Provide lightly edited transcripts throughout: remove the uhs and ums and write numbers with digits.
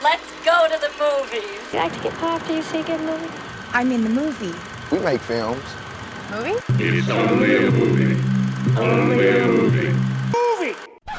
Let's go to the movies. You like to get pop? Do you see a good movie? I mean the movie. We make films. Movie? It's only a movie. Only a movie. Movie!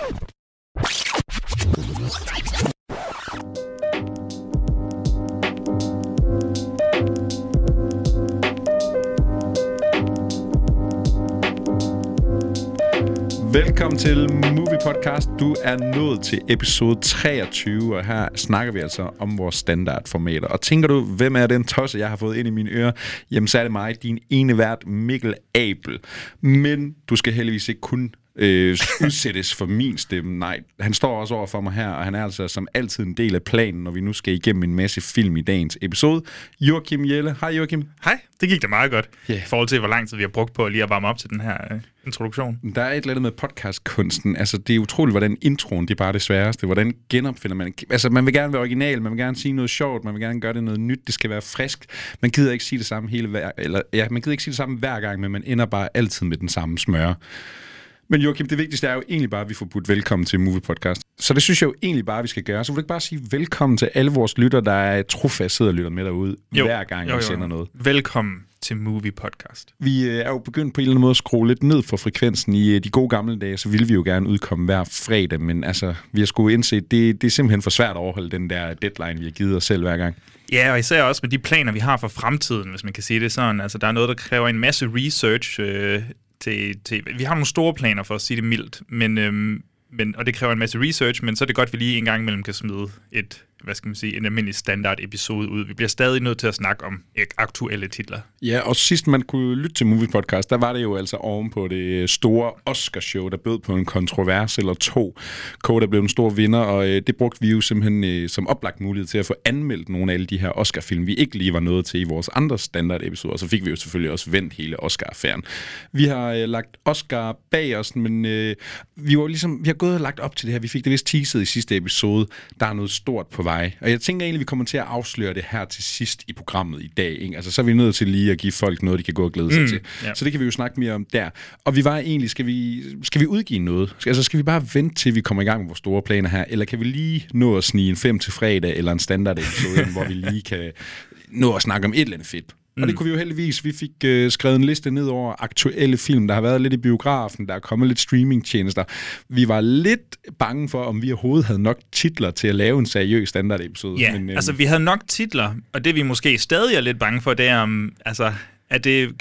Velkommen til Movie Podcast. Du er nået til episode 23, og her snakker vi altså om vores standardformater. Og tænker du, hvem er den tosse, jeg har fået ind i mine ører? Jamen, så er det mig, din ene vært Mikkel Abel. Men du skal heldigvis ikke kun udsættes for min stemme. Nej, han står også over for mig her, og han er altså som altid en del af planen, når vi nu skal igennem en masse film i dagens episode. Joachim Jelle. Hej Joachim. Hej, det gik da meget godt, Yeah. i forhold til, hvor lang tid vi har brugt på lige at varme op til den her introduktion. Der er et eller andet med podcastkunsten. Altså, det er utroligt, hvordan introen, det er bare det sværeste. Hvordan genopfinder man? Altså, man vil gerne være original, man vil gerne sige noget sjovt, man vil gerne gøre det noget nyt, det skal være friskt. Man gider ikke sige det samme man gider ikke sige det samme hver gang, men man ender bare altid med den samme smør. Men Joachim, det vigtigste er jo egentlig bare, at vi får budt velkommen til Movie Podcast. Så det synes jeg jo egentlig bare, vi skal gøre. Så vil du ikke bare sige velkommen til alle vores lytter, der er trofast sidder og lytter med derude, hver gang vi sender noget. Velkommen til Movie Podcast. Vi er jo begyndt på en eller anden måde at skrue lidt ned for frekvensen. I de gode gamle dage, så ville vi jo gerne udkomme hver fredag, men altså, vi har sgu indset, det er simpelthen for svært at overholde den der deadline, vi har givet os selv hver gang. Ja, og især også med de planer, vi har for fremtiden, hvis man kan sige det sådan. Altså, der er noget, der kræver en masse research vi har nogle store planer, for at sige det mildt, men og det kræver en masse research, men så er det godt, at vi lige en gang imellem kan smide en almindelig standard episode ud. Vi bliver stadig nødt til at snakke om aktuelle titler. Ja, og sidst man kunne lytte til Movie Podcast, der var det jo altså oven på det store Oscar-show, der bød på en kontrovers eller to. Coda blev en stor vinder, og det brugte vi jo simpelthen som oplagt mulighed til at få anmeldt nogle af alle de her Oscar-film, vi ikke lige var nået til i vores andre standard-episoder, og så fik vi jo selvfølgelig også vendt hele Oscar-affæren. Vi har lagt Oscar bag os, men vi har gået og lagt op til det her. Vi fik det vist teaset i sidste episode. Der er noget stort på vej. Og jeg tænker egentlig, vi kommer til at afsløre det her til sidst i programmet i dag. Ikke? Altså, så er vi nødt til lige at give folk noget, de kan gå og glæde sig til. Ja. Så det kan vi jo snakke mere om der. Og vi var egentlig, skal vi udgive noget? Skal vi bare vente til, vi kommer i gang med vores store planer her? Eller kan vi lige nå at snige en 5 til fredag, eller en standard episode, hvor vi lige kan nå at snakke om et eller andet fedt? Og det kunne vi jo heldigvis. Vi fik skrevet en liste ned over aktuelle film. Der har været lidt i biografen, der er kommet lidt streamingtjenester. Vi var lidt bange for, om vi overhovedet havde nok titler til at lave en seriøs standardepisode. Ja, men, altså vi havde nok titler, og det vi måske stadig er lidt bange for, det er om, er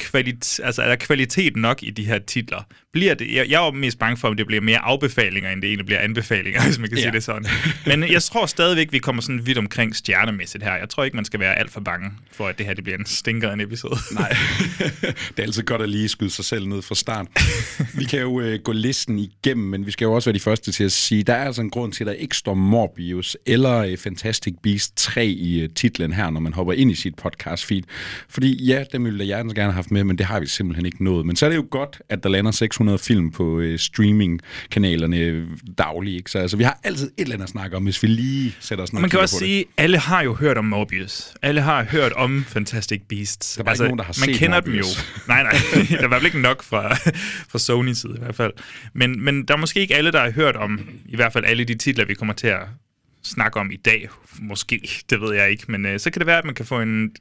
der kvalitet nok i de her titler? Bliver det? Jeg er jo mest bange for, om det bliver mere afbefalinger, end det egentlig bliver anbefalinger, hvis man kan sige det sådan. Men jeg tror stadigvæk, vi kommer sådan vidt omkring stjernemæssigt her. Jeg tror ikke, man skal være alt for bange for, at det her det bliver en stinker af en episode. Nej, det er altid godt at lige skyde sig selv ned fra start. Vi kan jo gå listen igennem, men vi skal jo også være de første til at sige, der er altså en grund til, at der ikke står Morbius eller Fantastic Beasts 3 i titlen her, når man hopper ind i sit podcast feed. Fordi ja, dem ville jeg gerne have haft med, men det har vi simpelthen ikke nået. Men så er det jo godt, at der lander 600 film på streamingkanalerne dagligt. Ikke? Så altså, vi har altid et eller andet at snakke om, hvis vi lige sætter os ned. Man kan også sige, at alle har jo hørt om Morbius. Alle har hørt om Fantastic Beasts. Der er bare ikke nogen, der har set man kender Morbius. dem jo. Nej. Der var vel ikke nok fra Sonys side i hvert fald. Men der er måske ikke alle, der har hørt om i hvert fald alle de titler, vi kommer til at snakke om i dag. Måske, det ved jeg ikke. Men så kan det være, at man kan få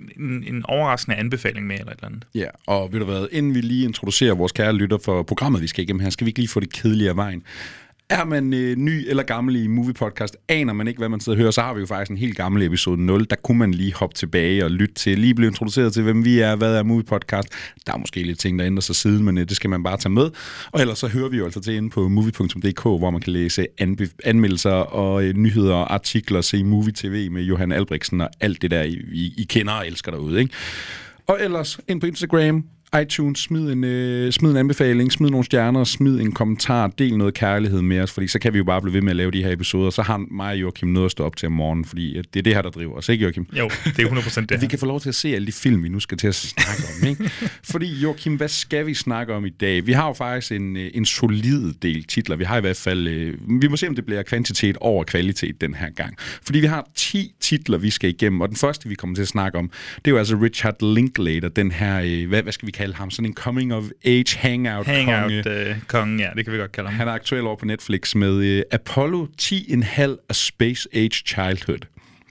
en overraskende anbefaling med eller et eller andet. Ja, og ved du hvad, inden vi lige introducerer vores kære lytter for programmet, vi skal igennem her, skal vi ikke lige få det kedelige af vejen. Er man ny eller gammel i Movie Podcast, aner man ikke, hvad man sidder og hører, så har vi jo faktisk en helt gammel episode 0. Der kunne man lige hoppe tilbage og lytte til, lige blive introduceret til, hvem vi er, hvad er Movie Podcast. Der er måske lidt ting, der ændrer sig siden, men det skal man bare tage med. Og ellers så hører vi jo altså til inde på movie.dk, hvor man kan læse anmeldelser og nyheder og artikler, se Movie TV med Johan Albrechtsen og alt det der, I kender og elsker derude. Ikke? Og ellers ind på Instagram, iTunes, smid en anbefaling, smid nogle stjerner, smid en kommentar, del noget kærlighed med os, fordi så kan vi jo bare blive ved med at lave de her episoder, så har mig og Joachim noget at stå op til om morgenen, fordi det er det her, der driver os, ikke Joachim? Jo, det er 100% det. Vi kan få lov til at se alle de film, vi nu skal til at snakke om, ikke? Fordi Joachim, hvad skal vi snakke om i dag? Vi har jo faktisk en solid del titler. Vi har i hvert fald, vi må se, om det bliver kvantitet over kvalitet den her gang. Fordi vi har 10 titler, vi skal igennem, og den første, vi kommer til at snakke om, det er jo altså Richard Linklater, den her, hvad skal vi kalde ham? Sådan en coming-of-age hangout-konge. Ja, det kan vi godt kalde ham. Han er aktuel over på Netflix med Apollo 10,5 A Space Age Childhood.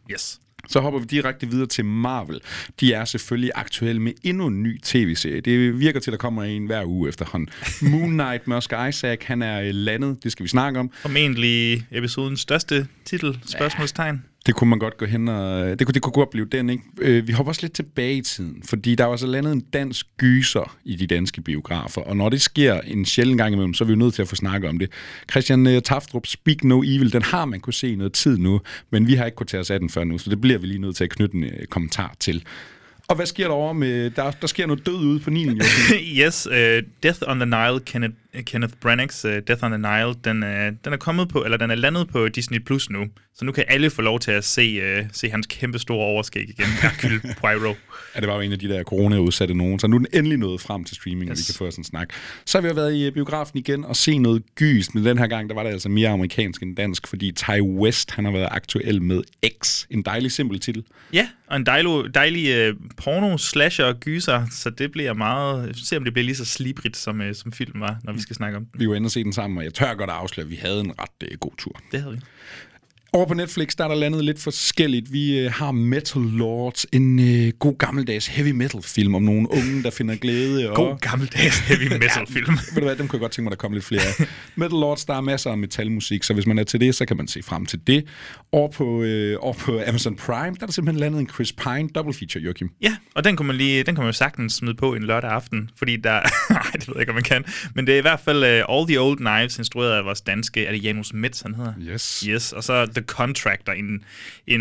Yes. Så hopper vi direkte videre til Marvel. De er selvfølgelig aktuelle med endnu en ny tv-serie. Det virker til, at der kommer en hver uge efterhånden. Moon Knight med Oscar Isaac, han er landet. Det skal vi snakke om. Formentlig episodens største titel, spørgsmålstegn. Det kunne man godt gå hen og... Det kunne godt blive den, ikke? Vi hopper også lidt tilbage i tiden, fordi der var så landet en dansk gyser i de danske biografer, og når det sker en sjælden gang imellem, så er vi jo nødt til at få snakket om det. Christian Tafdrup, Speak No Evil, den har man kunne se noget tid nu, men vi har ikke kunnet tage os af den før nu, så det bliver vi lige nødt til at knytte en kommentar til. Og hvad sker der over med... Der sker noget død ude på Nilen, jo. Yes, Death on the Nile, Kenneth Branaghs Death on the Nile, den er kommet på, eller den er landet på Disney Plus nu. Så nu kan alle få lov til at se hans kæmpe store overskæg igen. Hercule Poirot. Ja, det var jo en af de der corona-udsatte nogen. Så nu er den endelig nået frem til streaming, og vi kan få sådan en snak. Så har vi jo været i biografen igen og se noget gys, men den her gang, der var det altså mere amerikansk end dansk, fordi Ty West, han har været aktuel med X. En dejlig simpel titel. Ja, og en dejlig porno-slasher-gyser, så det bliver meget... Se om det bliver lige så slibrigt, som film var, når vi skal snakke om den. Vi var inde og se den sammen, og jeg tør godt at afsløre, at vi havde en ret god tur. Det havde vi. Over på Netflix, der er der landet lidt forskelligt. Vi har Metal Lords, en god gammeldags heavy metal film om nogle unge, der finder glæde. God gammeldags heavy metal film. Ved du hvad, dem kunne jeg godt tænke mig, der kom lidt flere af. Metal Lords, der er masser af metalmusik, så hvis man er til det, så kan man se frem til det. Over på Amazon Prime, der er der simpelthen landet en Chris Pine double feature, Joachim. Ja, og den kan man jo sagtens smide på en lørdag aften, fordi der... Nej, det ved jeg ikke, om man kan. Men det er i hvert fald All the Old Knives, instrueret af vores danske... Er det Janus Metz, han hedder? Yes, og så The Contractor, det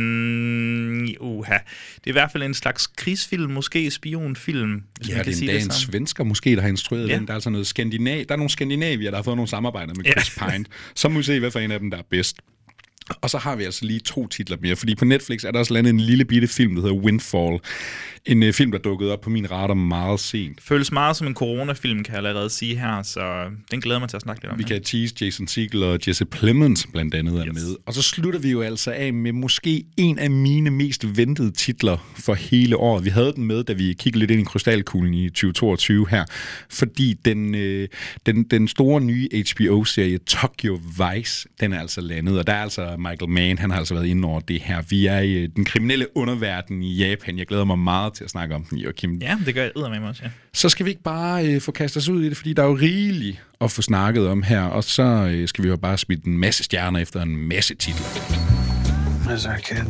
er i hvert fald en slags krigsfilm, måske spionfilm, hvis man kan sige det. Ja, det er en svensker måske, der har instrueret den. Der er altså noget der er nogle skandinavier, der har fået nogle samarbejder med Chris Pine. Så må vi se, hvad for en af dem, der er bedst. Og så har vi altså lige 2 titler mere, fordi på Netflix er der også landet en lille bitte film, der hedder Windfall. En film, der dukkede op på min radar meget sent. Føles meget som en coronafilm, kan jeg allerede sige her, så den glæder mig til at snakke lidt om. Vi kan tease Jason Segel og Jesse Plemons blandt andet er med. Og så slutter vi jo altså af med måske en af mine mest ventede titler for hele året. Vi havde den med, da vi kiggede lidt ind i krystalkuglen i 2022 her, fordi den store nye HBO-serie Tokyo Vice, den er altså landet, og der er altså Michael Mann, han har altså været inde over det her. Vi er i den kriminelle underverden i Japan. Jeg glæder mig meget til at snakke om den, Joachim. Ja, det gør jeg eddermame også, ja. Så skal vi ikke bare få kastet os ud i det, fordi der er jo rigeligt at få snakket om her, og så skal vi jo bare smide en masse stjerner efter en masse titler. Where's our kid?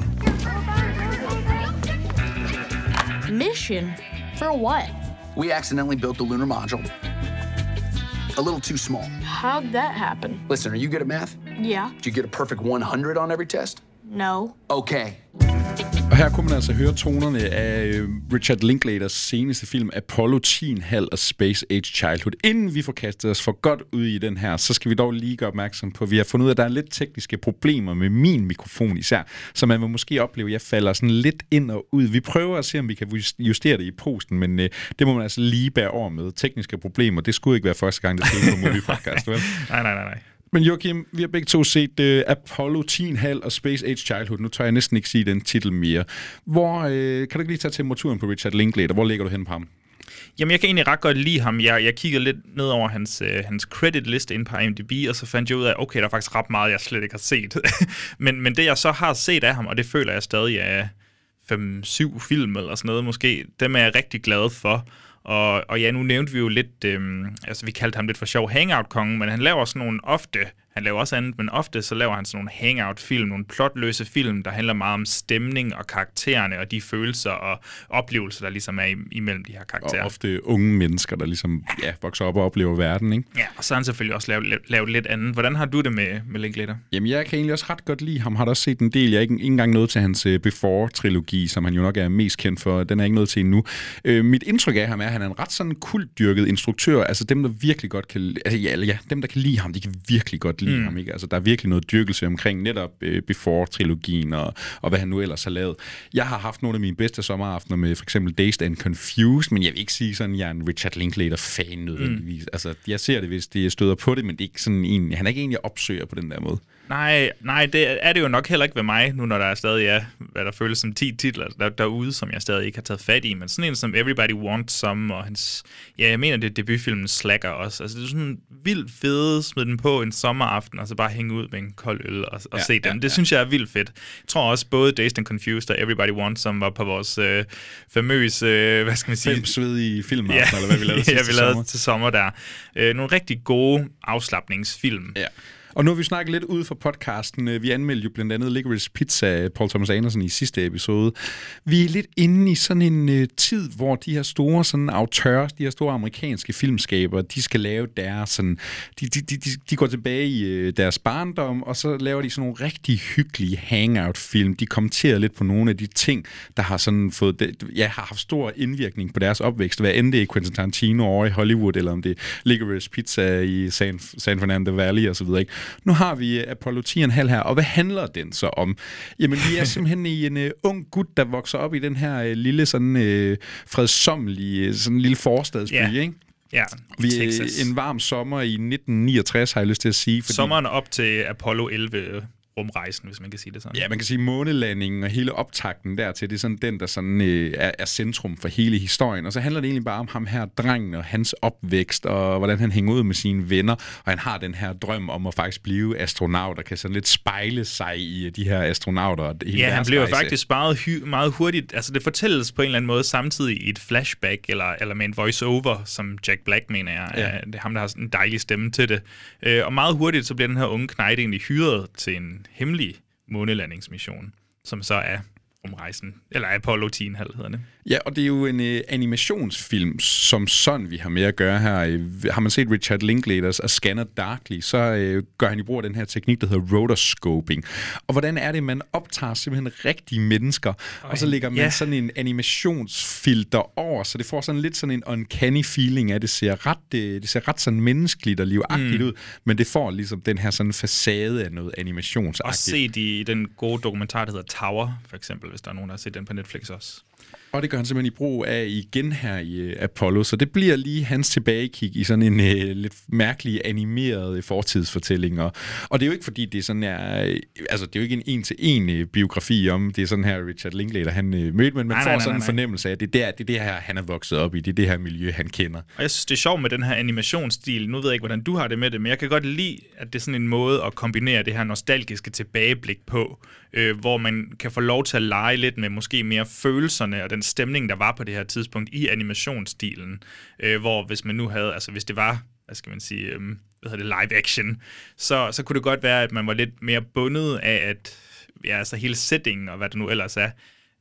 Mission? For what? We accidentally built the lunar module. A little too small. How'd that happen? Listen, are you good at math? Yeah. Did you get a perfect 100 on every test? No. Okay. Og her kunne man altså høre tonerne af Richard Linklaters seneste film Apollo 10,5 og Space Age Childhood. Inden vi får kastet os for godt ud i den her, så skal vi dog lige gøre opmærksom på, at vi har fundet ud af, at der er lidt tekniske problemer med min mikrofon især, så man vil måske opleve, at jeg falder sådan lidt ind og ud. Vi prøver at se, om vi kan justere det i posten, men det må man altså lige bære over med. Tekniske problemer, det skulle ikke være første gang, det skete på Movie Podcast, vel? Nej. Men Joachim, vi har begge to set Apollo 10,5 og Space Age Childhood. Nu tør jeg næsten ikke sige den titel mere. Kan du ikke lige tage temperaturen på Richard Linklater? Hvor ligger du hen på ham? Jamen, jeg kan egentlig ret godt lide ham. Jeg kiggede lidt ned over hans credit-liste inde på IMDb, og så fandt jeg ud af, okay, der er faktisk ret meget, jeg slet ikke har set. men det, jeg så har set af ham, og det føler jeg stadig er 5-7 film eller sådan noget måske, dem er jeg rigtig glad for. Og ja, nu nævnte vi jo lidt, vi kaldte ham lidt for sjov hangout-kongen, men han laver sådan nogle han laver også andet, men ofte så laver han sådan nogle hangout-film, nogle plotløse film, der handler meget om stemning og karaktererne og de følelser og oplevelser, der ligesom er imellem de her karakterer. Og ofte unge mennesker, der ligesom vokser op og oplever verden, ikke? Ja, og så har han selvfølgelig også lavet lidt andet. Hvordan har du det med Linklater? Jamen, jeg kan egentlig også ret godt lide ham. Har da også set en del. Jeg er ikke engang nået til hans Before-trilogi, som han jo nok er mest kendt for. Den er ikke nået til endnu. Mit indtryk af ham er, at han er en ret sådan kultdyrket instruktør. Altså dem, der virkelig godt kan... Altså, dem, der kan lide ham, de kan virkelig godt lide ham, ikke? Altså, der er virkelig noget dyrkelse omkring netop Before-trilogien og hvad han nu ellers har lavet. Jeg har haft nogle af mine bedste sommeraftener med for eksempel Dazed and Confused, men jeg vil ikke sige sådan, at jeg er en Richard Linklater-fan nødvendigvis. Altså, jeg ser det, hvis det støder på det, men det er ikke sådan en... Han er ikke en, jeg opsøger på den der måde. Nej, det er det jo nok heller ikke ved mig, nu når der er stadig hvad der føles som 10 titler derude, som jeg stadig ikke har taget fat i, men sådan en som Everybody Wants Some, og hans, jeg mener det er debutfilmen Slacker også, altså det er sådan vildt fede, smid den på en sommeraften, og så bare hænge ud med en kold øl og se den. Det synes jeg er vildt fedt. Jeg tror også, både Dazed and Confused og Everybody Wants Some var på vores famøse, hvad skal man sige? 5 svedige film, eller hvad vi lavede vi lavede til sommer der. Nogle rigtig gode afslapningsfilm. Ja. Og nu har vi snakket lidt ud fra podcasten. Vi anmeldte jo blandt andet Licorice Pizza af Paul Thomas Anderson i sidste episode. Vi er lidt inde i sådan en tid, hvor de her store sådan auteurs, de her store amerikanske filmskabere, de skal lave deres sådan, de går tilbage i deres barndom, og så laver de sådan nogle rigtig hyggelige hangout-film. De kommenterer lidt på nogle af de ting, der har sådan har haft stor indvirkning på deres opvækst. Hvad end det er Quentin Tarantino over i Hollywood, eller om det er Licorice Pizza i San Fernando Valley og så videre, ikke? Nu har vi Apollo 10,5 her, og hvad handler den så om? Jamen, vi er simpelthen i en ung gut, der vokser op i den her lille, sådan fredsommelige, sådan lille forstadsby, ikke? Ja, vi Texas. En varm sommer i 1969, har jeg lyst til at sige. Fordi sommeren op til Apollo 11 rumrejsen, hvis man kan sige det sådan. Ja, man kan sige månelandingen og hele optakten dertil, det er sådan den, der sådan, er centrum for hele historien. Og så handler det egentlig bare om ham her, drengen og hans opvækst, og hvordan han hænger ud med sine venner, og han har den her drøm om at faktisk blive astronaut, og kan sådan lidt spejle sig i de her astronauter. Ja, han bliver faktisk meget hurtigt, altså det fortælles på en eller anden måde samtidig i et flashback, eller med en voice-over, som Jack Black mener jeg. Ja. Det er ham, der har en dejlig stemme til det. Og meget hurtigt, så bliver den her unge knejt egentlig hyret til en hemmelig månelandingsmission, som så er rumrejsen, eller Apollo 10,5 hedder det. Ja, og det er jo en animationsfilm, som sådan vi har med at gøre her. Har man set Richard Linklaters A Scanner Darkly, så gør han i brug af den her teknik, der hedder rotoscoping. Og hvordan er det, man optager simpelthen rigtige mennesker, og så lægger man sådan en animationsfilter over, så det får sådan lidt sådan en uncanny feeling af, det ser ret sådan menneskeligt og livagtigt ud, men det får ligesom den her sådan facade af noget animationsagtigt. Og set i den gode dokumentar, der hedder Tower, for eksempel, hvis der er nogen, der har set den på Netflix også. Og det gør han simpelthen i brug af igen her i Apollo, så det bliver lige hans tilbagekig i sådan en lidt mærkelig animeret fortidsfortælling. Og det er jo ikke fordi, det er sådan altså det er jo ikke en en-til-en biografi om, det er sådan her Richard Linklater, han mødte, men man får sådan en fornemmelse af, at det er det her, han er vokset op i, det er det her miljø, han kender. Og jeg synes, det er sjovt med den her animationsstil. Nu ved jeg ikke, hvordan du har det med det, men jeg kan godt lide, at det er sådan en måde at kombinere det her nostalgiske tilbageblik på, hvor man kan få lov til at lege lidt med måske mere følelserne og den stemning, der var på det her tidspunkt i animationsstilen, hvor hvis man nu havde, altså hvis det var, hvad skal man sige, live action, så kunne det godt være, at man var lidt mere bundet af, at altså hele settingen og hvad det nu ellers er.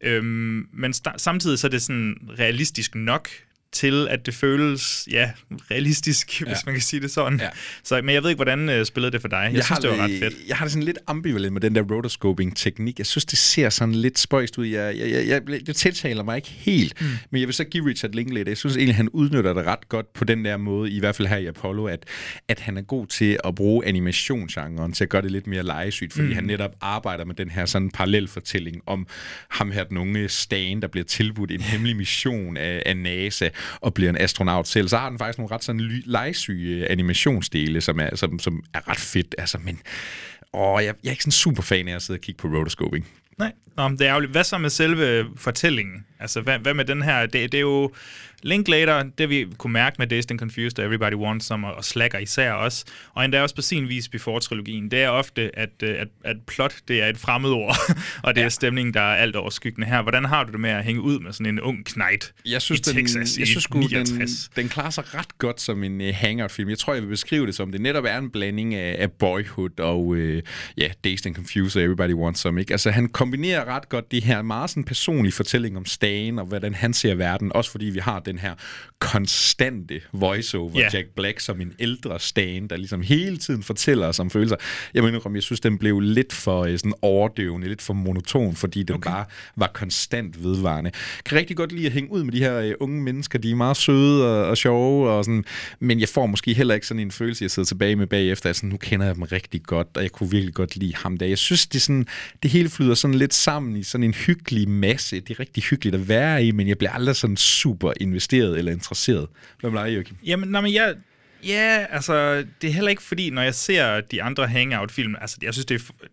Men samtidig så er det sådan realistisk nok til, at det føles, realistisk, hvis man kan sige det sådan. Ja. Så, men jeg ved ikke, hvordan spillede det for dig? Jeg synes, det var ret fedt. Jeg har det sådan lidt ambivalent med den der rotoscoping-teknik. Jeg synes, det ser sådan lidt spøjst ud. Det tiltaler mig ikke helt, men jeg vil så give Richard Linklater. Jeg synes egentlig, han udnytter det ret godt på den der måde, i hvert fald her i Apollo, at han er god til at bruge animationsgenren til at gøre det lidt mere legesygt, fordi han netop arbejder med den her sådan parallelfortælling om ham her, den unge Stan, der bliver tilbudt en hemmelig mission af NASA, og bliver en astronaut selv, så har den faktisk nogle ret sådan legesyge animationsdele, som er ret fedt. Altså, men jeg er ikke sådan super fan af at sidde og kigge på rotoscoping. Nej, det er ærgerligt. Hvad så med selve fortællingen? Altså, hvad med den her? Det er jo Linklater, det vi kunne mærke med Dazed and Confused og Everybody Wants Some og Slacker især også, og endda også på sin vis Before-trilogien, det er ofte, at plot, det er et fremmedord, og det er stemningen, der er alt overskyggende her. Hvordan har du det med at hænge ud med sådan en ung knejt i Texas i 69? Den klarer sig ret godt som en hangout-film. Jeg tror, jeg vil beskrive det som, det netop er en blanding af Boyhood og Dazed and Confused og Everybody Wants Some, ikke? Altså, han kombinerer ret godt det her meget sådan personlige fortælling om Stan, og hvordan han ser verden, også fordi vi har den her konstante voiceover, Jack Black som en ældre Stan, der ligesom hele tiden fortæller os om følelser. Jeg synes, den blev lidt for sådan overdøvende, lidt for monoton, fordi den bare var konstant vedvarende. Jeg kan rigtig godt lide at hænge ud med de her unge mennesker, de er meget søde og sjove, og sådan, men jeg får måske heller ikke sådan en følelse, jeg sidder tilbage med bagefter, altså nu kender jeg dem rigtig godt, og jeg kunne virkelig godt lide ham der. Jeg synes, det hele flyder sådan lidt sammen i sådan en hyggelig masse. Det er rigtig hyggeligt at være i, men jeg bliver aldrig sådan super investeret eller interesseret. Hvad med dig, Joachim? Jamen, Ja, altså, det er heller ikke fordi, når jeg ser de andre Hangout-film, altså, jeg synes,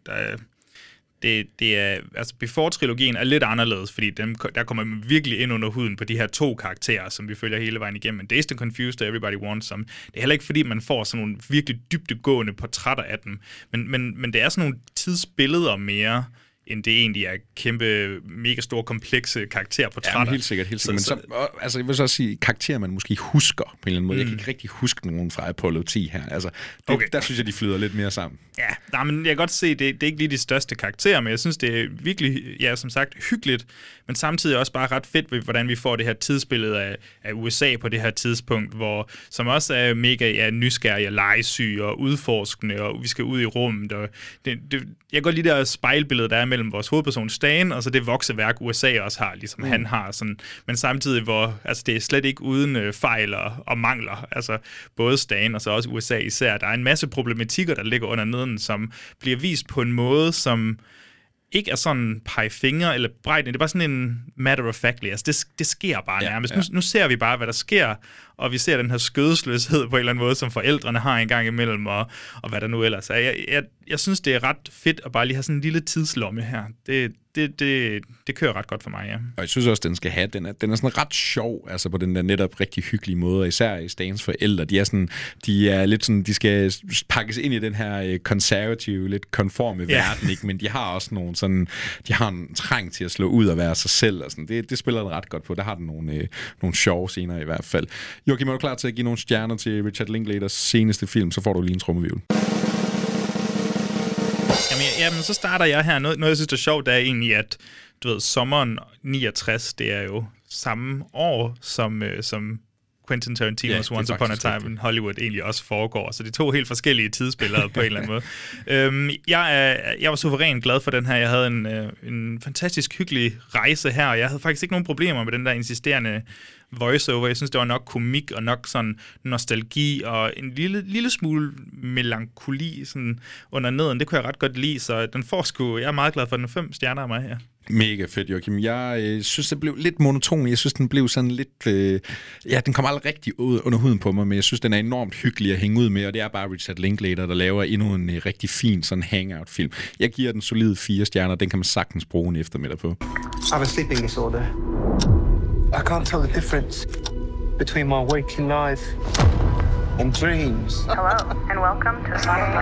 det er altså Before-trilogien er lidt anderledes, fordi der kommer man virkelig ind under huden på de her 2 karakterer, som vi følger hele vejen igennem. Men Dazed and Confused og Everybody Wants Some. Det er heller ikke fordi, man får sådan nogle virkelig dybdegående portrætter af dem. Men det er sådan nogle tidsbilleder mere, end det egentlig er kæmpe, mega store, komplekse karakterportrætter. Ja, helt sikkert. Men så, altså, jeg vil så også sige, karakterer, man måske husker på en eller anden måde. Jeg kan ikke rigtig huske nogen fra Apollo 10 her. Altså, der synes jeg, de flyder lidt mere sammen. Ja, men jeg kan godt se, det er ikke lige de største karakterer, men jeg synes, det er virkelig, ja, som sagt, hyggeligt, men samtidig også bare ret fedt, hvordan vi får det her tidsbillede af USA på det her tidspunkt, som også er mega nysgerrige og legesyge og udforskende, og vi skal ud i rummet. Og jeg kan godt lide det der spejlbillede, der er mellem vores hovedperson Stan, og så det vokseværk, USA også har, ligesom han har. Sådan, men samtidig, hvor altså, det er slet ikke uden fejl og mangler. Altså, både Stan og så også USA især. Der er en masse problematikker, der ligger under neden, som bliver vist på en måde, som ikke er sådan pege fingre eller brejden. Det er bare sådan en matter of factly. Altså, det sker bare nærmest. Nu ser vi bare, hvad der sker, og vi ser den her skødesløshed på en eller anden måde, som forældrene har en gang imellem, og hvad der nu ellers er. Jeg synes, det er ret fedt at bare lige have sådan en lille tidslomme her. Det kører ret godt for mig, ja. Og jeg synes også, den skal have. Den er sådan ret sjov, altså på den der netop rigtig hyggelige måde, især i Stans forældre. De er lidt sådan, de skal pakkes ind i den her konservative, lidt konforme verden, ikke? Men de har også nogle sådan, de har en trang til at slå ud og være sig selv, og sådan. Det spiller den ret godt på. Der har den nogle sjove scener i hvert fald. Joachim, er du klar til at give nogle stjerner til Richard Linklaters seneste film, så får du lige en trommevivl. Jamen, så starter jeg her. Noget, jeg synes er sjovt, det er egentlig, at du ved, sommeren 69, det er jo samme år, som Quentin Tarantinos Once Upon a Time in Hollywood egentlig også foregår. Så det er 2 helt forskellige tidsbilleder på en eller anden måde. Jeg var suverænt glad for den her. Jeg havde en fantastisk hyggelig rejse her, og jeg havde faktisk ikke nogen problemer med den der insisterende voiceover. Jeg synes, det var nok komik og nok sådan nostalgi og en lille smule melankoli sådan under neden. Det kunne jeg ret godt lide, så den får sgu. Jeg er meget glad for den 5 stjerner af mig her. Mega fedt, Joachim. Jeg synes, det blev lidt monoton. Jeg synes, den blev sådan lidt... den kom aldrig rigtig ud under huden på mig, men jeg synes, den er enormt hyggelig at hænge ud med, og det er bare Richard Linklater, der laver endnu en rigtig fin sådan hangout-film. Jeg giver den solide 4 stjerner. Den kan man sagtens bruge en eftermiddag på. I have a sleeping disorder. I can't tell the difference between my waking life and dreams. Hello, and welcome to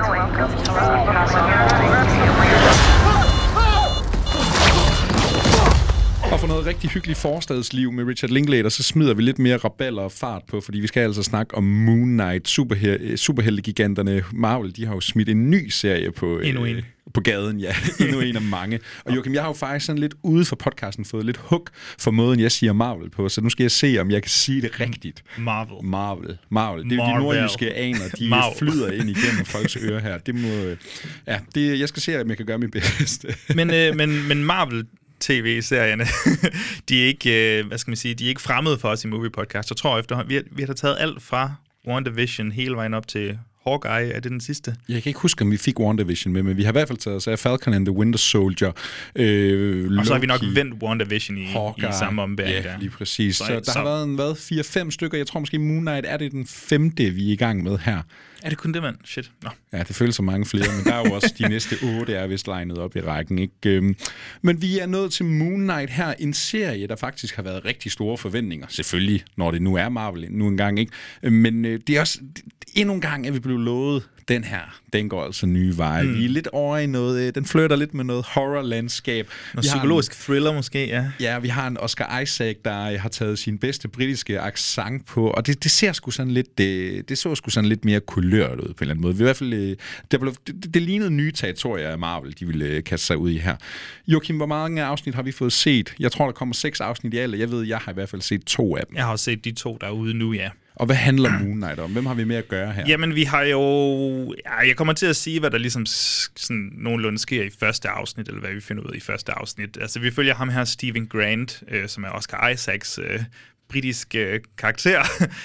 Og for noget rigtig hyggeligt forstadsliv med Richard Linklater, så smider vi lidt mere raballer og fart på, fordi vi skal altså snakke om Moon Knight. Superheltegiganterne Marvel, de har jo smidt en ny serie på... På gaden, ja. Endnu en af mange. Og Joachim, jeg har jo faktisk sådan lidt ude for podcasten fået lidt hug for måden, jeg siger Marvel på, så nu skal jeg se, om jeg kan sige det rigtigt. Marvel. Det er de nordjyske aner, de flyder ind igennem folks ører her. Det må... jeg skal se, om jeg kan gøre mit bedste. Men Marvel... TV-serierne, de er ikke, de er ikke fremmede for os i Movie Podcast. Jeg tror efterhånden, vi har taget alt fra WandaVision hele vejen op til Hawkeye. Er det den sidste? Jeg kan ikke huske, om vi fik WandaVision med, men vi har i hvert fald taget os af Falcon and the Winter Soldier. Og så har vi nok vendt WandaVision i samme ombæring. Ja, lige præcis. Så der har været 4-5 stykker. Jeg tror måske Moon Knight er det den 5. vi er i gang med her. Er det kun det, mand? Shit. No. Ja, det føles som mange flere, men der er jo også de næste 8, er vist legnet op i rækken, ikke? Men vi er nået til Moon Knight her, en serie, der faktisk har været rigtig store forventninger. Selvfølgelig, når det nu er Marvel nu engang, ikke? Men det er også... Endnu en gang er vi blevet lovet den her. Den går altså nye veje. Vi er lidt over i noget... Den flytter lidt med noget horror-landskab. Noget psykologisk thriller måske, ja. Ja, vi har en Oscar Isaac, der har taget sin bedste britiske accent på, og det ser sgu sådan lidt... Det så sgu sådan lidt mere kulørt ud på en eller anden måde. Vi i hvert fald... Det lignede nye territorier af Marvel, de ville kaste sig ud i her. Joachim, hvor mange afsnit har vi fået set? Jeg tror, der kommer 6 afsnit i alt, og jeg har i hvert fald set 2 af dem. Jeg har også set de 2, der er ude nu, ja. Og hvad handler Moon Knight om? Hvem har vi med at gøre her? Jamen, vi har jo... Ja, jeg kommer til at sige, hvad der ligesom sådan nogenlunde sker i første afsnit, eller hvad vi finder ud af i første afsnit. Altså, vi følger ham her, Stephen Grant, som er Oscar Isaacs britiske karakter.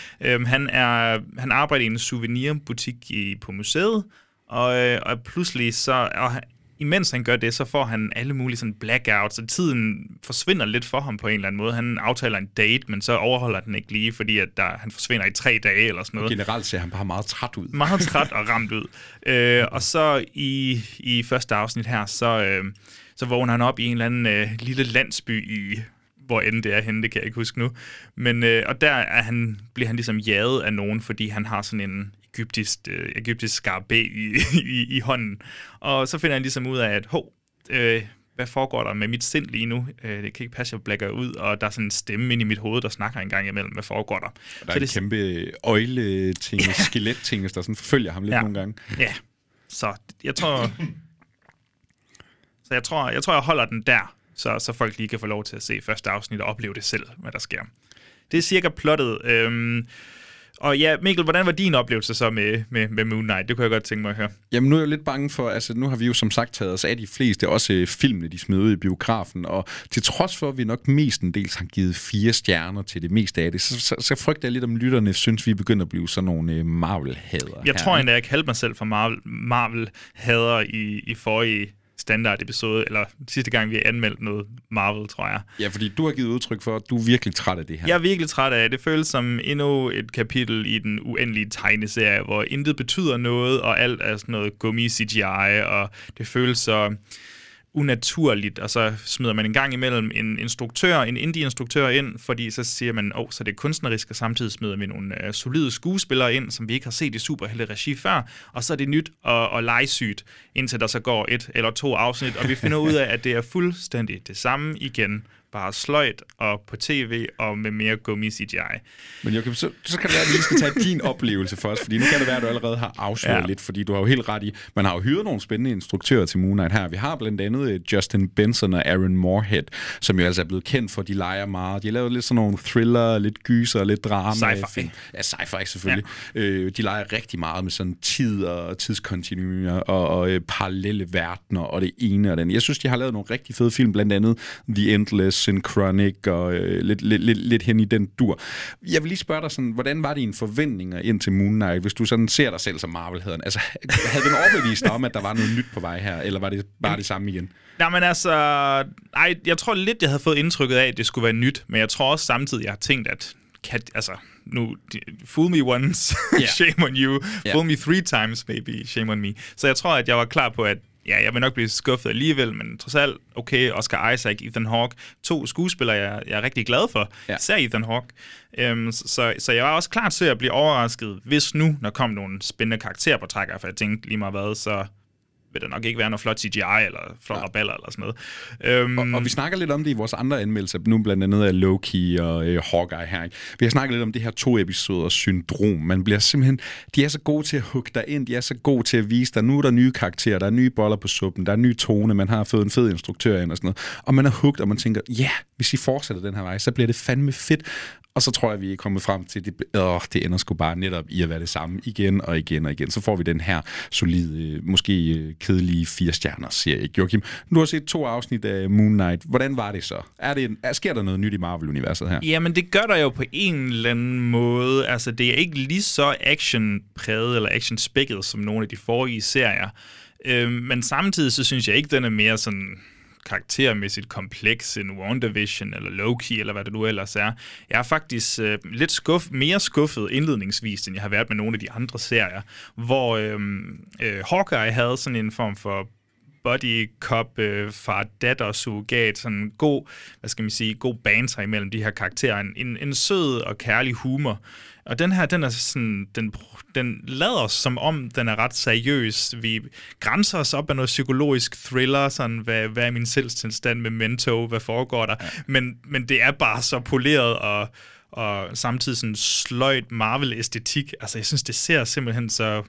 Han arbejder i en souvenirbutik på museet, og pludselig så... imens han gør det, så får han alle mulige sådan blackouts, og tiden forsvinder lidt for ham på en eller anden måde. Han aftaler en date, men så overholder den ikke lige, fordi at han forsvinder i 3 dage eller sådan noget. Og generelt ser han bare meget træt ud. Meget træt og ramt ud. Og så i første afsnit her, så vågner han op i en eller anden lille landsby i... hvor end det er henne, det kan jeg ikke huske nu. Men, og der bliver han ligesom jaget af nogen, fordi han har sådan en egyptisk skarabæ i hånden. Og så finder han ligesom ud af, at hvad foregår der med mit sind lige nu? Det kan ikke passe, at jeg blækker ud, og der er sådan en stemme inde i mit hoved, der snakker en gang imellem. Hvad foregår der? Og der er en kæmpe øjle-ting, skelet-ting, der sådan forfølger ham lidt nogle gange. Ja, så jeg tror, jeg holder den der. Så folk lige kan få lov til at se første afsnit og opleve det selv, hvad der sker. Det er cirka plottet. Og ja, Mikkel, hvordan var din oplevelse så med Moon Knight? Det kunne jeg godt tænke mig at høre. Jamen, nu er jeg lidt bange for, altså nu har vi jo som sagt taget os af de fleste, også filmene, de smed ud i biografen, og til trods for, at vi nok mestendels har givet 4 stjerner til det meste af det, så frygter jeg lidt, om lytterne synes, vi begynder at blive sådan nogle Marvel-hader. Jeg tror endda, jeg kaldte mig selv for Marvel-hader i forrige standard-episode, eller sidste gang, vi har anmeldt noget Marvel, tror jeg. Ja, fordi du har givet udtryk for, at du er virkelig træt af det her. Jeg er virkelig træt af det. Det føles som endnu et kapitel i den uendelige tegneserie, hvor intet betyder noget, og alt er sådan noget gummi-CGI, og det føles så unaturligt, og så smider man en gang imellem en indie-instruktør ind, fordi så siger man, så det er kunstnerisk, og samtidig smider vi nogle solide skuespillere ind, som vi ikke har set i superhelte-regi før, og så er det nyt og legesygt, indtil der så går 1 eller 2 afsnit, og vi finder ud af, at det er fuldstændig det samme igen, bare sløjt og på tv og med mere gummi-CGI. Men Joachim, så kan det være, at vi lige skal tage din oplevelse først, fordi nu kan det være, at du allerede har afsløret lidt, fordi du har jo helt ret i, man har jo hyret nogle spændende instruktører til Moon Knight her. Vi har blandt andet Justin Benson og Aaron Moorhead, som jo altså er blevet kendt for, de leger meget. De har lavet lidt sådan nogle thriller, lidt gyser, lidt drama. Sci-fi. Ja, sci-fi selvfølgelig. Ja. De leger rigtig meget med sådan tid og tidskontinuer og parallelle verdener og det ene og den. Jeg synes, de har lavet nogle rigtig fede film, blandt andet The Endless, Synchronic og lidt hen i den dur. Jeg vil lige spørge dig sådan, hvordan var dine forventninger ind til Moon Knight, hvis du sådan ser dig selv som Marvel-hæderen? Altså, havde den overbevist dig om, at der var noget nyt på vej her, eller var det bare det samme igen? Jamen altså, jeg tror lidt, jeg havde fået indtrykket af, at det skulle være nyt, men jeg tror også samtidig, jeg har tænkt, at fool me once, shame on you. Fool me 3 times, maybe, shame on me. Så jeg tror, at jeg var klar på, at jeg vil nok blive skuffet alligevel, men trods alt, okay, Oscar Isaac, Ethan Hawke, 2 skuespillere, jeg er rigtig glad for, især Ethan Hawke. Så jeg var også klar til at blive overrasket, hvis nu, der kom nogle spændende karakterer på trækker, for jeg tænkte lige meget hvad, så vil der nok ikke være noget flot CGI eller flot raballer eller sådan noget. Og vi snakker lidt om det i vores andre anmeldelser, nu blandt andet af Loki og Hawkeye her. Vi har snakket lidt om det her 2-episoders syndrom. Man bliver simpelthen, de er så gode til at hugge dig ind, de er så gode til at vise dig, nu er der nye karakterer, der er nye boller på suppen, der er nye tone, man har fået en fed instruktør ind og sådan noget. Og man er hugt, og man tænker, hvis I fortsætter den her vej, så bliver det fandme fedt. Og så tror jeg, vi er kommet frem til, det ender sgu bare netop i at være det samme igen og igen og igen. Så får vi den her solide, måske kedelige 4-stjerners serie. Joachim, du har set 2 afsnit af Moon Knight. Hvordan var det så? Sker der noget nyt i Marvel-universet her? Jamen, det gør der jo på en eller anden måde. Altså, det er ikke lige så action-præget eller action-spækket som nogle af de forrige serier. Men samtidig så synes jeg ikke, den er mere sådan karaktermæssigt kompleks end WandaVision eller Loki, eller hvad det nu ellers er. Jeg er faktisk lidt mere skuffet indledningsvis, end jeg har været med nogle af de andre serier, hvor Hawkeye havde sådan en form for buddy cop, far-datter surrogat, sådan god, god banter imellem de her karakterer, en sød og kærlig humor. Og den her, den er sådan, den lader som om, den er ret seriøs. Vi grænser os op af noget psykologisk thriller, sådan, hvad er min selvtilstand med Memento, hvad foregår der? Ja. Men det er bare så poleret og samtidig sådan sløjt Marvel-æstetik. Altså, jeg synes, det ser simpelthen så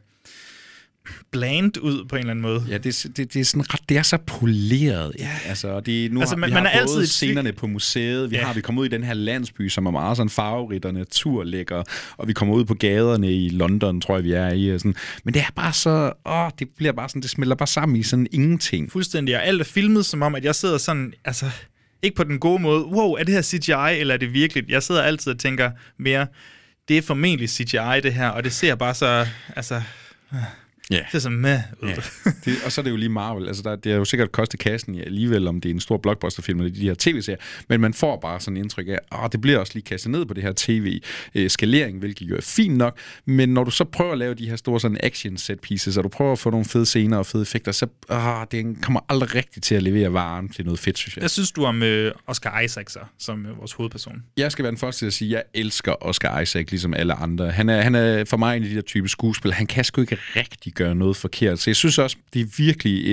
bland ud på en eller anden måde. Ja, det er sådan ret, det er så poleret. Ja. Altså, vi har både scenerne på museet, vi kommer ud i den her landsby, som er meget sådan farverig og naturlækker, og vi kommer ud på gaderne i London, tror jeg, vi er i. Sådan. Men det er bare så, det bliver bare sådan, det smelter bare sammen i sådan ingenting. Fuldstændig, og alt er filmet som om, at jeg sidder sådan, altså, ikke på den gode måde, wow, er det her CGI, eller er det virkeligt? Jeg sidder altid og tænker mere, det er formentlig CGI, det her, og det ser bare så, altså Yeah. Det er så med. Og så er det jo lige Marvel. Altså, det er jo sikkert kostet kassen alligevel, om det er en stor blockbusterfilm eller de her tv-serier. Men man får bare sådan en indtryk af, det bliver også lige kastet ned på det her tv-skalering, hvilket jo er fint nok. Men når du så prøver at lave de her store sådan action set pieces, og du prøver at få nogle fede scener og fede effekter, så det kommer aldrig rigtigt til at levere varen til noget fedt, synes jeg. Hvad synes du om Oscar Isaac så, som vores hovedperson? Jeg skal være den første til at sige, at jeg elsker Oscar Isaac, ligesom alle andre. Han er for mig en af de der type skuespil. Han kan sgu ikke rigtig gøre noget forkert. Så jeg synes også, det er virkelig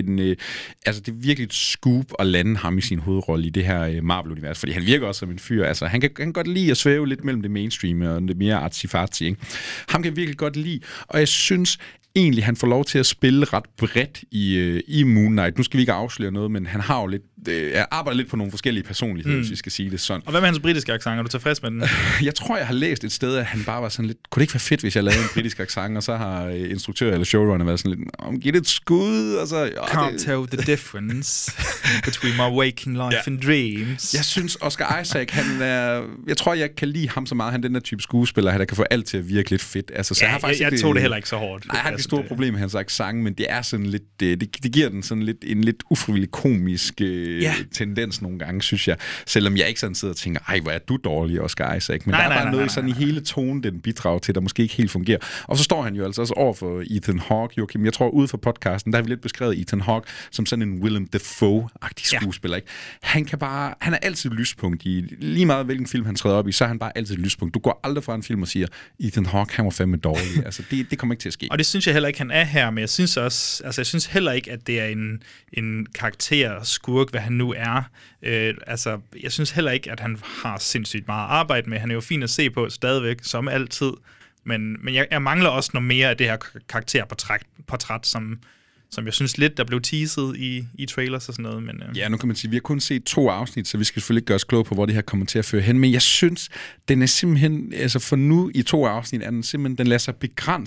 et scoop at lande ham i sin hovedrolle i det her Marvel-univers, fordi han virker også som en fyr. Altså, han kan godt lide at svæve lidt mellem det mainstream og det mere artsy-fartsy, ikke? Ham kan jeg virkelig godt lide, og jeg synes egentlig, han får lov til at spille ret bredt i Moon Knight. Nu skal vi ikke afsløre noget, men han har jo lidt arbejder lidt på nogle forskellige personligheder, hvis vi skal sige det sådan. Og hvad med hans britiske accent? Er du tilfreds med den? Jeg tror, jeg har læst et sted, at han bare var sådan lidt, kunne det ikke være fedt, hvis jeg lavede en britisk accent, og så har instruktør eller showrunner været sådan lidt, giv det et skud, og så... Can't tell the difference between my waking life and dreams. Jeg synes, Oscar Isaac, jeg tror, jeg kan lide ham så meget, han den der type skuespiller, der kan få alt til at virke lidt fedt. Altså, så jeg tog det heller ikke så hårdt. Nej, jeg har ikke store problem med hans accent, men det er sådan lidt, det giver den sådan lidt, en lidt ufrivillig komisk tendens nogle gange, synes jeg. Selvom jeg ikke sådan sidder og tænker, ej, hvor er du dårlig, Oscar Isaac. Men der er bare noget sådan i hele tonen, den bidrager til, der måske ikke helt fungerer. Og så står han jo altså også over for Ethan Hawke, Joachim. Jeg tror, ude for podcasten, der har vi lidt beskrevet Ethan Hawke som sådan en Willem Dafoe-agtig skuespiller, ikke? Han er altid lyspunkt i, lige meget hvilken film han træder op i, så er han bare altid lyspunkt. Du går aldrig fra en film og siger, Ethan Hawke, han var fandme dårlig. Altså, det kommer ikke til at ske. Og det synes jeg heller ikke, han er her, men jeg synes også, jeg synes heller ikke, at det er en karakterskurk, hvad han nu er. Jeg synes heller ikke, at han har sindssygt meget arbejde med. Han er jo fin at se på stadigvæk, som altid. Men jeg mangler også noget mere af det her karakterportræt, som jeg synes lidt, der blev teaset i trailers og sådan noget. Men, Ja, nu kan man sige, vi har kun set 2 afsnit, så vi skal selvfølgelig ikke gøre os kloge på, hvor det her kommer til at føre hen. Men jeg synes, den er simpelthen, altså for nu i 2 afsnit, er den simpelthen, den lader sig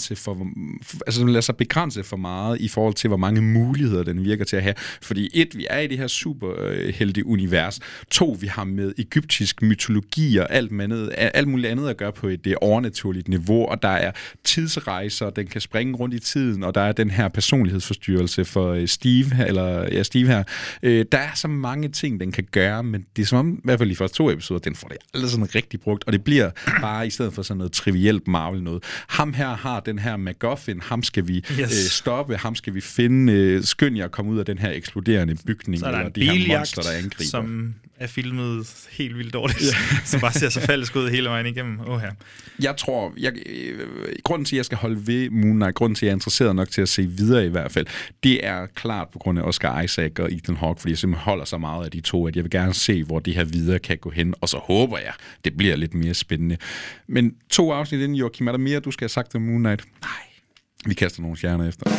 begrænse for meget i forhold til, hvor mange muligheder den virker til at have. Fordi 1, vi er i det her superheldige univers. 2, vi har med egyptisk mytologi og alt muligt andet at gøre på et overnaturligt niveau. Og der er tidsrejser, den kan springe rundt i tiden, og der er den her personlighedsforstyrrelse for Steve her. Der er så mange ting, den kan gøre, men det er som om, i hvert fald i første 2 episoder, den får det aldrig sådan rigtig brugt, og det bliver bare i stedet for sådan noget trivielt Marvel noget. Ham her har den her MacGuffin, ham skal vi stoppe, ham skal vi finde, skynd jer at komme ud af den her eksploderende bygning, eller de her monster, der angriber. Som er filmet helt vildt dårligt, så bare ser så falsk ud hele vejen igennem. Jeg tror, grunden til, at jeg skal holde ved Moon Knight, grunden til, at jeg er interesseret nok til at se videre i hvert fald, det er klart på grund af Oscar Isaac og Ethan Hawke, fordi jeg simpelthen holder så meget af de 2, at jeg vil gerne se, hvor det her videre kan gå hen, og så håber jeg, det bliver lidt mere spændende. Men 2 afsnit inden, Joachim, er der mere, du skal have sagt om Moon Knight? Nej. Vi kaster nogle stjerner efter.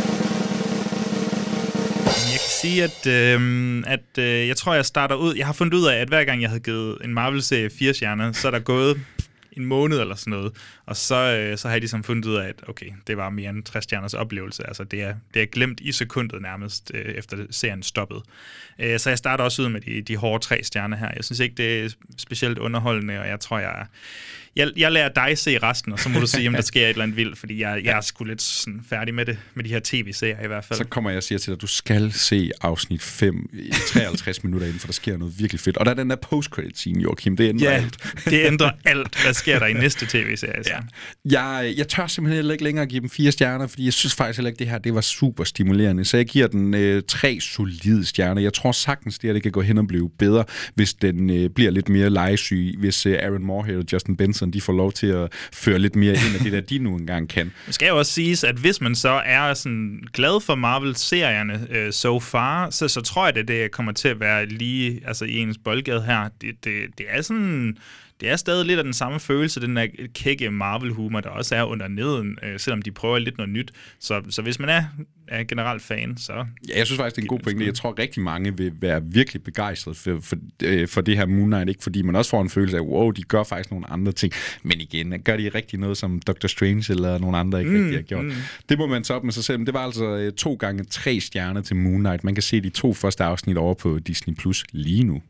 Jeg kan sige, at jeg tror, jeg starter ud. Jeg har fundet ud af, at hver gang jeg havde givet en Marvel-serie 4 stjerner, så er der gået en måned eller sådan noget. Og så har jeg ligesom fundet ud af, at okay, det var mere end 60 stjerners oplevelse. Altså det er glemt i sekundet nærmest, efter serien stoppede. Så jeg starter også ud med de hårde 3 stjerner her. Jeg synes ikke, det er specielt underholdende, og jeg tror, jeg lader dig se resten, og så må du sige, om der sker et eller andet vildt, fordi jeg er sgu lidt sådan færdig med det, med de her tv-serier i hvert fald. Så kommer jeg og siger til dig, at du skal se afsnit 5 i 53 minutter inden, for der sker noget virkelig fedt. Og der er den der post-credit-scene, Joachim, det ændrer alt. Det ændrer alt. Hvad sker der i næste tv-serie? Ja. Jeg tør simpelthen heller ikke længere at give dem 4 stjerner, fordi jeg synes faktisk heller ikke, det her det var super stimulerende. Så jeg giver den 3 solide stjerner. Jeg tror sagtens, det kan gå hen og blive bedre, hvis den bliver lidt mere legesyg, hvis Aaron Moorhead og Justin Benson, de får lov til at føre lidt mere ind af det der, de nu engang kan. Det skal jo også siges, at hvis man så er sådan glad for Marvel-serierne so far, så tror jeg, at det kommer til at være lige altså i ens boldgade her. Det er sådan... Det er stadig lidt af den samme følelse, den der kække Marvel-humor, der også er under neden, selvom de prøver lidt noget nyt. Så hvis man er generelt fan, så... Ja, jeg synes faktisk, det er en god pointe. Jeg tror, rigtig mange vil være virkelig begejstret for det her Moon Knight, ikke? Fordi man også får en følelse af, wow, de gør faktisk nogle andre ting. Men igen, gør de rigtig noget, som Doctor Strange eller nogle andre ikke rigtig har gjort. Det må man så op med sig selv. Men det var altså 2 gange 3 stjerner til Moon Knight. Man kan se de 2 første afsnit over på Disney Plus lige nu.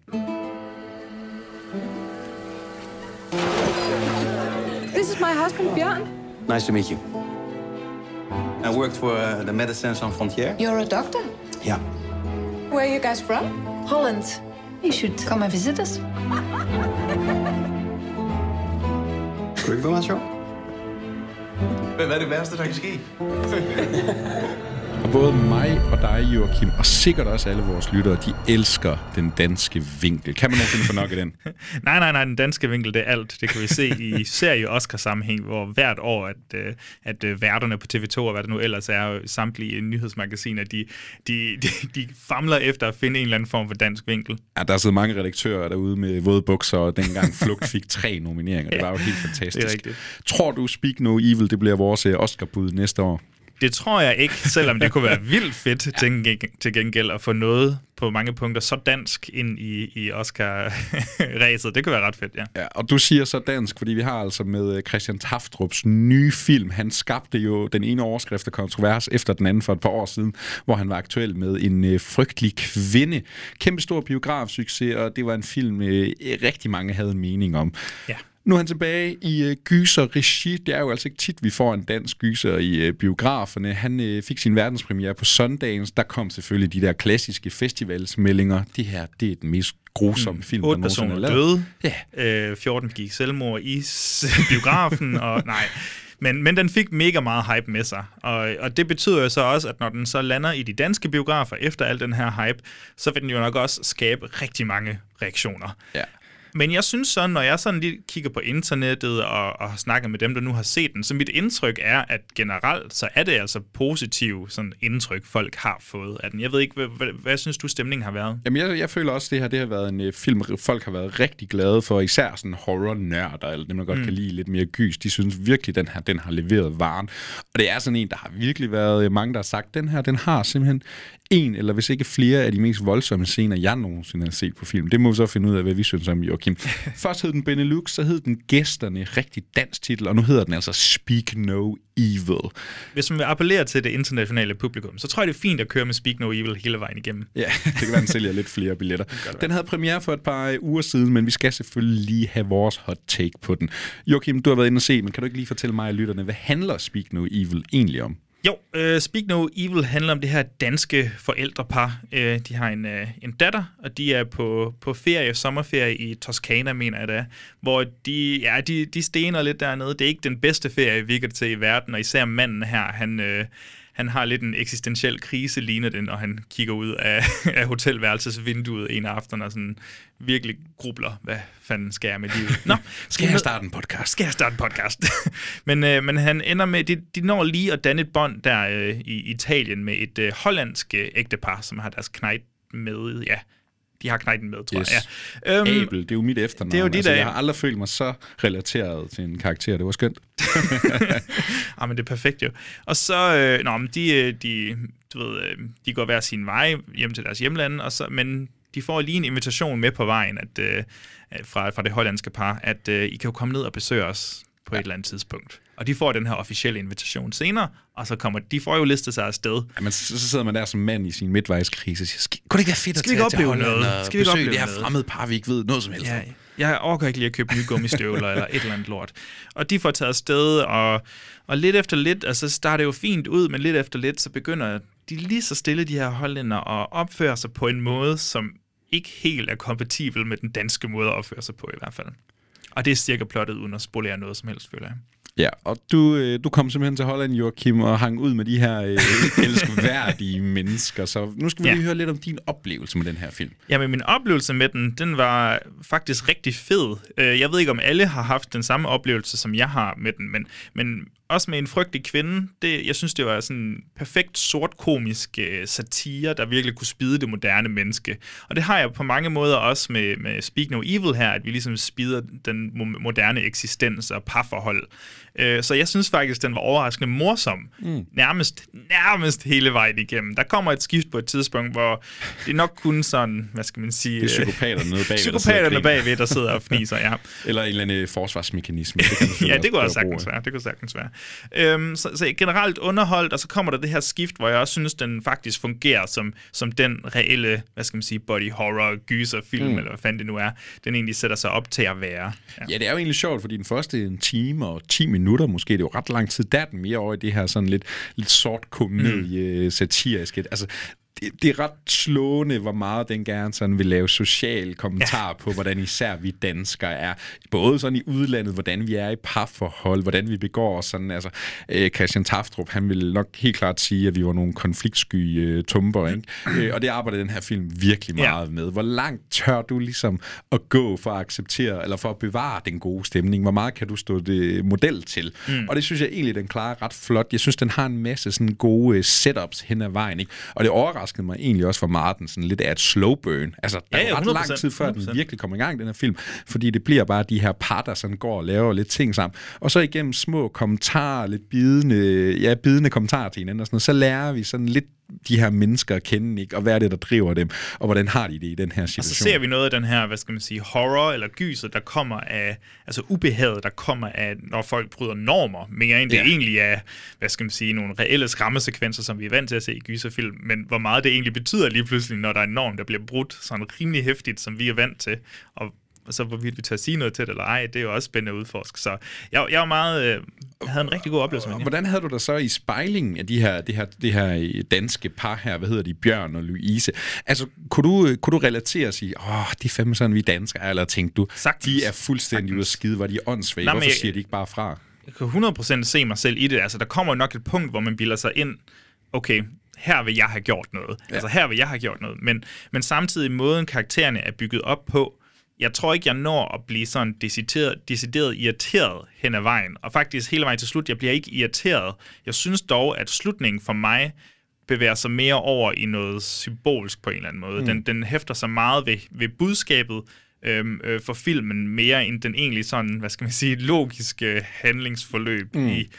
This is my husband, Bjørn. Nice to meet you. I worked for the Médecins Sans Frontières. You're a doctor? Yeah. Where are you guys from? Holland. You should come and visit us. Kunne du ikke få mig sjov? Hvad er det værste, der kan ske? Og både mig og dig, Joachim, og sikkert også alle vores lyttere, de elsker den danske vinkel. Kan man nogensinde få nok af den? Nej, den danske vinkel, det er alt. Det kan vi se i serie Oscar-sammenhæng, hvor hvert år, at værterne på TV2, og hvad det nu ellers er, samtlige nyhedsmagasiner, de famler efter at finde en eller anden form for dansk vinkel. Ja, der er siddet mange redaktører derude med våde bukser, og dengang Flugt fik 3 nomineringer. Det var jo helt fantastisk. Det er rigtigt. Tror du, Speak No Evil, det bliver vores Oscar-bud næste år? Det tror jeg ikke, selvom det kunne være vildt fedt til gengæld at få noget på mange punkter så dansk ind i Oscar-ræset. Det kunne være ret fedt, ja. Ja, og du siger så dansk, fordi vi har altså med Christian Taftrups nye film. Han skabte jo den ene overskrift og kontrovers efter den anden for et par år siden, hvor han var aktuel med en frygtelig kvinde. Kæmpestor biografsucces, og det var en film, rigtig mange havde en mening om. Ja. Nu er han tilbage i gyser-regi. Det er jo altså ikke tit, vi får en dansk gyser i biograferne. Han fik sin verdenspremiere på Sundance. Der kom selvfølgelig de der klassiske festivalsmeldinger. Det her, det er den mest grusomme film, 8 personer døde. Ja. 14 begik selvmord i biografen. Og nej. Men den fik mega meget hype med sig, og det betyder jo så også, at når den så lander i de danske biografer efter al den her hype, så vil den jo nok også skabe rigtig mange reaktioner. Ja. Men jeg synes så, når jeg sådan lige kigger på internettet og snakker med dem, der nu har set den, så mit indtryk er, at generelt så er det altså positivt sådan indtryk, folk har fået af den. Jeg ved ikke, hvad synes du, stemningen har været? Jamen, jeg føler også, det har været en film, folk har været rigtig glade for, især sådan horror-nørder, eller dem, der godt kan lide lidt mere gys. De synes virkelig, den har leveret varen. Og det er sådan en, der har virkelig været mange, der har sagt, den har simpelthen en, eller hvis ikke flere af de mest voldsomme scener, jeg nogensinde har set på film. Det må vi så finde ud af, hvad vi synes om, Joachim. Først hed den Benelux, så hed den Gæsterne, rigtig dansk titel, og nu hedder den altså Speak No Evil. Hvis man vil appellere til det internationale publikum, så tror jeg, det er fint at køre med Speak No Evil hele vejen igennem. Ja, det kan være, den sælger lidt flere billetter. Den havde premiere for et par uger siden, men vi skal selvfølgelig lige have vores hot take på den. Joachim, du har været inde og se, men kan du ikke lige fortælle mig og lytterne, hvad handler Speak No Evil egentlig om? Jo, Speak No Evil handler om det her danske forældrepar. De har en datter, og de er på sommerferie i Toskana, mener jeg det, hvor de stener lidt dernede. Det er ikke den bedste ferie, vi kan til i verden, og især manden her, han har lidt en eksistentiel krise, ligner det, når han kigger ud af hotelværelsesvinduet en aften og sådan virkelig grubler, hvad fanden skal jeg med livet? Nå, skal jeg starte en podcast? men han ender med, de når lige at danne et bånd der i Italien med et hollandsk ægtepar, som har deres knejt med, ja. De har knejten med, tror jeg. Ja. Abel, det er jo mit efternavn. Det er jo dit jeg har aldrig følt mig så relateret til en karakter. Det var skønt. Men det er perfekt jo. Og så, de går hver sin vej hjem til deres hjemlande, men de får lige en invitation med på vejen fra det hollandske par, at I kan jo komme ned og besøge os på et eller andet tidspunkt. Og de får den her officielle invitation senere, og så de får jo listet sig afsted. Jamen, så sidder man der som mand i sin midtvejskrise og siger, kunne det ikke være fedt at tage til Holland og besøge det her fremmede par, vi ikke ved noget som helst? Ja, jeg overgår ikke lige at købe nye gummistøvler eller et eller andet lort. Og de får taget afsted, og lidt efter lidt, altså starter det jo fint ud, men lidt efter lidt, så begynder de lige så stille, de her hollændere, og opfører sig på en måde, som ikke helt er kompatibel med den danske måde at opføre sig på i hvert fald. Og det er cirka plottet, uden at spolere noget som helst, føler jeg. Ja, og du kom simpelthen til Holland, Joachim, og hang ud med de her elskværdige mennesker. Så nu skal vi lige høre lidt om din oplevelse med den her film. Ja, men min oplevelse med den var faktisk rigtig fed. Jeg ved ikke, om alle har haft den samme oplevelse, som jeg har med den, men også med en frygtelig kvinde. Jeg synes, det var sådan en perfekt sort-komisk satire, der virkelig kunne spide det moderne menneske. Og det har jeg på mange måder også med Speak No Evil her, at vi ligesom spider den moderne eksistens og parforhold. Så jeg synes faktisk, den var overraskende morsom. Nærmest hele vejen igennem. Der kommer et skift på et tidspunkt, hvor det nok kun sådan, hvad skal man sige... Det er psykopaterne bagved, der sidder og fniser, ja. Eller en eller anden forsvarsmekanisme. Det kan det kunne også sagtens være. Så generelt underholdt, og så kommer der det her skift, hvor jeg også synes, den faktisk fungerer som den reelle, hvad skal man sige, body horror, gyserfilm, eller hvad fanden det nu er, den egentlig sætter sig op til at være. Ja, det er jo egentlig sjovt, fordi den første 1 time og 10 minutter måske, det er jo ret lang tid, der er den mere over i det her sådan lidt sort komedie, satiriske. Altså, det er ret slående, hvor meget den gerne sådan vil lave social kommentar på, hvordan især vi danskere er. Både sådan i udlandet, hvordan vi er i parforhold, hvordan vi begår os sådan. Altså, Christian Tafdrup, han vil nok helt klart sige, at vi var nogle konfliktsky tumper, ikke? Og det arbejder den her film virkelig meget med. Hvor langt tør du ligesom at gå for at acceptere, eller for at bevare den gode stemning? Hvor meget kan du stå det model til? Og det synes jeg egentlig, den klarer ret flot. Jeg synes, den har en masse sådan gode setups hen ad vejen, ikke? Og det overraskede mig egentlig også, hvor meget den sådan lidt er et slow burn. Altså, der er ret lang tid før, den virkelig kommer i gang, den her film, fordi det bliver bare de her par, der sådan går og laver lidt ting sammen. Og så igennem små kommentarer, lidt bidende kommentarer til hinanden og sådan noget, så lærer vi sådan lidt de her mennesker at kende, ikke? Og hvad er det, der driver dem, og hvordan har de det i den her situation. Og så ser vi noget af den her, hvad skal man sige, horror eller gyser, der kommer af, altså ubehaget, der kommer af, når folk bryder normer, mere end det egentlig er, hvad skal man sige, nogle reelle skræmmesekvenser, som vi er vant til at se i gyserfilm, men hvor meget det egentlig betyder lige pludselig, når der er en norm, der bliver brudt sådan rimelig hæftigt, som vi er vant til, og så hvorvidt vi tør sige noget til det eller ej, det er jo også spændende at udforske. Så jeg var meget, havde en rigtig god oplevelse med det. Hvordan havde du der så i spejlingen af det her danske par her, hvad hedder de, Bjørn og Louise? Altså, kunne du relatere og sige, de er fandme sådan, vi danskere, eller tænkte du, de er fuldstændig ude af skide, var de åndssvage? Hvorfor siger de ikke bare fra? Jeg kan 100% se mig selv i det. Altså, der kommer nok et punkt, hvor man bilder sig ind, okay, her vil jeg have gjort noget. Ja. Altså, her vil jeg have gjort noget. Men samtidig måden karaktererne er bygget op på, jeg tror ikke, jeg når at blive sådan decideret irriteret hen ad vejen. Og faktisk hele vejen til slut, jeg bliver ikke irriteret. Jeg synes dog, at slutningen for mig bevæger sig mere over i noget symbolsk på en eller anden måde. Den hæfter sig meget ved budskabet for filmen, mere end den egentlig sådan, hvad skal man sige, logiske handlingsforløb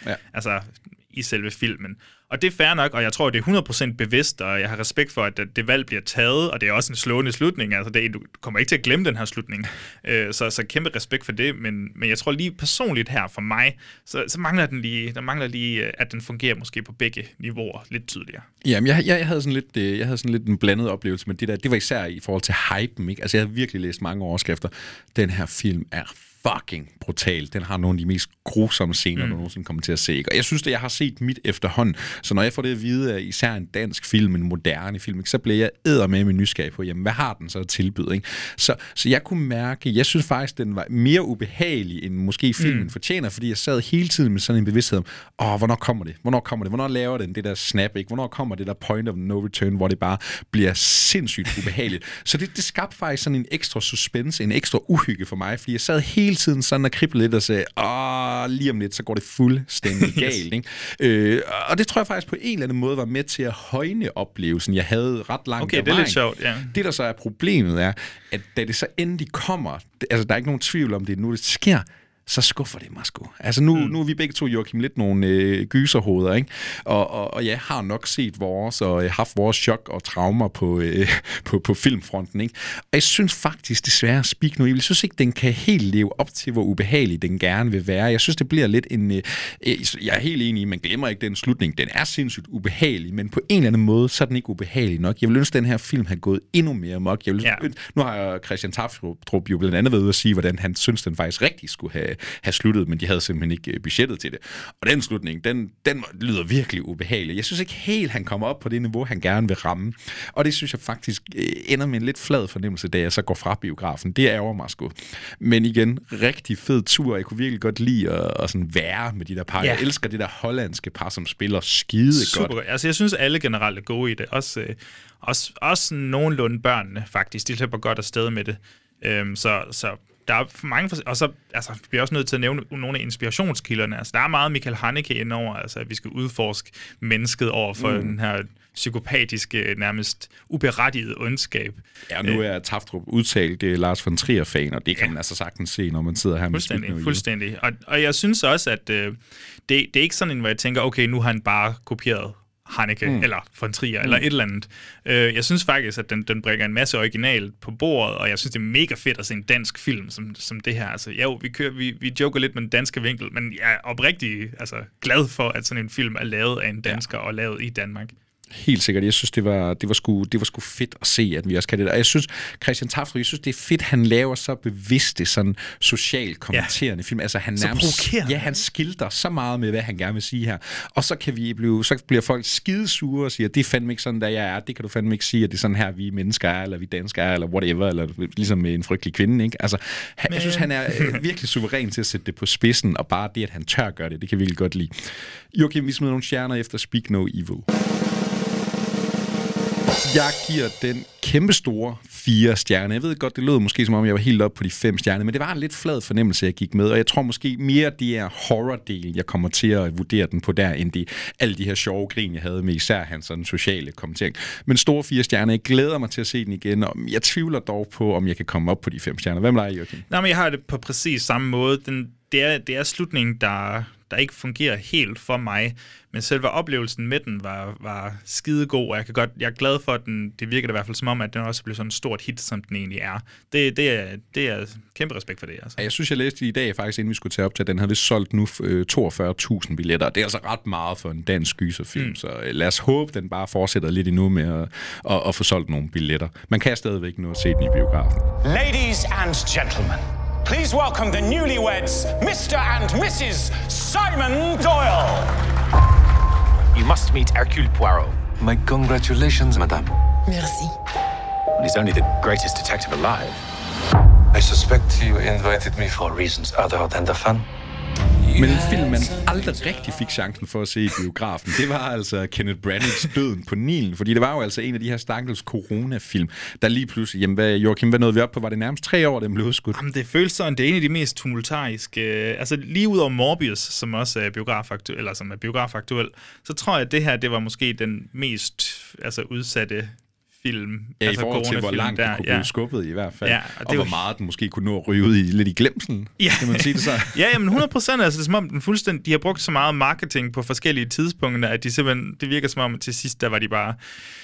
i selve filmen. Og det er fair nok, og jeg tror, det er 100% bevidst, og jeg har respekt for, at det valg bliver taget, og det er også en slående slutning. Altså, du kommer ikke til at glemme den her slutning. Så kæmpe respekt for det, men jeg tror lige personligt her for mig, så mangler den lige, at den fungerer måske på begge niveauer lidt tydeligere. Jamen, jeg havde sådan lidt en blandet oplevelse med det der. Det var især i forhold til hypen, ikke? Altså, jeg havde virkelig læst mange overskrifter. Den her film er fucking brutal. Den har nogle af de mest grusomme scener, du nogensinde kommer til at se. Og jeg synes, at jeg har set mit efterhånden. Så når jeg får det at vide, at især en dansk film, en moderne film, så bliver jeg eddermame nysgerrig på, jamen, hvad har den så at tilbyde? Ikke? Så jeg kunne mærke, jeg synes faktisk, den var mere ubehagelig, end måske filmen fortjener, fordi jeg sad hele tiden med sådan en bevidsthed om, hvornår kommer det? Hvornår laver den det der snap? Ikke? Hvornår kommer det der point of no return, hvor det bare bliver sindssygt ubehageligt? Så det skabte faktisk sådan en ekstra suspense, en ekstra uhygge for mig, fordi jeg sad hele tiden sådan og kriblede lidt og sagde, lige om lidt, så går det fuldstændig galt. Ikke? Og det tror jeg faktisk på en eller anden måde var med til at højne oplevelsen. Jeg havde ret langt okay, det er lidt sjovt, ja. Det, der så er problemet, er, at da det så endelig kommer, altså der er ikke nogen tvivl om det, nu det sker, så skuffer det mig sgu. Altså nu er vi begge to, Joachim, lidt nogle gyserhoveder, ikke? Og jeg har nok set vores, og haft vores chok og traumer på filmfronten, ikke? Og jeg synes faktisk, desværre, Speak No Evil, jeg synes ikke, den kan helt leve op til, hvor ubehagelig den gerne vil være. Jeg synes, det bliver lidt en... jeg er helt enig i, man glemmer ikke den slutning. Den er sindssygt ubehagelig, men på en eller anden måde, så er den ikke ubehagelig nok. Jeg vil ønske, den her film har gået endnu mere mok. Nu har Christian Tafdrup jo blandt andet været ude at sige, hvordan han synes, den faktisk rigtig skulle have sluttet, men de havde simpelthen ikke budgettet til det. Og den slutning, den lyder virkelig ubehagelig. Jeg synes ikke helt, han kommer op på det niveau, han gerne vil ramme. Og det synes jeg faktisk ender med en lidt flad fornemmelse, da jeg så går fra biografen. Det ærger mig sgu. Men igen, rigtig fed tur. Jeg kunne virkelig godt lide at sådan være med de der par. Ja. Jeg elsker det der hollandske par, som spiller skide super godt. Altså, jeg synes, alle generelt er gode i det. Også nogenlunde børnene, faktisk. De slipper godt afsted med det. Så der er for mange, og så vi bliver også nødt til at nævne nogle af inspirationskilderne. Altså, der er meget Michael Haneke indover, altså at vi skal udforske mennesket over for den her psykopatiske, nærmest uberettigede ondskab. Ja, nu er Tafdrup udtalt Lars von Trier-fan, og det kan man altså sagtens se, når man sidder her med Fuldstændig. Og jeg synes også, at det er ikke sådan en, hvor jeg tænker, okay, nu har han bare kopieret Haneke, eller von Trier, eller et eller andet. Jeg synes faktisk, at den bringer en masse original på bordet, og jeg synes, det er mega fedt at se en dansk film som det her. Altså, jo, vi joker lidt med den danske vinkel, men jeg er oprigtig glad for, at sådan en film er lavet af en dansker og lavet i Danmark. Helt sikkert. Jeg synes, det var sgu fedt at se, at vi også kan det der. Og jeg synes, Christian Tafdrup, det er fedt, han laver så bevidste, sådan socialt kommenterende film. Altså, han nærmest, han skilter så meget med, hvad han gerne vil sige her. Og så bliver folk skidesure og siger, det er fandme ikke sådan, der jeg er. Det kan du fandme ikke sige, at det er sådan her, vi mennesker er, eller vi danskere er, eller whatever, eller ligesom med en frygtelig kvinde, ikke? Altså, jeg synes, han er virkelig suveræn til at sætte det på spidsen, og bare det, at han tør gøre det kan vi virkelig godt lide. Joachim, vi smider nogle stjerner efter Speak No Evil. Jeg giver den kæmpestore 4 stjerner. Jeg ved godt, det lød måske som om, jeg var helt oppe på de 5 stjerner, men det var en lidt flad fornemmelse, jeg gik med, og jeg tror måske mere, det er horror-del, jeg kommer til at vurdere den på der, end alle de her sjove grin, jeg havde med især hans sådan sociale kommentering. Men store 4 stjerner, jeg glæder mig til at se den igen, og jeg tvivler dog på, om jeg kan komme op på de 5 stjerner. Hvem leger, Joachim? Nej, men jeg har det på præcis samme måde. Det er slutningen, der ikke fungerer helt for mig, men selve oplevelsen med den var skidegod, og jeg er glad for, at det virker i hvert fald som om, at den også blev sådan et stort hit, som den egentlig er. Det er kæmpe respekt for det. Altså. Jeg synes, jeg læste i dag faktisk, inden vi skulle tage op til, at den havde vist solgt nu 42.000 billetter. Det er altså ret meget for en dansk gyserfilm, så lad os håbe, den bare fortsætter lidt endnu med at få solgt nogle billetter. Man kan stadigvæk nå at se den i biografen. Ladies and gentlemen, please welcome the newlyweds, Mr. and Mrs. Simon Doyle. You must meet Hercule Poirot. My congratulations, madame. Merci. Well, he's only the greatest detective alive. I suspect you invited me for reasons other than the fun. Men en film, man aldrig rigtig fik chancen for at se i biografen, det var altså Kenneth Branaghs Døden på Nilen, fordi det var jo altså en af de her stakkels coronafilm, der lige pludselig, Joachim, hvad nåede vi op på? Var det nærmest 3 år, den blev udskudt? Jamen, det føles sådan, det er en af de mest tumultariske, altså lige ud over Morbius, som også er biografaktuel, så tror jeg, at det her, det var måske den mest udsatte film. Ja, i forhold til, hvor langt den kunne blive skubbet i hvert fald. Ja, og hvor meget den måske kunne nå at ryge ud lidt i glemselen, kan man sige det så? Ja, men 100%, altså det er som om den fuldstændig, de har brugt så meget marketing på forskellige tidspunkter, at de simpelthen, det virker som om, at til sidst, der var de bare,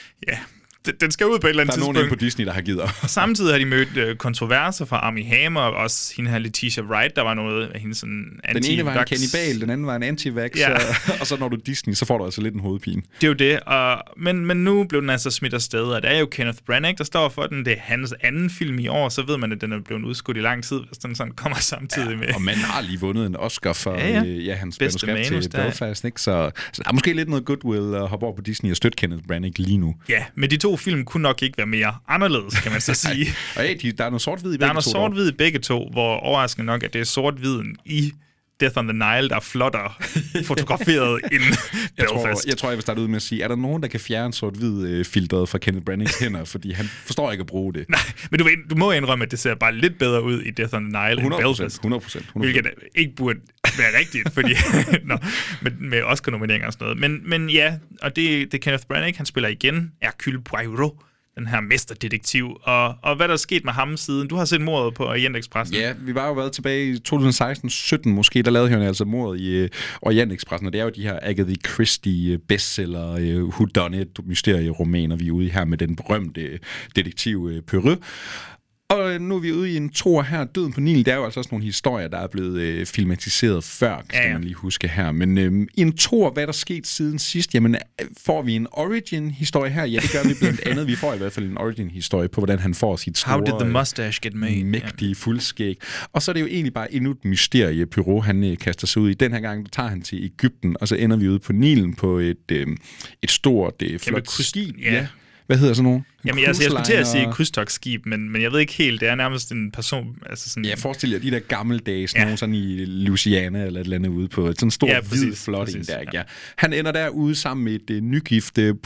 den skal ud på et eller andet tidspunkt. Der er nogen på Disney, der har givet op. Samtidig har de mødt kontroverser fra Armie Hammer, og også hende her Letitia Wright, der var noget af hende sådan anti-vax. Den ene var en kannibal, den anden var en anti-vax, og så når du Disney, så får du altså lidt en hovedpine. Det er jo det, men nu blev den altså smidt afsted, og det er jo Kenneth Branagh, der står for den. Det er hans anden film i år, så ved man, at den er blevet udskudt i lang tid, hvis den sådan kommer samtidig med. Og man har lige vundet en Oscar for hans manuskript til Belfast, ikke? Så der er måske lidt noget goodwill at hoppe over på Disney og støtte Kenneth Branagh lige nu. Ja, men de to film kunne nok ikke være mere anderledes, kan man så sige. Og der er noget sort-hvid i begge to. Der er noget sort-hvid i begge to, hvor overraskende nok, at det er sort-hviden i Death on the Nile, der er flottere fotograferet end Belfast. Jeg tror, jeg vil starte ud med at sige, er der nogen, der kan fjerne sort-hvid filteret fra Kenneth Branaghs hænder, fordi han forstår ikke at bruge det. Nej, men du må indrømme, at det ser bare lidt bedre ud i Death on the Nile end Belfast. 100%. Hvilket ikke burde være rigtigt, fordi med Oscar-nomineringer og sådan noget. Men ja, og det er Kenneth Branagh, han spiller igen Hercule Poirot, den her mesterdetektiv, og hvad der er sket med ham siden. Du har set mordet på Orientekspressen. Ja, vi var jo været tilbage i 2016-17 måske, der lavede han altså mordet i Orientekspressen, og det er jo de her Agatha Christie bestseller, whodunit-mysterieromaner, vi er ude i her med den berømte detektiv Poirot. Og nu er vi ude i en toer her, Døden på Nilen. Det er jo altså også nogle historier, der er blevet filmatiseret før, skal man lige huske her. Men i en toer, hvad der sket siden sidst? Jamen, får vi en origin-historie her? Ja, det gør vi blandt andet. Vi får i hvert fald en origin-historie på, hvordan han får sit store... How did the mustache get made? Mægtige fuldskæg. Og så er det jo egentlig bare endnu et mysterie, Poirot, han kaster sig ud i. Den her gang tager han til Egypten, og så ender vi ude på Nilen på et stort, flot skib. Ja. Hvad hedder sådan nogen? Jamen, jeg skulle til at sige krydstogtskib, men jeg ved ikke helt. Det er nærmest en person... Altså sådan... Ja, forestil jer de der gammeldags, nogen sådan i Louisiana eller et eller andet ude på sådan en stor, hvid flot en der. Ja. Han ender derude sammen med et nygift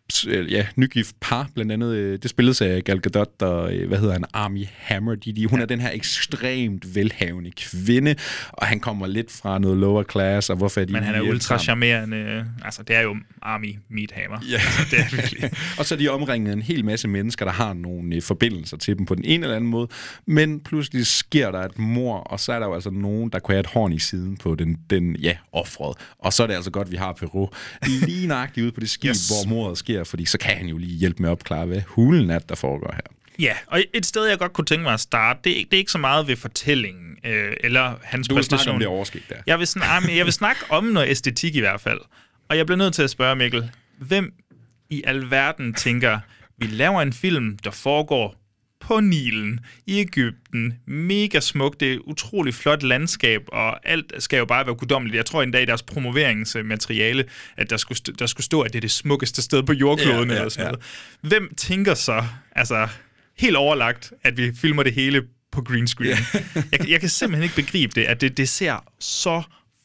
nygift par, blandt andet, det spilledes af Gal Gadot og, Armie Hammer. Hun er den her ekstremt velhavende kvinde, og han kommer lidt fra noget lower class, og hvorfor er de... Men han er ultra charmerende, altså det er jo Armie Meathammer. Ja. Altså, det er virkelig. Og så er de omringet en hel masse mennesker, der har nogle forbindelser til dem på den ene eller anden måde, men pludselig sker der et mord, og så er der jo altså nogen, der kunne have et horn i siden på den offret. Og så er det altså godt, vi har Perrault lige nøjagtigt ude på det skib, hvor mordet sker, fordi så kan han jo lige hjælpe med at opklare, hvad hulen er, der foregår her. Ja, og et sted, jeg godt kunne tænke mig at starte, det er ikke så meget ved fortællingen, eller hans præstation. Du vil snakke om det overskæg der. Jeg vil snakke om noget æstetik i hvert fald. Og jeg bliver nødt til at spørge, Mikkel, hvem i alverden tænker, vi laver en film, der foregår på Nilen i Egypten. Mega smukt, det er utrolig flot landskab, og alt skal jo bare være guddommeligt. Jeg tror endda i deres promoveringsmateriale, at der skulle stå, at det er det smukkeste sted på jordkloden eller sådan noget. Hvem tænker så, altså helt overlagt, at vi filmer det hele på green screen? Jeg kan simpelthen ikke begribe det, at det ser så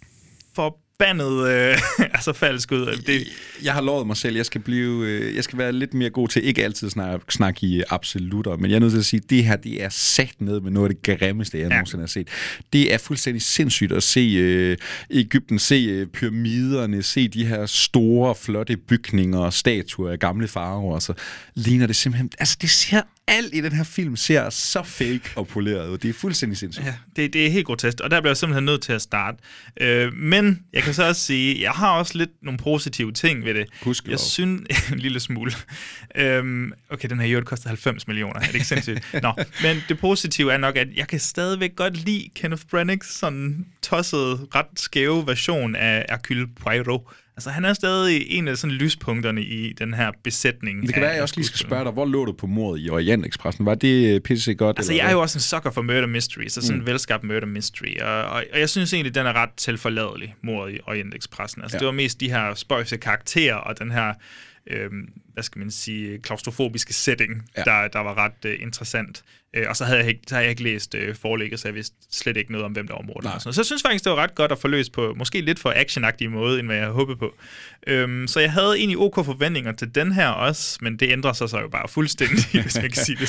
forbandet falsk ud. Jeg har lovet mig selv, jeg skal være lidt mere god til ikke altid snakke i absolutter, men jeg er nødt til at sige, at det her, det er sat ned med noget af det grimmeste, jeg nogensinde har set. Det er fuldstændig sindssygt at se Egypten, se pyramiderne, se de her store, flotte bygninger og statuer af gamle faraoer, så ligner det simpelthen, altså det ser alt i den her film ser så fake og poleret ud. Det er fuldstændig sindssygt. Ja, det er helt grotesk, og der bliver jeg simpelthen nødt til at starte. Men jeg kan så også sige, jeg har også lidt nogle positive ting ved det. Jeg synes en lille smule. Okay, den her jord koster 90 millioner. Er det ikke sindssygt? Nå, men det positive er nok, at jeg kan stadigvæk godt lide Kenneth Branaghs sådan tossede, ret skæve version af Hercule Poirot. Altså, han er stadig en af sådan lyspunkterne i den her besætning. Det kan være, at jeg også lige skal spørge dig, hvor lå du på mordet i Orientekspressen? Var det pisse godt? Altså, jeg er jo også en sucker for murder mystery, så sådan en velskabt murder mystery. Og jeg synes egentlig, den er ret tilforladelig, mordet i Orientekspressen. Altså, det var mest de her spøjse karakterer og den her, hvad skal man sige, klaustrofobiske setting, der var ret interessant. Og så havde jeg ikke læst forlægget, så jeg vidste slet ikke noget om, hvem der var mordet. Så jeg synes faktisk, det var ret godt at få løst på måske lidt for actionagtig måde, end hvad jeg havde håbet på. Så jeg havde egentlig OK forventninger til den her også, men det ændrer sig så jo bare fuldstændig, hvis man kan sige det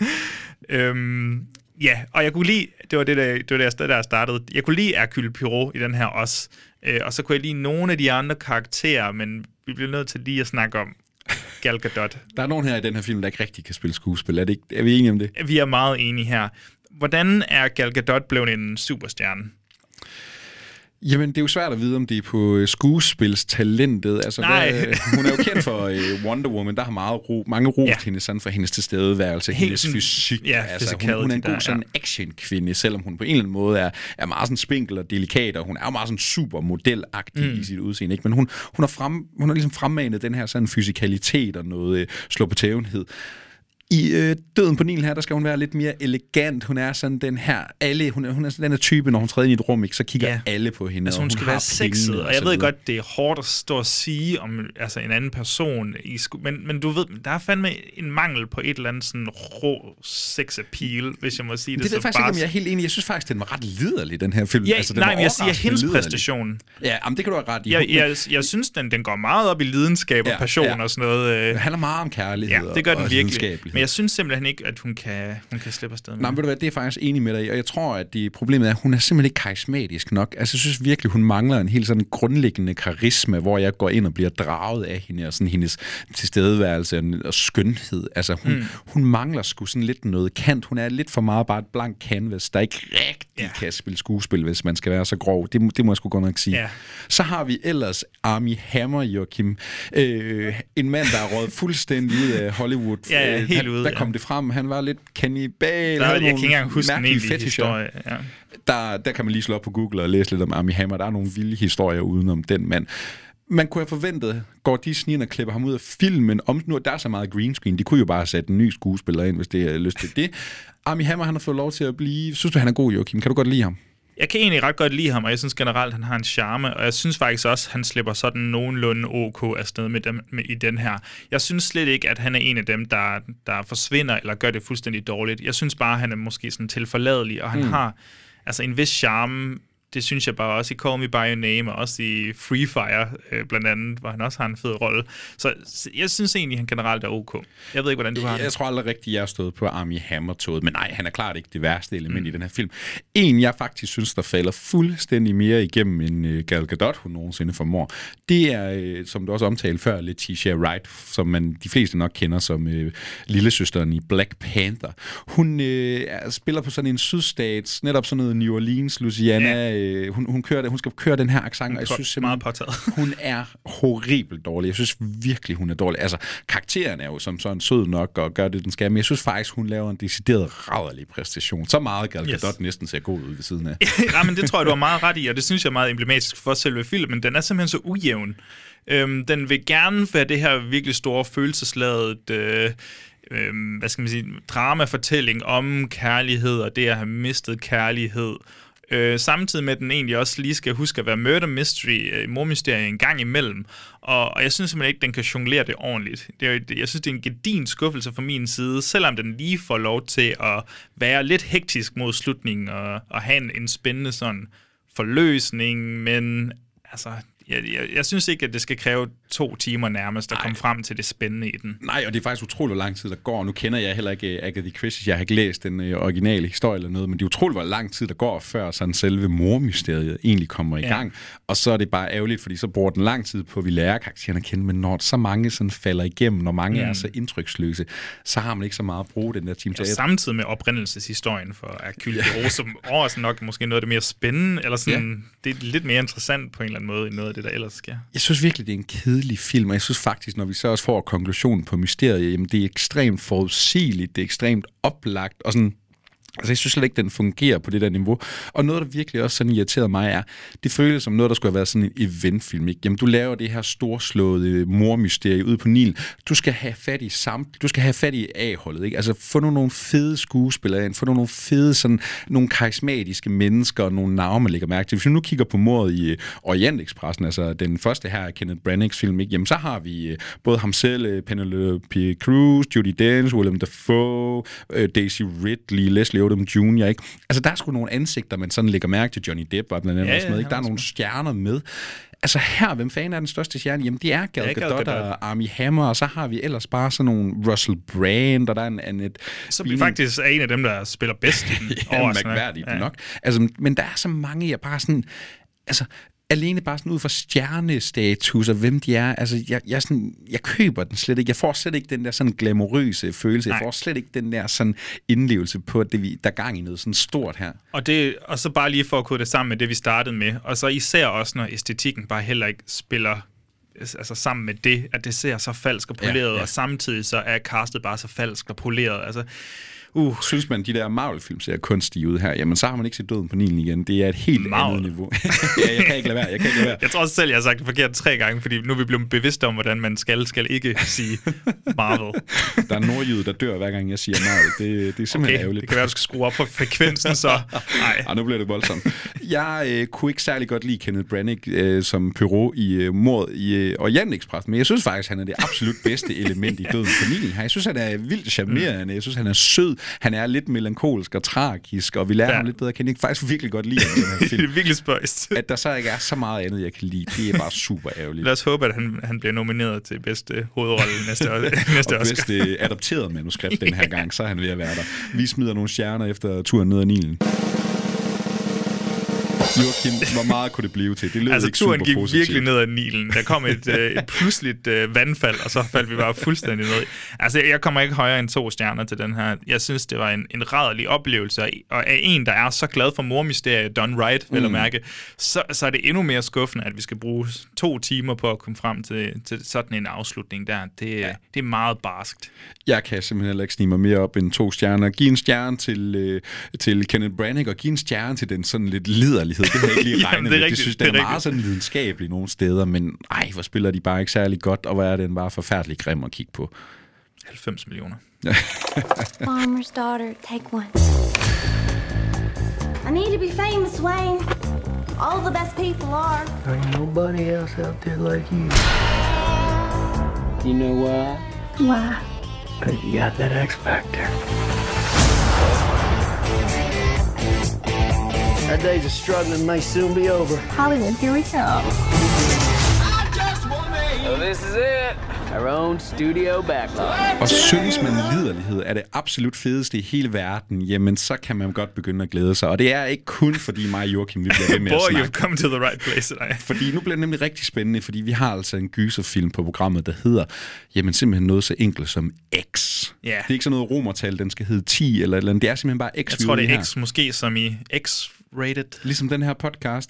sådan. Og jeg kunne lide, det var der startede, jeg kunne lide Hercule Poirot i den her også, og så kunne jeg lide nogle af de andre karakterer, men vi bliver nødt til lige at snakke om Gal Gadot. Der er nogen her i den her film, der ikke rigtig kan spille skuespil. Er vi enige om det? Vi er meget enige her. Hvordan er Gal Gadot blevet en superstjerne? Jamen, det er jo svært at vide, om det er på skuespilstalentet. Altså, hun er jo kendt for Wonder Woman, der har mange rost hende sådan for hendes tilstedeværelse, hendes fysik. Ja, altså, hun er en god sådan action-kvinde, selvom hun på en eller anden måde er meget sådan spinkel og delikat, og hun er jo meget sådan supermodelagtig i sit udseende. Ikke? Men hun har ligesom fremmanet den her sådan fysikalitet og noget slå på tævenhed. I Døden på Nilen her, der skal hun være lidt mere elegant. Hun er sådan den her, hun er sådan den her type, når hun træder ind i et rum, ikke, så kigger alle på hende. Altså hun skal være sexet, og jeg ved godt, det er hårdt at stå og sige om altså en anden person, men du ved, der er fandme en mangel på et eller andet sådan rå sex appeal, hvis jeg må sige det. Det er faktisk ikke, om jeg er helt enig. Jeg synes faktisk, den var ret liderlig, den her film. Ja, altså, men jeg siger hendes præstation. Ja, men det kan du have ret i. Jeg synes, den går meget op i lidenskab og passion og sådan noget. Det handler meget om kærlighed. Ja, det gør den virkelig. Men jeg synes simpelthen ikke, at hun kan slippe afsted med. Nej, men ved du hvad, det er faktisk enig med dig i, og jeg tror, at problemet er, at hun er simpelthen ikke karismatisk nok. Altså, jeg synes virkelig, hun mangler en helt sådan grundlæggende karisma, hvor jeg går ind og bliver draget af hende, og sådan hendes tilstedeværelse og skønhed. Altså, hun mangler sgu sådan lidt noget kant. Hun er lidt for meget bare et blank canvas, der ikke rigtig kan spille skuespil, hvis man skal være så grov. Det må jeg sgu godt nok sige. Ja. Så har vi ellers Armie Hammer, Joachim. En mand, der er røget fuldstændig ud af Hollywood. Ja, helt ude. Der kom det frem. Han var lidt kannibal. Jeg kan ikke engang huske en egentlig historie. Ja. Der kan man lige slå op på Google og læse lidt om Armie Hammer. Der er nogle vilde historier udenom den mand. Man kunne have forventet, går Disney ind og klipper ham ud af filmen, om nu der er så meget green screen. De kunne jo bare sætte en ny skuespiller ind, hvis det er lyst til det. Armie Hammer, han har fået lov til at blive... Synes du, han er god, Joachim? Kan du godt lide ham? Jeg kan egentlig ret godt lide ham, og jeg synes generelt, han har en charme, og jeg synes faktisk også, han slipper sådan nogenlunde OK afsted med dem i den her. Jeg synes slet ikke, at han er en af dem, der forsvinder eller gør det fuldstændig dårligt. Jeg synes bare, han er måske sådan tilforladelig, og han har altså en vis charme, det synes jeg bare også i Call Me By Your Name, og også i Free Fire, blandt andet, hvor han også har en fed rolle. Så jeg synes egentlig, han generelt er ok. Jeg ved ikke, hvordan du har det. Jeg tror aldrig rigtigt, jeg har stået på Armie Hammer-toget, men nej, han er klart ikke det værste element i den her film. En, jeg faktisk synes, der falder fuldstændig mere igennem end Gal Gadot, hun nogensinde formår, det er, som du også omtalte før, Letitia Wright, som de fleste nok kender som lillesøsteren i Black Panther. Hun spiller på sådan en sydstats, netop sådan noget New Orleans, Louisiana. Hun skal køre den her accent, og jeg synes simpelthen, hun er horribelt dårlig. Jeg synes virkelig, hun er dårlig. Altså, karakteren er jo som sådan sød nok og gør det, den skal, men jeg synes faktisk, hun laver en decideret rædderlig præstation. Så meget Gal Gadot næsten ser god ud ved siden af. Ja, men det tror jeg, du har meget ret i, og det synes jeg er meget emblematisk for selve filmen. Den er simpelthen så ujævn. Den vil gerne være det her virkelig store følelsesladet hvad skal man sige, dramafortælling om kærlighed og det at have mistet kærlighed. Samtidig med, at den egentlig også lige skal huske at være murder mystery, mordmysterie en gang imellem. Og jeg synes simpelthen ikke, den kan jonglere det ordentligt. Jeg synes, det er en gedin skuffelse fra min side, selvom den lige får lov til at være lidt hektisk mod slutningen og have en spændende sådan forløsning, men altså... Jeg synes ikke, at det skal kræve 2 timer nærmest at komme frem til det spændende i den. Nej, og det er faktisk utroligt, hvor lang tid der går. Nu kender jeg heller ikke Agatha Christie. Jeg har ikke læst den originale historie eller noget, men det er utroligt, hvor lang tid der går, før sådan selve mordmysteriet egentlig kommer i gang. Og så er det bare ærgerligt, fordi så bruger den lang tid på, at vi lærer karaktererne at kende, men når så mange sådan falder igennem, når mange er så indtryksløse, så har man ikke så meget at bruge den der time teater. Samtidig med oprindelseshistorien for Hercule Poirot, som også nok måske noget af det mere spændende, eller sådan, det er lidt mere interessant på en eller anden måde, end noget af det, der ellers sker. Jeg synes virkelig, det er en kedelig film, og jeg synes faktisk, når vi så også får konklusionen på mysteriet, jamen det er ekstremt forudsigeligt, det er ekstremt oplagt, og sådan... Altså, jeg synes slet ikke, den fungerer på det der niveau. Og noget, der virkelig også sådan irriterede mig, er, det føles som noget, der skulle have været sådan en eventfilm, ikke? Jamen, du laver det her storslåede mordmysterie ude på Nilen. Du skal have fat i A-holdet, ikke? Altså, få nogle fede skuespillere ind, få nogle fede, sådan, nogle karismatiske mennesker, og nogle navne, man lægger mærke til. Hvis vi nu kigger på mordet i Orientekspressen, altså den første her, Kenneth Branaghs film, ikke? Jamen, så har vi både ham selv, Penelope Cruz, Judi Dench, Willem Dafoe, Daisy Ridley, Leslie Odom Jr., ikke? Altså, der er sgu nogle ansigter, man sådan lægger mærke til. Johnny Depp var blandt andet også med, ikke? Der er nogle stjerner med. Altså her, hvem fanden er den største stjerne? Jamen, det er Gal Gadot og Armie Hammer, og så har vi ellers bare sådan nogle Russell Brand, og der er en som faktisk er en af dem, der spiller bedst i den. Mærkværdigt nok. Altså, men der er så mange, jeg bare sådan... Altså, alene bare sådan ud fra stjernestatus og hvem de er, altså jeg køber den slet ikke. Jeg får slet ikke den der sådan glamourøse følelse. Nej. Jeg får slet ikke den der sådan indlevelse på, at der er gang i noget sådan stort her. Og så bare lige for at kode det sammen med det, vi startede med, og så især også, når æstetikken bare heller ikke spiller altså sammen med det, at det ser så falsk og poleret, og samtidig så er castet bare så falsk og poleret. Altså, Synes man, de der Marvel-film ser kunstige ud her, jamen så har man ikke set Døden på Nilen igen. Det er et helt andet niveau. Jeg kan ikke lade være. Jeg tror også selv, jeg har sagt det forkert 3 gange, fordi nu er vi blevet bevidste om, hvordan man skal ikke sige Marvel. Der er en nordjyde, der dør, hver gang jeg siger Marvel. Det er simpelthen ærgerligt. Det kan være, du skal skrue op på frekvensen, så... Nej, nu bliver det voldsomt. Jeg kunne ikke særlig godt lide Kenneth Branagh som Poirot i mordet i Orientekspressen, men jeg synes faktisk, han er det absolut bedste element i Døden på Nilen her. Jeg synes, han er vildt charmerende. Jeg synes, han er sød. Han er lidt melankolsk og tragisk, og vi lærer ham lidt bedre at kende. Jeg kan faktisk virkelig godt lide den her film. Det er virkelig spøjst. At der så ikke er så meget andet, jeg kan lide. Det er bare super ærgerligt. Lad os håbe, at han bliver nomineret til bedste hovedrolle næste Oscar. Og bedste adopteret manuskript den her gang, så er han ved at være der. Vi smider nogle stjerner efter turen ned ad Nilen. Joachim, hvor meget kunne det blive til? Det lød ikke super positivt. Turen gik virkelig ned ad Nilen. Der kom et pludseligt vandfald, og så faldt vi bare fuldstændig ned. Altså, jeg kommer ikke højere end 2 stjerner til den her. Jeg synes, det var en rædderlig oplevelse, og af en, der er så glad for mordmysteriet, done right, vil jeg mærke, så er det endnu mere skuffende, at vi skal bruge 2 timer på at komme frem til sådan en afslutning der. Det er meget barskt. Jeg kan simpelthen heller ikke snige mig mere op end 2 stjerner. Giv en stjerne til Kenneth Branagh, og giv en stjerne til den sådan lidt liderlighed. Det har jeg ikke lige regnet med. Det synes jeg er meget sådan lidenskabelig nogle steder, men hvor spiller de bare ikke særlig godt, og hvor er den bare forfærdelig grim at kigge på. 90 millioner. Farmer's daughter, take one. I need to be famous, Wayne. All the best people are. There ain't nobody else out there like you. You know why? Why? Because you got that X Factor. Our days of struggling may soon be over. Hollywood, here we come. So this is it. Our own studio backlog. Og synes man liderlighed er det absolut fedeste i hele verden, jamen så kan man godt begynde at glæde sig. Og det er ikke kun fordi mig og Joachim, vi bliver ved med at snakke. Boy, you've come to the right place today. Fordi nu bliver det nemlig rigtig spændende, fordi vi har altså en gyserfilm på programmet, der hedder, jamen simpelthen noget så enkelt som X. Yeah. Det er ikke sådan noget romertal, den skal hedde 10 eller et eller andet. Det er simpelthen bare X. Jeg tror, det er X, måske som i X-rated. Ligesom den her podcast.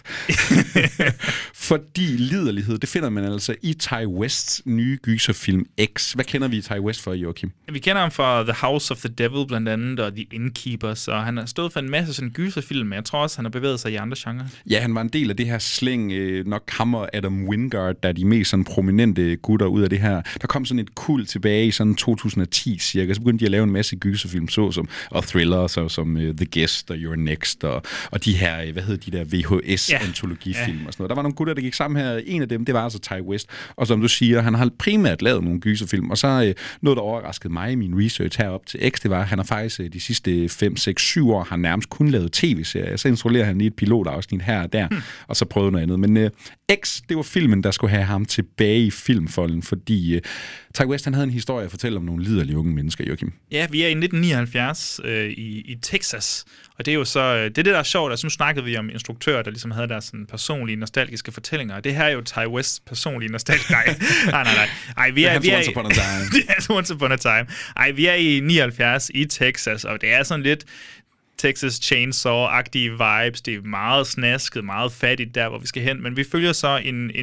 Fordi liderlighed, det finder man altså i Ty Wests nye gyserfilm X. Hvad kender vi i Ty West for, Joachim? Vi kender ham fra The House of the Devil blandt andet, og The Innkeeper, så han har stået for en masse sådan gyserfilm, men jeg tror også, han har bevæget sig i andre genrer. Ja, han var en del af det her slæng, nok ham og Adam Wingard, der er de mest sådan prominente gutter ud af det her. Der kom sådan et kul tilbage i sådan 2010 cirka, så begyndte de at lave en masse gyserfilm, og thriller, som The Guest og You're Next, og de her, hvad hedder de der VHS-antologifilm og sådan noget. Der var nogle gutter, der gik sammen her. En af dem, det var altså Ty West, og som du siger, han har primært lavet nogle gyserfilm, og så noget, der overraskede mig i min research herop til X, det var, at han har faktisk de sidste 5, 6, 7 år har nærmest kun lavet tv-serier. Så instruerer han i et pilotafsnit her og der, og så prøvede noget andet. Men X, det var filmen, der skulle have ham tilbage i filmfolden, fordi Ty West, han havde en historie at fortælle om nogle liderlige unge mennesker, Joachim. Ja, vi er i 1979 i Texas, og det er jo så, det der er sjovt, altså nu snakkede vi om instruktører, der ligesom havde deres sådan personlige, nostalgiske fortællinger, og det her er jo Ty Wests personlige nostalgiske. Nej, vi er Once Upon a Time. Det er Once Upon a Time. Ej, vi er i 79 i Texas, og det er sådan lidt Texas Chainsaw-agtige vibes. Det er meget snasket, meget fattigt der, hvor vi skal hen, men vi følger så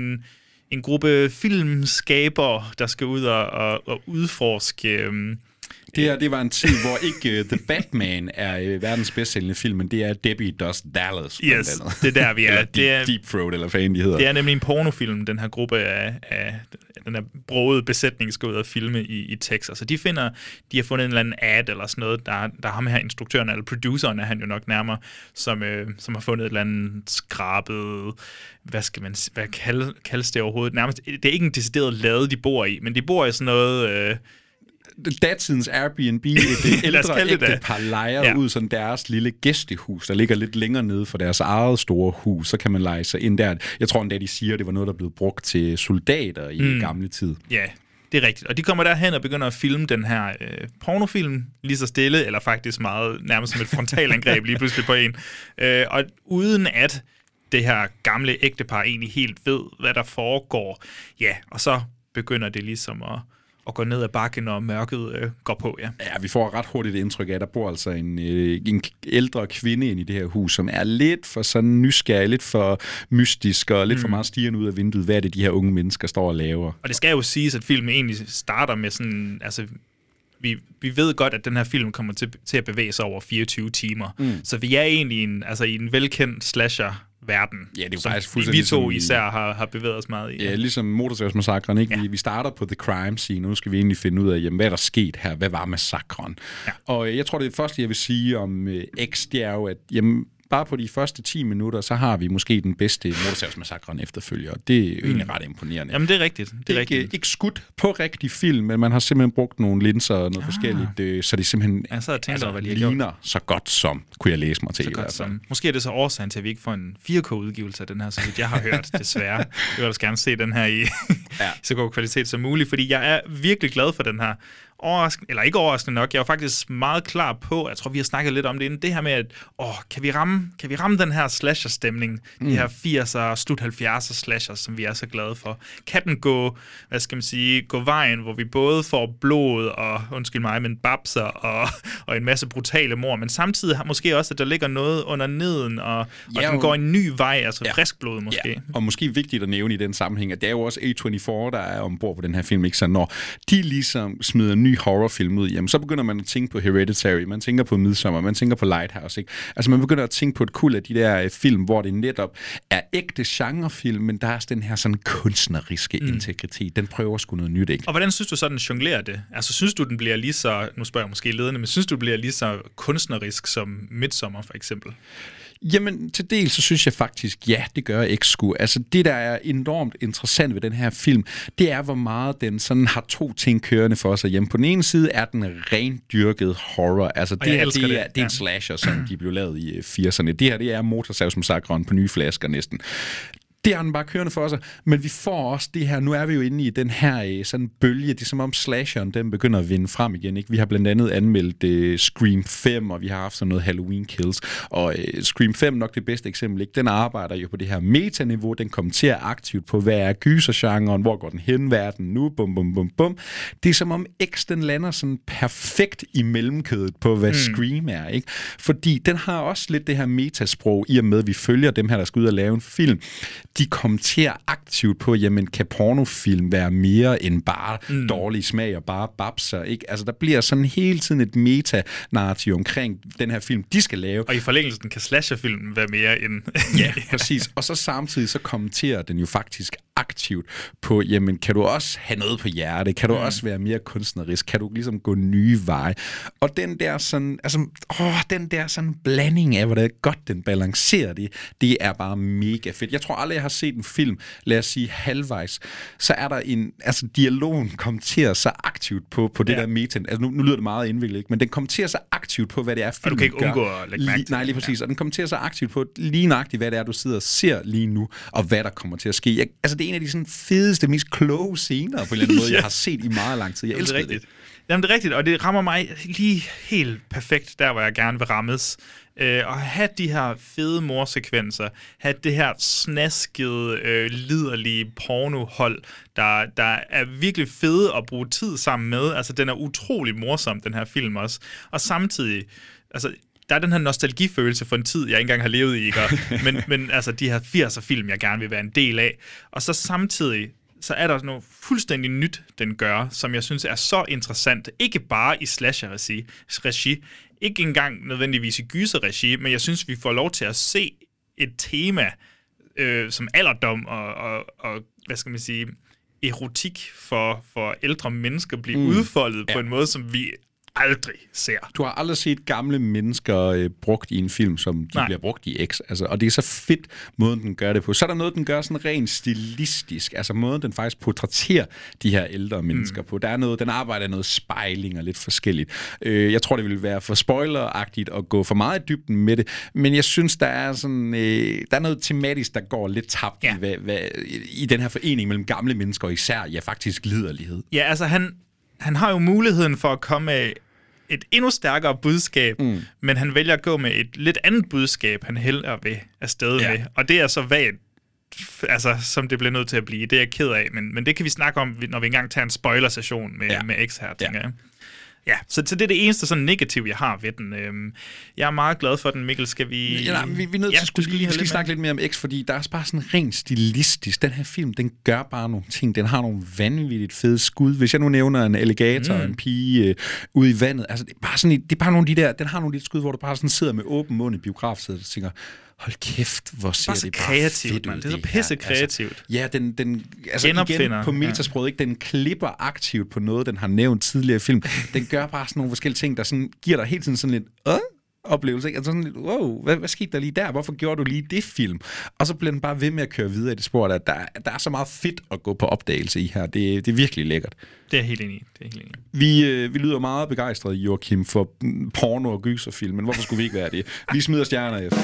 en gruppe filmskabere, der skal ud og udforske. Det var en tid, hvor ikke The Batman er verdens bedst sælgende film, men det er Debbie Does Dallas. Yes, det er der, vi er. Det er Deep Throat, eller hvad de hedder. Det er nemlig en pornofilm, den her gruppe af den her brogede besætning skal ud og filme i Texas. Så de har fundet en eller anden ad eller sådan noget, der ham her instruktøren, eller produceren er han jo nok nærmere, som har fundet et eller andet skrabet, hvad kaldes det overhovedet? Nærmest, det er ikke en decideret lade, de bor i, men de bor i sådan noget datidens Airbnb, et ældre ægte par lejer ud sådan deres lille gæstehus, der ligger lidt længere nede for deres eget store hus, så kan man leje sig ind der. Jeg tror endda, de siger, at det var noget, der blev brugt til soldater i gamle tid. Ja, det er rigtigt. Og de kommer derhen og begynder at filme den her pornofilm lige så stille, eller faktisk meget nærmest som et frontalangreb lige pludselig på en. Og uden at det her gamle ægtepar egentlig helt ved, hvad der foregår. Ja, og så begynder det ligesom at gå ned ad bakken, når mørket går på, ja. Ja, vi får ret hurtigt et indtryk af, at der bor altså en ældre kvinde ind i det her hus, som er lidt for sådan nysgerrig, lidt for mystisk og lidt for meget stigende ud af vinduet. Hvad er det, de her unge mennesker står og laver? Og det skal jo siges, at filmen egentlig starter med sådan, altså vi ved godt, at den her film kommer til at bevæge sig over 24 timer. Så vi er egentlig i en velkendt slasher-verden, ja, det er som faktisk vi to især har bevæget os meget i. Ja, ligesom Motorsavsmassakren, ikke? Ja. Vi starter på the crime scene, og nu skal vi egentlig finde ud af, jamen, hvad er der sket her? Hvad var massakren? Ja. Og jeg tror, det første, jeg vil sige om X, det er jo, at jamen, bare på de første 10 minutter, så har vi måske den bedste Motorsavsmassakren efterfølger. Det er jo egentlig ret imponerende. Jamen, det er rigtigt. Ikke skudt på rigtig film, men man har simpelthen brugt nogle linser og noget forskelligt, så det simpelthen ligner så godt som, kunne jeg læse mig til i hvert fald. Måske er det så årsagen til, at vi ikke får en 4K-udgivelse af den her, så vidt jeg har hørt, desværre. Jeg vil også gerne se den her i så god kvalitet som muligt, fordi jeg er virkelig glad for den her. Ikke overraskende nok, jeg var faktisk meget klar på, jeg tror, vi har snakket lidt om det inden, det her med, at kan vi ramme den her slasher-stemning, de her 80'er, slut 70'er slasher, som vi er så glade for. Kan den gå vejen, hvor vi både får blod og, undskyld mig, men babser og en masse brutale mord, men samtidig har måske også, at der ligger noget under neden, og den går en ny vej, altså frisk blod måske. Ja. Og måske vigtigt at nævne i den sammenhæng, at det er jo også A24, der er ombord på den her film, ikke? Så når de ligesom smider ny horrorfilm ud, jamen så begynder man at tænke på Hereditary, man tænker på Midsommar, man tænker på Lighthouse, ikke? Altså man begynder at tænke på et kul af de der film, hvor det netop er ægte genrefilm, men der er den her sådan kunstneriske integritet. Den prøver sgu noget nyt, ikke? Og hvordan synes du så, den jonglerer det? Altså synes du, den bliver lige så, nu spørger jeg måske ledende, men synes du, den bliver lige så kunstnerisk som Midsommar for eksempel? Jamen, til del så synes jeg faktisk, ja, det gør jeg ikke sgu. Altså, det, der er enormt interessant ved den her film, det er, hvor meget den sådan har to ting kørende for sig hjemme. På den ene side er den rendyrket horror. Altså, det er en slasher, som de blev lavet i 80'erne. Det her, det er Motorsavsmassakren på nye flasker næsten. Det har den bare kørende for sig, men vi får også det her, nu er vi jo inde i den her sådan bølge, det er som om slasheren, den begynder at vinde frem igen, ikke? Vi har blandt andet anmeldt Scream 5, og vi har haft sådan noget Halloween Kills, og Scream 5 nok det bedste eksempel, ikke? Den arbejder jo på det her metaniveau, den kommenterer aktivt på, hvad er gysergenren, hvor går den hen, hvad er den nu, bum, bum, bum, bum. Det er som om X, den lander sådan perfekt i mellemkødet på, hvad Scream er, ikke? Fordi den har også lidt det her metasprog, i og med, at vi følger dem her, der skal ud og lave en film. De kommenterer aktivt på, jamen, kan pornofilm være mere end bare dårlig smag og bare babser, ikke? Altså, der bliver sådan hele tiden et meta-narrativ omkring den her film, de skal lave. Og i forlængelsen kan slasherfilmen være mere end... Ja, præcis. Og så samtidig, så kommenterer den jo faktisk aktivt på, jamen, kan du også have noget på hjerte? Kan du også være mere kunstnerisk? Kan du ligesom gå nye veje? Og den der sådan, sådan blanding af, hvor det er godt, den balancerer det er bare mega fedt. Jeg tror aldrig, jeg har set en film, lad os sige halvvejs, så er der dialogen kommenterer sig aktivt på det der meta. Altså nu lyder det meget indviklet, ikke? Men den kommenterer sig aktivt på, hvad det er, filmen gør. Og du kan ikke undgå at lægge mærke til. Nej, lige præcis. Ja. Og den kommenterer sig aktivt på lige nøjagtigt, hvad det er, du sidder og ser lige nu, og hvad der kommer til at ske. Altså, det er en af de sådan fedeste, mest kloge scener, på en eller anden måde, jeg har set i meget lang tid. Jeg elsker det. Jamen, det er rigtigt, og det rammer mig lige helt perfekt, der hvor jeg gerne vil rammes. Og have de her fede morsekvenser, have det her snaskede, liderlige pornohold, der er virkelig fede at bruge tid sammen med. Altså, den er utrolig morsom, den her film også. Og samtidig, altså, der er den her nostalgifølelse for en tid, jeg ikke engang har levet i, ikke? Men altså, de her 80'er-film, jeg gerne vil være en del af. Og så samtidig, så er der noget fuldstændig nyt, den gør, som jeg synes er så interessant. Ikke bare i slasher-regi, ikke engang nødvendigvis i gyser-regi, men jeg synes, vi får lov til at se et tema som alderdom og hvad skal man sige, erotik for ældre mennesker blive udfoldet på en måde, som vi aldrig ser. Du har aldrig set gamle mennesker brugt i en film, som de bliver brugt i X. Altså, og det er så fedt, måden den gør det på. Så er der noget, den gør sådan rent stilistisk. Altså måden, den faktisk portrætterer de her ældre mennesker på. Der er noget, den arbejder noget spejling og lidt forskelligt. Jeg tror, det ville være for spoileragtigt at gå for meget i dybden med det, men jeg synes, der er sådan der er noget tematisk, der går lidt tabt i den her forening mellem gamle mennesker, og især faktisk liderlighed. Ja, altså han har jo muligheden for at komme med et endnu stærkere budskab, men han vælger at gå med et lidt andet budskab, han hellere vil afsted med. Og det er så vagt, altså, som det bliver nødt til at blive. Det er jeg ked af, men det kan vi snakke om, når vi engang tager en spoiler-session med X her, tænker jeg. Ja, så det er det eneste sådan negativ, jeg har ved den. Jeg er meget glad for den, Mikkel. Skal vi... vi er nødt til at snakke lidt mere om X, fordi der er bare sådan rent stilistisk. Den her film, den gør bare nogle ting. Den har nogle vanvittigt fede skud. Hvis jeg nu nævner en alligator og en pige ude i vandet, altså det er bare nogle af de der, den har nogle af de skud, hvor du bare sådan sidder med åben mund i biografsædet og tænker, hold kæft, hvor ser det bare kreativt, fedt ud. Det er så pisse kreativt. Altså, den igen på metasproget, ikke? Den klipper aktivt på noget, den har nævnt tidligere i film. Den gør bare sådan nogle forskellige ting, der sådan, giver dig hele tiden sådan lidt oplevelse, ikke? Altså sådan lidt, wow, hvad skete der lige der? Hvorfor gjorde du lige det film? Og så bliver den bare ved med at køre videre i det spor, at der er så meget fedt at gå på opdagelse i her. Det er virkelig lækkert. Det er helt enig i. Vi lyder meget begejstrede, Joachim, for porno og gyserfilm, men hvorfor skulle vi ikke være det? Vi smider stjerner efter.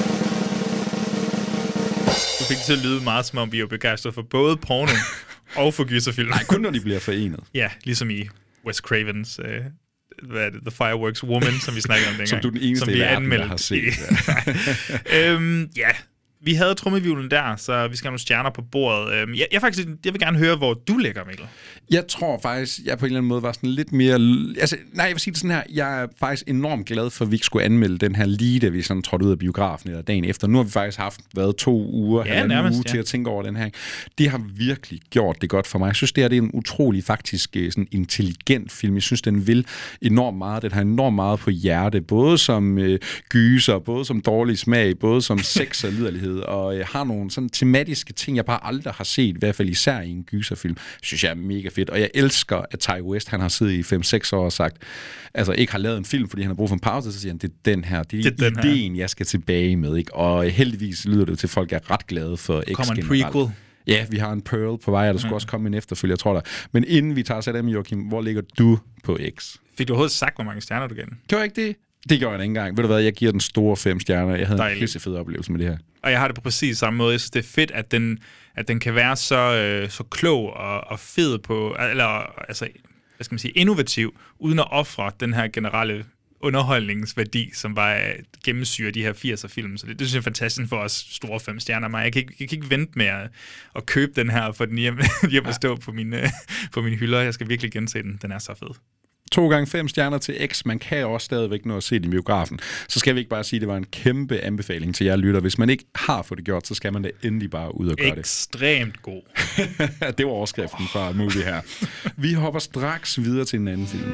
Du fik det til at lyde meget, som om vi er begejstrede for både porno og for gyserfilm. Nej, kun når de bliver forenet. Ja, ligesom i Wes Cravens hvad er det, The Fireworks Woman, som vi snakkede om dengang. Som du er den eneste i verden, der har set. Ja. Vi havde trummevivlen der, så vi skal have nogle stjerner på bordet. Jeg vil gerne høre, hvor du ligger, Mikkel. Jeg tror faktisk, jeg på en eller anden måde var sådan lidt mere... Altså, nej, jeg vil sige det sådan her. Jeg er faktisk enormt glad for, at vi ikke skulle anmelde den her lige, da vi sådan trådte ud af biografen eller dagen efter. Nu har vi faktisk haft 2 uger, halvanden uge til at tænke over den her. Det har virkelig gjort det godt for mig. Jeg synes, det er en utrolig faktisk sådan intelligent film. Jeg synes, den vil enormt meget. Den har enormt meget på hjerte. Både som gyser, både som dårlig smag, både som sex og liderlighed. udviklet, og har nogle sådan tematiske ting, jeg bare aldrig har set, i hvert fald især i en gyserfilm. Det synes jeg er mega fedt, og jeg elsker, at Ty West, han har siddet i 5-6 år og sagt, altså ikke har lavet en film, fordi han har brug for en pause, så siger han, det er den her, det er ideen, jeg skal tilbage med, ikke? Og heldigvis lyder det til, at folk er ret glade for X generelt. Kommer en prequel? Ja, vi har en Pearl på vej, og der skulle også komme en efterfølger, tror jeg. Men inden vi tager os af dem, Joachim, hvor ligger du på X? Fik du overhovedet sagt, hvor mange stjerner du gav den? Gjorde jeg ikke det? Det gjorde jeg ikke engang. Ved du hvad, jeg giver den store 5 stjerner. Jeg havde en pissefed oplevelse med det her. Og jeg har det på præcis samme måde. Jeg synes, det er fedt, at den kan være så klog og fed på, eller altså, hvad skal man sige, innovativ, uden at ofre den her generelle underholdningsværdi, som bare gennemsyrer de her 80'er-film. Så det synes jeg er fantastisk for os store 5 stjerner. Men jeg kan ikke vente med at købe den her, for den hjem at stå på mine hylder. Jeg skal virkelig gense den. Den er så fed. 2 gange 5 stjerner til X. Man kan jo også stadigvæk nå at se det i biografen. Så skal vi ikke bare sige, at det var en kæmpe anbefaling til jer lytter. Hvis man ikke har fået det gjort, så skal man da endelig bare ud og gøre det. Ekstremt god. Det var overskriften fra Movie her. Vi hopper straks videre til en anden film.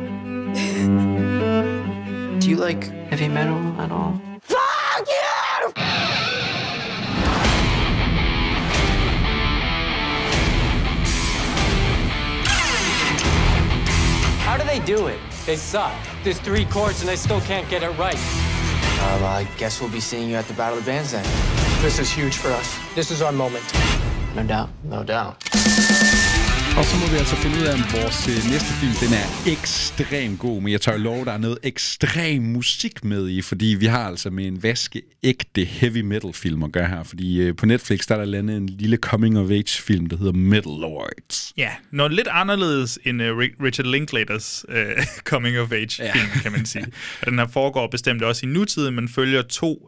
Do you like heavy metal at all? Fuck you! How do they do it? They suck. There's 3 chords and they still can't get it right. I guess we'll be seeing you at the Battle of the Bands then. This is huge for us. This is our moment. No doubt. No doubt. Og så må vi altså finde ud af, om vores næste film, den er ekstremt god, men jeg tør love, der er noget ekstrem musik med i, fordi vi har altså med en vaskeægte heavy metal film at gøre her, fordi på Netflix, der er der landet en lille coming of age film, der hedder Metal Lords. Ja, noget lidt anderledes end Richard Linklaters coming of age film, kan man sige. Og den her foregår bestemt også i nutiden, man følger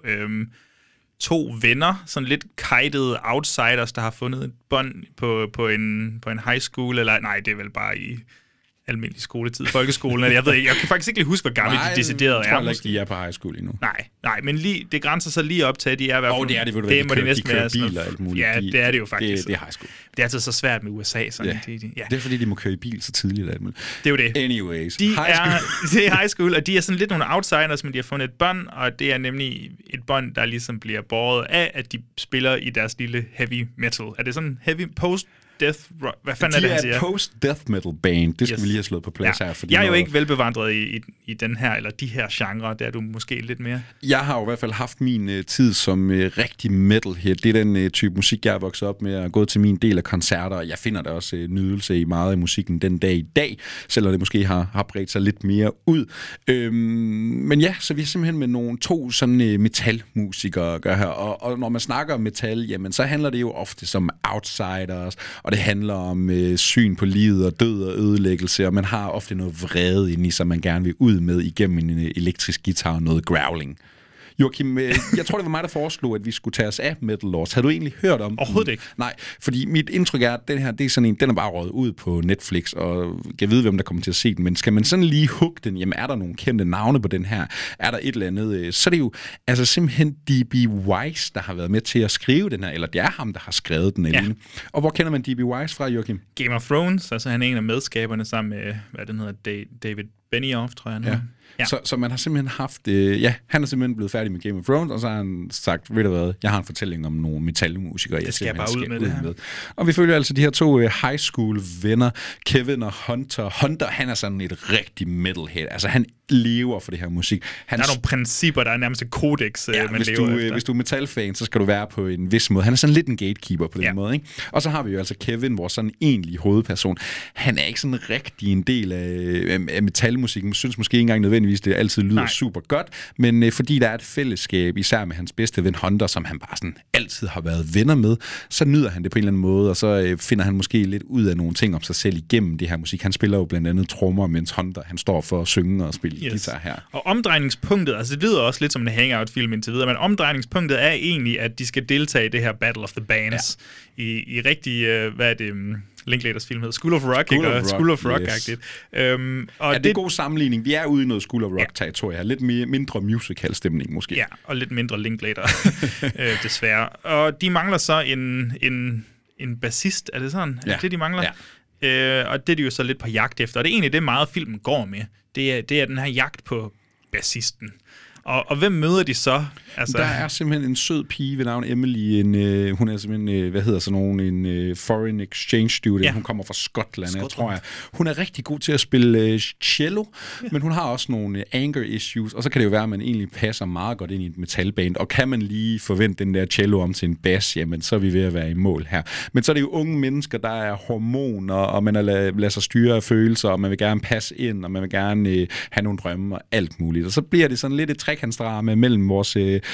to venner, sådan lidt kajtede outsiders, der har fundet et bånd på en high school, eller nej, det er vel bare i almindelig skoletid, folkeskolen. Jeg ved ikke, jeg kan faktisk ikke huske, hvor gamle de deciderede er. Jeg tror ikke, de er på high school endnu. Nej, men det grænser så lige op til, at de er i hvert fald... det er det, vil du være. De kører biler og alt muligt. Ja, det er det jo faktisk. Det er high school. Det er altid så svært med USA. Sådan. Ja. Det er fordi, de må køre i bil så tidligt og alt muligt. Det er jo det. Anyways. Det er high school, og de er sådan lidt nogle outsiders, men de har fundet et bånd, og det er nemlig et bånd, der ligesom bliver båret af, at de spiller i deres lille heavy metal. Er det sådan heavy post-death rock? Hvad fanden er det, han siger? De er et post-death metal band. Det skal vi lige have slået på plads her. Fordi jeg er jo ikke velbevandret i den her, eller de her genre. Der er du måske lidt mere. Jeg har jo i hvert fald haft min tid som rigtig metalhead. Det er den type musik, jeg er vokset op med, og gået til min del af koncerter, og jeg finder der også nydelse i meget af musikken den dag i dag, selvom det måske har bredt sig lidt mere ud. Men ja, så vi er simpelthen med to sådan metalmusikere at gøre her, og når man snakker om metal, jamen så handler det jo ofte som outsiders, og det handler om syn på livet og død og ødelæggelse, og man har ofte noget vrede inde i, som man gerne vil ud med igennem en elektrisk guitar og noget growling. Joachim, jeg tror, det var mig, der foreslog, at vi skulle tage os af Metal Lords. Har du egentlig hørt om den? Overhovedet ikke. Nej, fordi mit indtryk er, at den her, det er sådan en, den er bare røget ud på Netflix, og jeg ved, hvem der kommer til at se den, men skal man sådan lige hugge den, jamen er der nogle kendte navne på den her? Er der et eller andet? Så er det jo altså simpelthen D.B. Weiss, der har været med til at skrive den her, eller det er ham, der har skrevet den alene. Og hvor kender man D.B. Weiss fra, Joachim? Game of Thrones, altså han er en af medskaberne sammen med, hvad den hedder, David Benioff, tror jeg. Ja. Så man har simpelthen haft... han er simpelthen blevet færdig med Game of Thrones, og så har han sagt, ved du hvad, jeg har en fortælling om nogle metalmusikere, jeg skal bare ud med det her. Og vi følger altså de her to high school venner, Kevin og Hunter. Hunter, han er sådan et rigtig metalhead. Altså, han lever for det her musik. Der er nogle principper, der er nærmest et kodex, man lever efter. Hvis du er metalfan, så skal du være på en vis måde. Han er sådan lidt en gatekeeper på den måde, ikke? Og så har vi jo altså Kevin, vores sådan egentlige hovedperson. Han er ikke sådan rigtig en del af metalmusikken. Jeg synes måske ikke engang nødvendigvis, det altid lyder super godt, men fordi der er et fællesskab, især med hans bedste ven Hunter, som han bare sådan altid har været venner med, så nyder han det på en eller anden måde, og så finder han måske lidt ud af nogle ting om sig selv igennem det her musik. Han spiller jo blandt andet trommer, mens Hunter, han står for at synge og spille guitar her. Og omdrejningspunktet, altså det lyder også lidt som en hangout-film indtil videre, men omdrejningspunktet er egentlig, at de skal deltage i det her Battle of the Bands i rigtig, hvad er det... Linklaters film hedder School of Rock, School of Rock-agtigt. Og det er god sammenligning. Vi er ude i noget School of Rock-territorie her. Lidt mindre musical-stemning måske. Ja, og lidt mindre Linklater, desværre. Og de mangler så en bassist, er det sådan? Ja. Er det, de mangler? Ja. Og det er de jo så lidt på jagt efter. Og det er egentlig det, meget filmen går med. Det er den her jagt på bassisten. Og hvem møder de så? Altså. Der er simpelthen en sød pige ved navn Emily, hun er simpelthen, hvad hedder sådan nogen, en foreign exchange student, hun kommer fra Skotland, jeg tror jeg. Hun er rigtig god til at spille cello, men hun har også nogle anger issues, og så kan det jo være, at man egentlig passer meget godt ind i et metalband, og kan man lige forvente den der cello om til en bass, jamen så er vi ved at være i mål her. Men så er det jo unge mennesker, der er hormoner, og man lader sig styre af følelser, og man vil gerne passe ind, og man vil gerne have nogle drømme og alt muligt. Og så bliver det sådan lidt et trekantsdrama mellem vores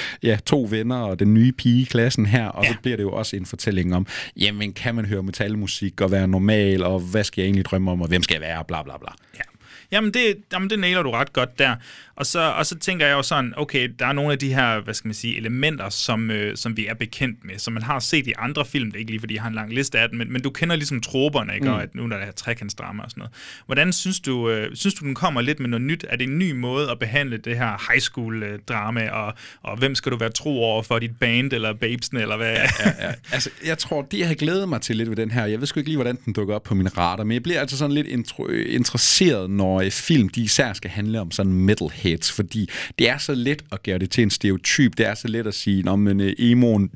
to venner og den nye pige i klassen her, og så bliver det jo også en fortælling om, jamen kan man høre metalmusik og være normal, og hvad skal jeg egentlig drømme om, og hvem skal jeg være, bla bla bla. Ja. Jamen det nailer du ret godt der. Og så tænker jeg jo sådan, okay, der er nogle af de her, hvad skal man sige, elementer, som vi er bekendt med, som man har set i andre film, det er ikke lige fordi jeg har en lang liste af den, men du kender ligesom troperne, ikke? Og at nu er der trekantsdrama og sådan noget. Hvordan synes du den kommer lidt med noget nyt? Er det en ny måde at behandle det her high school drama, og hvem skal du være tro over for dit band, eller babesen, eller hvad? Ja. Altså, jeg tror, det jeg har glædet mig til lidt ved den her, jeg ved sgu ikke lige, hvordan den dukker op på min radar, men jeg bliver altså sådan lidt interesseret, når film, de især skal handle om sådan metalheads, fordi det er så let at gøre det til en stereotyp, det er så let at sige, når man emoen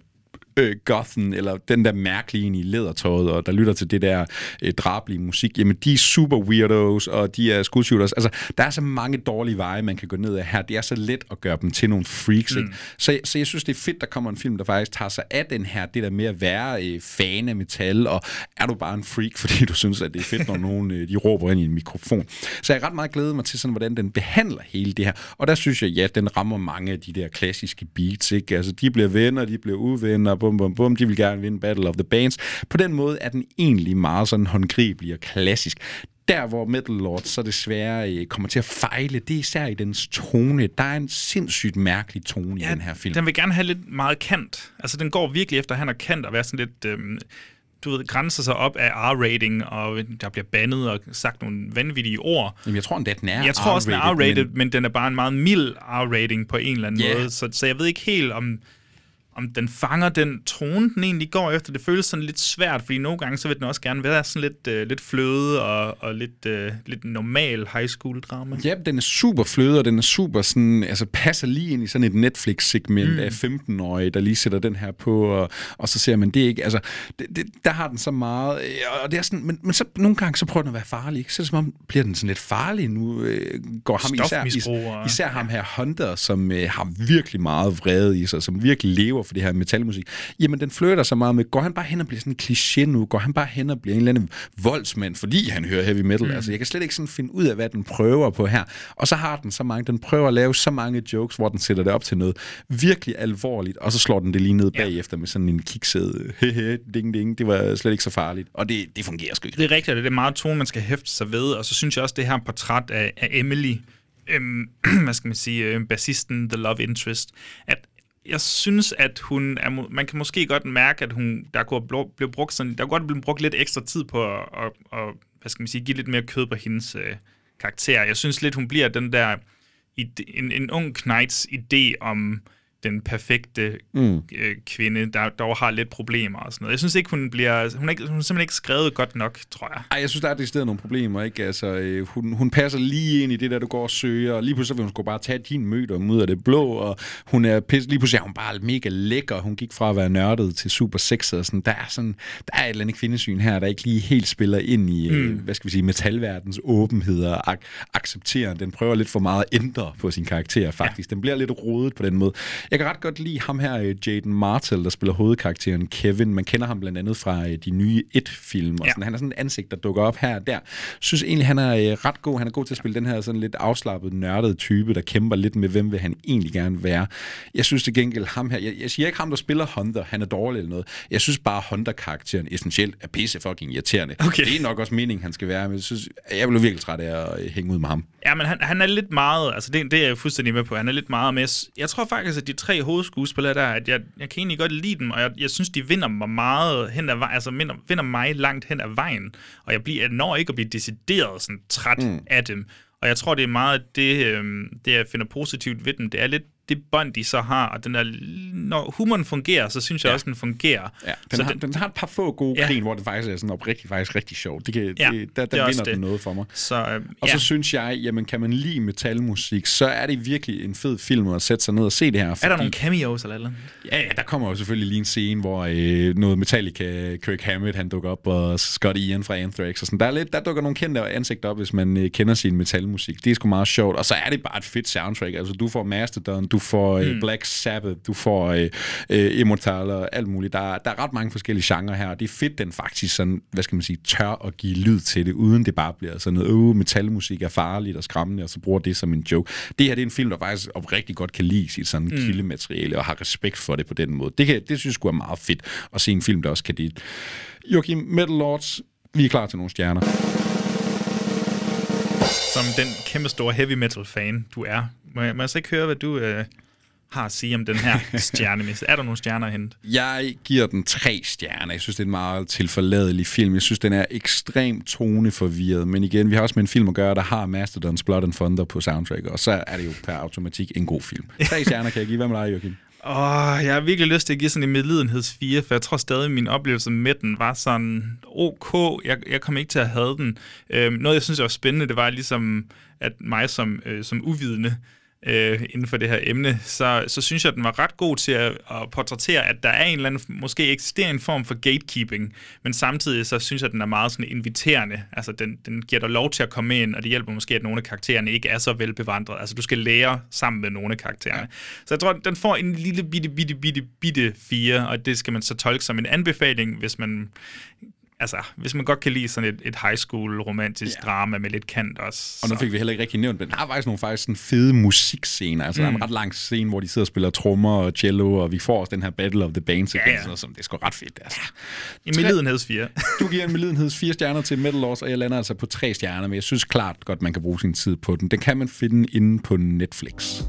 gothen, eller den der mærkelige i lædertøjet, og der lytter til det der drablige musik, jamen de er super weirdos, og de er skudshooters. Altså, der er så mange dårlige veje, man kan gå ned ad her. Det er så let at gøre dem til nogle freaks, ikke? Så jeg synes, det er fedt, der kommer en film, der faktisk tager sig af den her, det der med at være fan af metal, og er du bare en freak, fordi du synes, at det er fedt, når nogen de råber ind i en mikrofon. Så jeg er ret meget glædet mig til sådan, hvordan den behandler hele det her. Og der synes jeg, ja, den rammer mange af de der klassiske beats, ikke? Altså, de bliver venner, de bliver uvenner, bum, de vil gerne vinde Battle of the Bands. På den måde er den egentlig meget sådan håndgribelig og klassisk. Der, hvor Metal Lord så desværre kommer til at fejle, det er især i dens tone. Der er en sindssygt mærkelig tone i den her film. Den vil gerne have lidt meget kant. Altså, den går virkelig efter, at han har kant og være sådan lidt... grænser sig op af R-rating, og der bliver bandet og sagt nogle vanvittige ord. Jamen, jeg tror endda, den er Jeg tror også, den er R-rated, men den er bare en meget mild R-rating på en eller anden måde. Så jeg ved ikke helt, om den fanger den tone, den egentlig går efter. Det føles sådan lidt svært, fordi nogle gange så vil den også gerne være sådan lidt fløde og lidt normal high school drama. Ja, den er super fløde, og den er super sådan, altså passer lige ind i sådan et Netflix-segment af 15-årige, der lige sætter den her på, og så ser man det ikke. Altså, der har den så meget, og det er sådan, men så nogle gange så prøver den at være farlig, ikke? Så er det som om, bliver den sådan lidt farlig nu, går ham især ham her Hunter, som har virkelig meget vrede i sig, som virkelig lever for det her metalmusik. Jamen, den flytter så meget med, går han bare hen og bliver sådan en kliché nu? Går han bare hen og bliver en eller anden voldsmand, fordi han hører heavy metal? Altså, jeg kan slet ikke sådan finde ud af, hvad den prøver på her. Og så har den så mange, den prøver at lave så mange jokes, hvor den sætter det op til noget virkelig alvorligt, og så slår den det lige ned bagefter med sådan en kiksede, ding, ding, det var slet ikke så farligt. Og det fungerer sgu ikke. Det er rigtigt, det er meget tone, man skal hæfte sig ved, og så synes jeg også, det her portræt af Emily, hvad skal man sige, bassisten, the love interest, at jeg synes, at hun er, man kan måske godt mærke, at der kunne blive brugt lidt ekstra tid på at hvad skal man sige, give lidt mere kød på hendes karakter. Jeg synes lidt, hun bliver den der en ung knights idé om den perfekte kvinde, der dog har lidt problemer og sådan noget. Jeg synes ikke, hun er simpelthen ikke skrevet godt nok, tror jeg. Ej, jeg synes, der er i stedet nogle problemer, ikke? Altså, hun passer lige ind i det der, du går og søger, og lige pludselig vil hun sgu bare tage din møde ud af det blå, og hun er lige pludselig er hun bare mega lækker. Hun gik fra at være nørdet til super sexet og sådan. Der er et eller andet kvindesyn her, der ikke lige helt spiller ind i, hvad skal vi sige, metalverdens åbenhed og accepterer. Den prøver lidt for meget at ændre på sin karakter, faktisk. Ja. Den bliver lidt rodet på den måde. Jeg kan ret godt lide ham her, Jaden Martell, der spiller hovedkarakteren Kevin. Man kender ham blandt andet fra de nye It-film. Og sådan. Han er sådan et ansigt, der dukker op her og der. Jeg synes egentlig, han er ret god. Han er god til at spille den her sådan lidt afslappet, nørdede type, der kæmper lidt med, hvem vil han egentlig gerne være. Jeg synes til gengæld, ham her... Jeg siger ikke ham, der spiller Hunter, han er dårlig eller noget. Jeg synes bare, Hunter-karakteren essentielt er pisse fucking irriterende. Okay. Det er nok også meningen, han skal være, men jeg blev virkelig træt af at hænge ud med ham. Ja, men han er lidt meget... Altså, det er jeg fuldstændig med på. Han er lidt meget med... Jeg tror faktisk, at de 3 hovedskuespillere der, at jeg kan egentlig godt lide dem, og jeg synes, de vinder mig meget hen ad vejen, altså vinder mig langt hen ad vejen, og jeg når ikke at blive decideret sådan træt af dem. Og jeg tror, det er meget det jeg finder positivt ved dem. Det det bånd, de så har, og når humoren fungerer, så synes jeg også, den fungerer. Ja, den har et par få gode grin, hvor det faktisk er sådan faktisk rigtig sjovt. Der vinder den noget for mig. Og så synes jeg, jamen kan man lide metalmusik, så er det virkelig en fed film at sætte sig ned og se det her. Er der nogle cameos eller noget? Ja, der kommer jo selvfølgelig lige en scene, hvor noget Metallica, Kirk Hammett, han dukker op, og Scott Ian fra Anthrax og sådan. Der dukker nogle kendte ansigter op, hvis man kender sin metalmusik. Det er sgu meget sjovt, og så er det bare et fedt soundtrack. Altså, du får Mastodon, du får Black Sabbath, du får Immortal og alt muligt. Der er ret mange forskellige genrer her, og det er fedt, den faktisk sådan, hvad skal man sige, tør at give lyd til det, uden det bare bliver sådan noget, metalmusik er farligt og skræmmende, og så bruger det som en joke. Det her, det er en film, der faktisk oprigtigt godt kan lide sit sådan kildemateriale, og har respekt for det på den måde. Det synes jeg sgu er meget fedt, at se en film, der også kan det. Joachim, Metal Lords, vi er klar til nogle stjerner. Som den kæmpe store heavy metal fan, du er. Må jeg så ikke høre, hvad du har at sige om den her stjernemisse? Er der nogle stjerner at hente? Jeg giver den 3 stjerner. Jeg synes, det er en meget tilforladelig film. Jeg synes, den er ekstremt toneforvirret. Men igen, vi har også med en film at gøre, der har Mastodon's Blood and Thunder på soundtrack, og så er det jo per automatik en god film. 3 stjerner kan jeg give. Hvad med dig, Joachim? Jeg har virkelig lyst til at give sådan en medlidenheds 4, for jeg tror stadig, at min oplevelse med den var sådan ok. Jeg kom ikke til at have den. Noget, jeg synes var spændende, det var ligesom, at mig som uvidende inden for det her emne, så synes jeg, at den var ret god til at portrættere, at der er en eller anden, måske eksisterer en form for gatekeeping, men samtidig så synes jeg, at den er meget sådan inviterende. Altså, den giver dig lov til at komme ind, og det hjælper måske, at nogle af karaktererne ikke er så velbevandret. Altså, du skal lære sammen med nogle af karaktererne. Så jeg tror, den får en lille bitte 4, og det skal man så tolke som en anbefaling, hvis man godt kan lide sådan et high school romantisk drama med lidt kant også. Og nu fik vi heller ikke rigtig nævnt, men der er faktisk nogle sådan fede musikscener. Altså, der er en ret lang scene, hvor de sidder og spiller trommer og cello, og vi får også den her Battle of the Bands, som det er sgu ret fedt. Altså. En medlidenheds 4. Du giver en medlidenheds 4 stjerner til Metal Lords, og jeg lander altså på 3 stjerner, men jeg synes klart godt, man kan bruge sin tid på den. Den kan man finde inde på Netflix.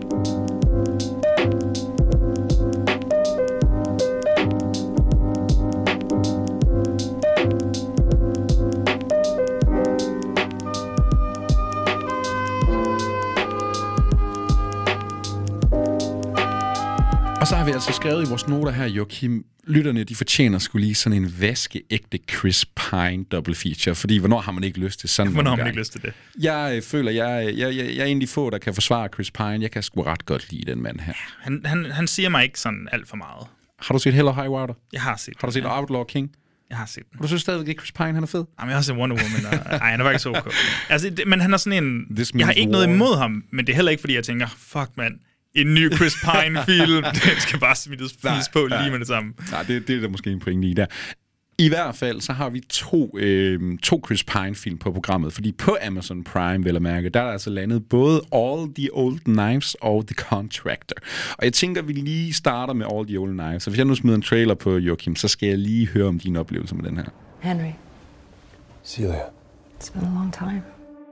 Og så har vi altså skrevet i vores noter her, Joachim, lytterne, de fortjener skulle lige sådan en vaskeægte Chris Pine double feature, fordi hvornår har man ikke lyst til sådan Hvornår har man ikke lyst til det? Jeg føler, jeg er en af de få, der kan forsvare Chris Pine. Jeg kan sgu ret godt lide den mand her. Han siger mig ikke sådan alt for meget. Har du set Hell or High Water? Jeg har set. Har du set Outlaw King? Jeg har set den. Og du synes stadigvæk ikke, Chris Pine, han er fed? Jamen, jeg har set Wonder Woman, og han er faktisk okay. Altså, men han er sådan en... Jeg har ikke noget imod ham, men det er heller ikke, fordi jeg tænker, fuck mand, en ny Chris Pine-film, den skal bare smides på lige med det samme. Nej, det er der måske en pointe i der. I hvert fald, så har vi to Chris Pine-film på programmet, fordi på Amazon Prime, vel at mærke, der er altså landet både All the Old Knives og The Contractor. Og jeg tænker, vi lige starter med All the Old Knives. Så hvis jeg nu smider en trailer på, Joachim, så skal jeg lige høre om dine oplevelser med den her. Henry. Celia. It's been a long time.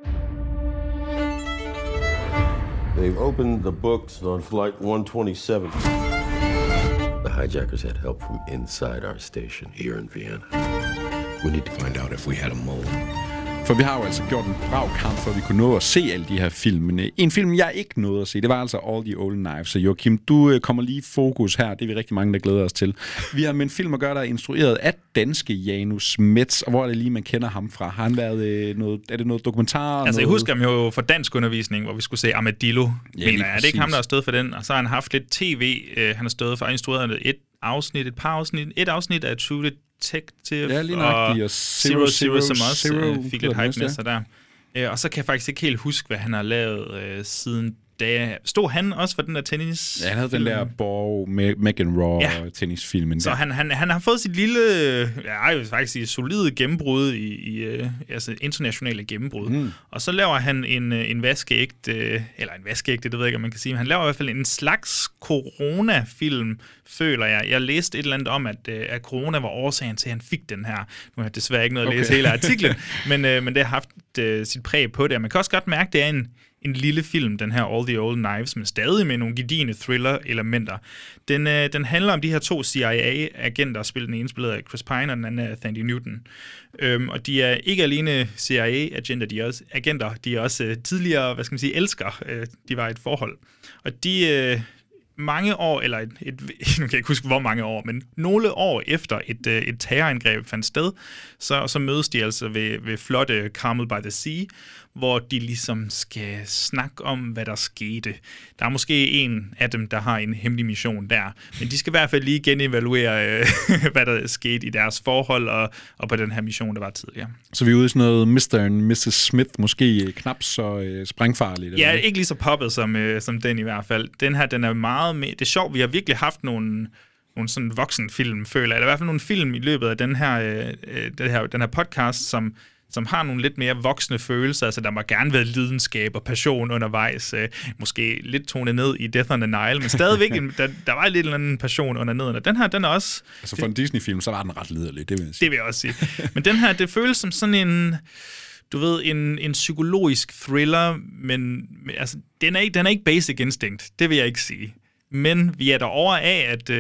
They've opened the books on Flight 127. The hijackers had help from inside our station here in Vienna. We need to find out if we had a mole. For vi har jo altså gjort en brav kamp, for vi kunne nå at se alle de her film. Men en film, jeg ikke nåede at se, det var altså All the Old Knives. Så Joachim, du kommer lige i fokus her. Det er vi rigtig mange, der glæder os til. Vi har med en film at gøre, der er instrueret af danske Janus Metz. Og hvor er det lige, man kender ham fra? Har han været er det noget dokumentar? Altså, jeg husker ham jo fra dansk undervisning, hvor vi skulle se Armadillo. Ja, mener jeg. Er det ikke ham, der har stået for den? Og så har han haft lidt tv. Han har stået for at instruere et afsnit af True Detective og Zero, som også fik lidt hype med sig der. Og så kan jeg faktisk ikke helt huske, hvad han har lavet siden da. Stod han også for den der tennis? Ja, han havde den der Borg McEnroe tennisfilmen. Så han har fået sit lille, jeg vil faktisk sige, solide gennembrud altså internationale gennembrud. Og så laver han en vaskeægte, det ved jeg ikke, om man kan sige, men han laver i hvert fald en slags corona-film, føler jeg. Jeg læste et eller andet om, at corona var årsagen til, at han fik den her. Nu har jeg desværre ikke noget at læse hele artiklen, men det har haft sit præg på det. Og man kan også godt mærke, at det er en lille film, den her All the Old Knives, men stadig med nogle gedigne thriller-elementer. Den handler om de her 2 CIA-agenter, den ene spillet af Chris Pine, og den anden af Thandie Newton. Og de er ikke alene CIA-agenter, de er også tidligere, elskere. De var i et forhold. Og de... mange år, eller nu kan jeg ikke huske, hvor mange år, men nogle år efter et terrorangreb fandt sted, så mødes de altså ved flotte Carmel by the Sea, hvor de ligesom skal snakke om, hvad der skete. Der er måske en af dem, der har en hemmelig mission der, men de skal i hvert fald lige genevaluere, hvad der skete i deres forhold og på den her mission, der var tidligere. Så vi er ude i sådan noget Mr. and Mrs. Smith, måske knap så sprængfarligt? Ja, ikke lige så poppet som den i hvert fald. Den her, den er meget mere... Det er sjovt, vi har virkelig haft nogle sådan voksenfilm, føler jeg. Der er i hvert fald nogle film i løbet af den her podcast, som har nogle lidt mere voksne følelser, altså der må gerne være lidenskab og passion undervejs, måske lidt tonet ned i Death on the Nile, men stadigvæk, der var lidt eller anden passion under neden, og den her, den er også... Altså for en Disney-film, så var den ret liderlig, det vil jeg sige. Det vil jeg også sige. Men den her, det føles som sådan en... Du ved, en psykologisk thriller, men altså, den er ikke Basic Instinct, det vil jeg ikke sige. Men vi er derovre af, at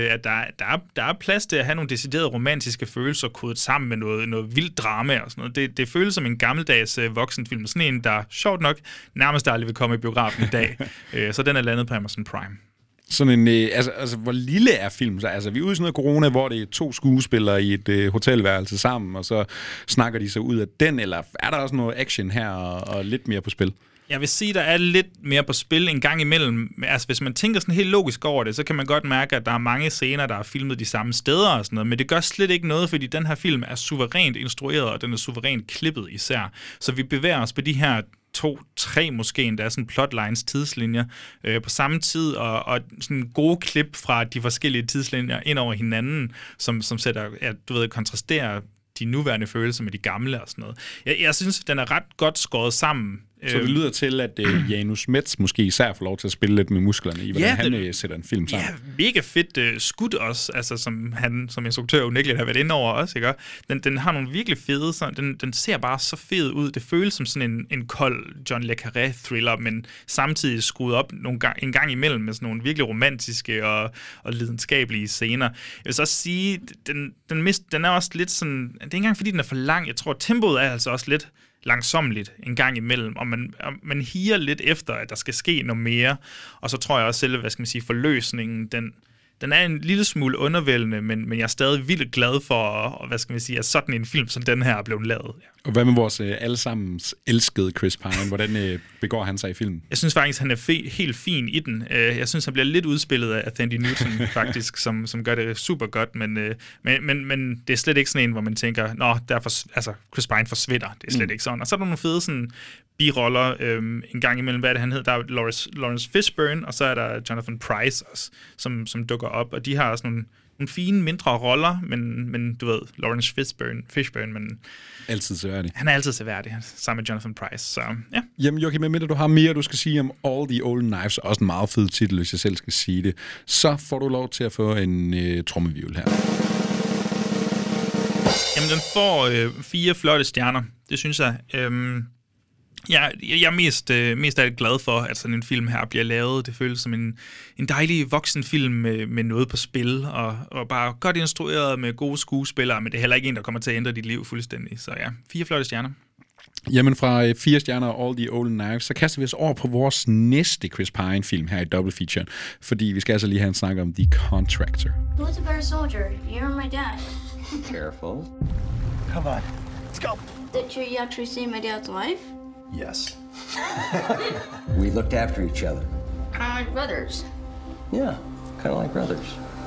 der er plads til at have nogle deciderede romantiske følelser kodet sammen med noget vildt drama og sådan noget. Det føles som en gammeldags voksenfilm. Sådan en, der sjovt nok nærmest aldrig vil komme i biografen i dag. Så den er landet på Amazon Prime. Sådan en, altså, hvor lille er filmen? Altså, vi er ude i sådan noget corona, hvor det er 2 skuespillere i et hotelværelse sammen, og så snakker de sig ud af den, eller er der også noget action her og lidt mere på spil? Jeg vil sige, der er lidt mere på spil en gang imellem. Altså, hvis man tænker sådan helt logisk over det, så kan man godt mærke, at der er mange scener, der er filmet de samme steder og sådan noget, men det gør slet ikke noget, fordi den her film er suverænt instrueret, og den er suverænt klippet især. Så vi bevæger os på de her 2-3 måske endda sådan plotlines tidslinjer på samme tid, og sådan gode klip fra de forskellige tidslinjer ind over hinanden, som sætter, kontrasterer de nuværende følelser med de gamle og sådan noget. Jeg synes, den er ret godt skåret sammen. Så det lyder til, at Janus Metz måske især får lov til at spille lidt med musklerne i, hvordan han sætter en film sammen. Ja, mega fedt skud også, altså som han som instruktør unægteligt har været inde over også, ikke? Den har nogle virkelig fede, den ser bare så fed ud. Det føles som sådan en kold John le Carré thriller, men samtidig skruet op en gang imellem med sådan nogle virkelig romantiske og lidenskabelige scener. Jeg vil så sige, den er også lidt sådan, det er ikke engang fordi den er for lang, jeg tror tempoet er altså også lidt langsomligt en gang imellem, og man higer lidt efter, at der skal ske noget mere, og så tror jeg også selv, forløsningen, den er en lille smule undervældende, men jeg er stadig vildt glad for, at sådan en film som den her er blevet lavet. Ja. Og hvad med vores allesammens elskede Chris Pine? Hvordan begår han sig i filmen? Jeg synes faktisk, han er helt fin i den. Jeg synes, han bliver lidt udspillet af Thandie Newton, faktisk, som gør det super godt, men det er slet ikke sådan en, hvor man tænker, Chris Pine forsvinder. Det er slet ikke sådan. Og så er der nogle fede sådan biroller en gang imellem. Hvad er det, han hedder? Der er Lawrence Fishburne, og så er der Jonathan Pryce også, som dukker op, og de har også nogle fine, mindre roller, men du ved, Lawrence Fishburne, men... Altid seværdig. Han er altid seværdig, sammen med Jonathan Pryce, så ja. Jamen, Joachim, med mindre du har mere, du skal sige om All the Old Knives, også en meget fed titel, hvis jeg selv skal sige det, så får du lov til at få en trommevivl her. Jamen, den får 4 flotte stjerner, det synes jeg. Jeg er mest af det glad for, at sådan en film her bliver lavet. Det føles som en dejlig voksenfilm med noget på spil, og bare godt instrueret med gode skuespillere, men det er heller ikke en, der kommer til at ændre dit liv fuldstændig. Så ja, 4 flotte stjerner. Jamen fra 4 stjerner og All the Old Knives, så kaster vi os over på vores næste Chris Pine-film her i Double Feature, fordi vi skal altså lige have en snak om The Contractor. Who's a better soldier? You or my dad? Careful. Come on, let's go. Did you actually see my dad's wife? Yes. We looked after each other. Like brothers. Yeah, kind of like brothers.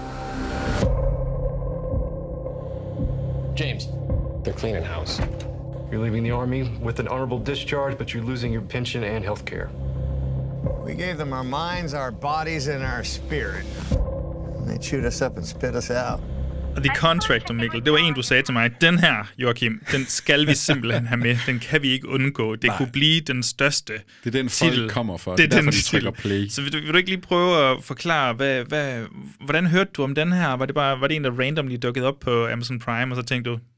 James, they're cleaning house. You're leaving the Army with an honorable discharge, but you're losing your pension and health care. We gave them our minds, our bodies, and our spirit. And they chewed us up and spit us out. The Contractor, Mikkel, det var en, du sagde til mig. Den her, Joachim, den skal vi simpelthen have med. Den kan vi ikke undgå. Det kunne blive den største titel. Det er den, folk kommer for. Det er derfor, de trykker play. Så vil du ikke lige prøve at forklare, hvordan hørte du om den her? Var det en, der randomly dukkede op på Amazon Prime, og så tænkte du,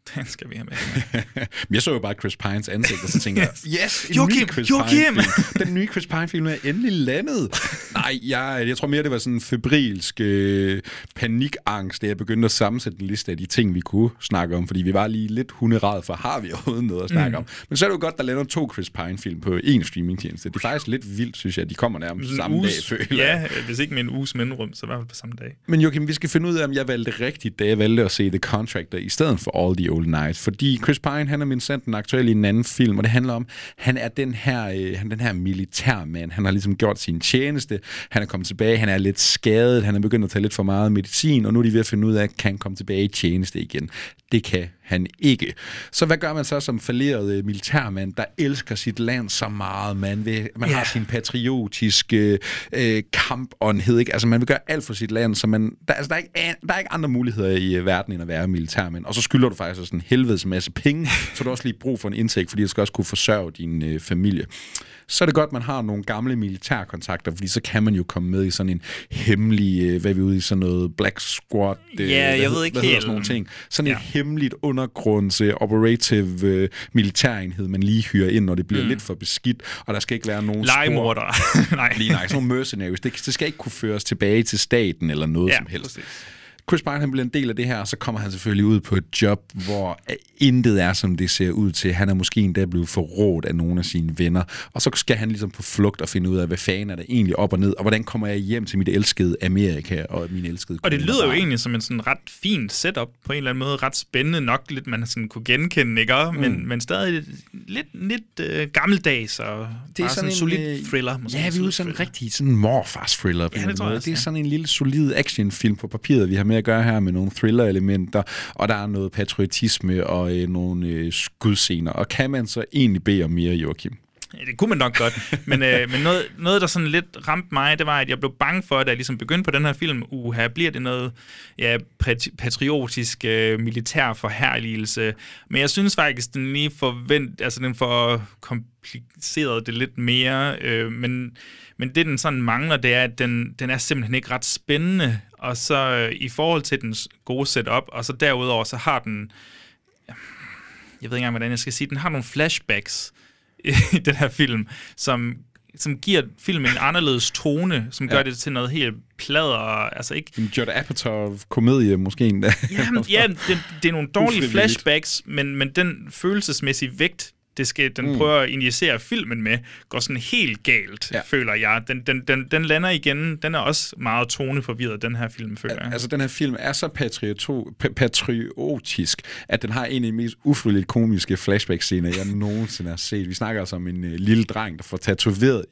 Den skal vi have med. Jeg så jo bare Chris Pines ansigt, og så tænkte jeg, yes, en ny Chris Joachim! Pine-film. Den nye Chris Pine-film er endelig landet. Nej, jeg tror mere, det var sådan en febrilsk panikangst, da jeg begyndte at sammensætte en liste af de ting, vi kunne snakke om, fordi vi var lige lidt hunderad for, har vi overhovedet noget at snakke om. Men så er det jo godt, der lander 2 Chris Pine-film på én streamingtjeneste. Det er faktisk lidt vildt, synes jeg, de kommer nærmest samme dag, føler jeg. Ja, hvis ikke med en uges mellemrum, så i hvert fald på samme dag. Men Joachim, vi skal finde ud af, om jeg valgte rigtigt, da jeg valgte at se The Contractor i stedet for All the Old Nights. Fordi Chris Pine, han er mindstant aktuel i en anden film, og det handler om, han er den her militærmand. Han har ligesom gjort sin tjeneste, han er kommet tilbage, han er lidt skadet, han er begyndt at tage lidt for meget medicin, og nu er de ved at finde ud af, kan han komme tilbage i tjeneste igen. Det kan han ikke. Så hvad gør man så som falderet militærmand, der elsker sit land så meget? Man har sin patriotiske kampåndhed, ikke? Altså man vil gøre alt for sit land, så der er ikke andre muligheder i verden, end at være militærmand. Og så skylder du faktisk sådan en helvedes masse penge, så du også lige brug for en indtægt, fordi du skal også kunne forsørge din familie. Så er det godt, at man har nogle gamle militærkontakter, fordi så kan man jo komme med i sådan en hemmelig, hvad er vi ude i, sådan noget Black Squad, jeg ved ikke helt. Sådan nogle ting. Sådan et hemmeligt undergrunds operative militærenhed, man lige hyrer ind, når det bliver lidt for beskidt, og der skal ikke være nogen legemordere. Nej, sådan nogle mercenaries. Det skal ikke kunne føres tilbage til staten eller noget som helst. Præcis. Chris Pine, han bliver en del af det her, og så kommer han selvfølgelig ud på et job, hvor intet er, som det ser ud til. Han er måske endda blevet forrådt af nogle af sine venner, og så skal han ligesom på flugt og finde ud af, hvad fanden er der egentlig op og ned, og hvordan kommer jeg hjem til mit elskede Amerika og min elskede kone. Og det lyder jo egentlig som en sådan ret fin setup, på en eller anden måde, ret spændende nok, lidt man sådan kunne genkende, ikke? Men stadig lidt gammeldags, og det er sådan en solid thriller. Måske vi er ude sådan en rigtig sådan morfars thriller på en måde. Det er sådan en lille solid actionfilm på papiret, vi har med at gøre her med nogle thriller-elementer, og der er noget patriotisme og nogle skudscener. Og kan man så egentlig bede om mere, Joachim? Ja, det kunne man nok godt, men noget, der sådan lidt ramte mig, det var, at jeg blev bange for, da jeg ligesom begyndte på den her film, her bliver det noget patriotisk militær forherligelse, men jeg synes faktisk, den lige den får kompliceret det lidt mere, men det, den sådan mangler, det er, at den er simpelthen ikke ret spændende, og så i forhold til dens gode setup, og så derudover, så har den, jeg ved ikke engang, hvordan jeg skal sige, den har nogle flashbacks i den her film, som giver filmen en anderledes tone, som gør det til noget helt plader, altså ikke... En Judd Apatow-komedie måske endda. Det er nogle dårlige flashbacks, men den følelsesmæssige vægt, den prøver at injicere filmen med, går sådan helt galt, føler jeg. Den lander igen, den er også meget toneforvirret, den her film, føler jeg. Altså, den her film er så patriotisk, at den har en af de mest ufrivilligt komiske flashback-scener, jeg nogensinde har set. Vi snakker altså om en lille dreng, der får tatoveret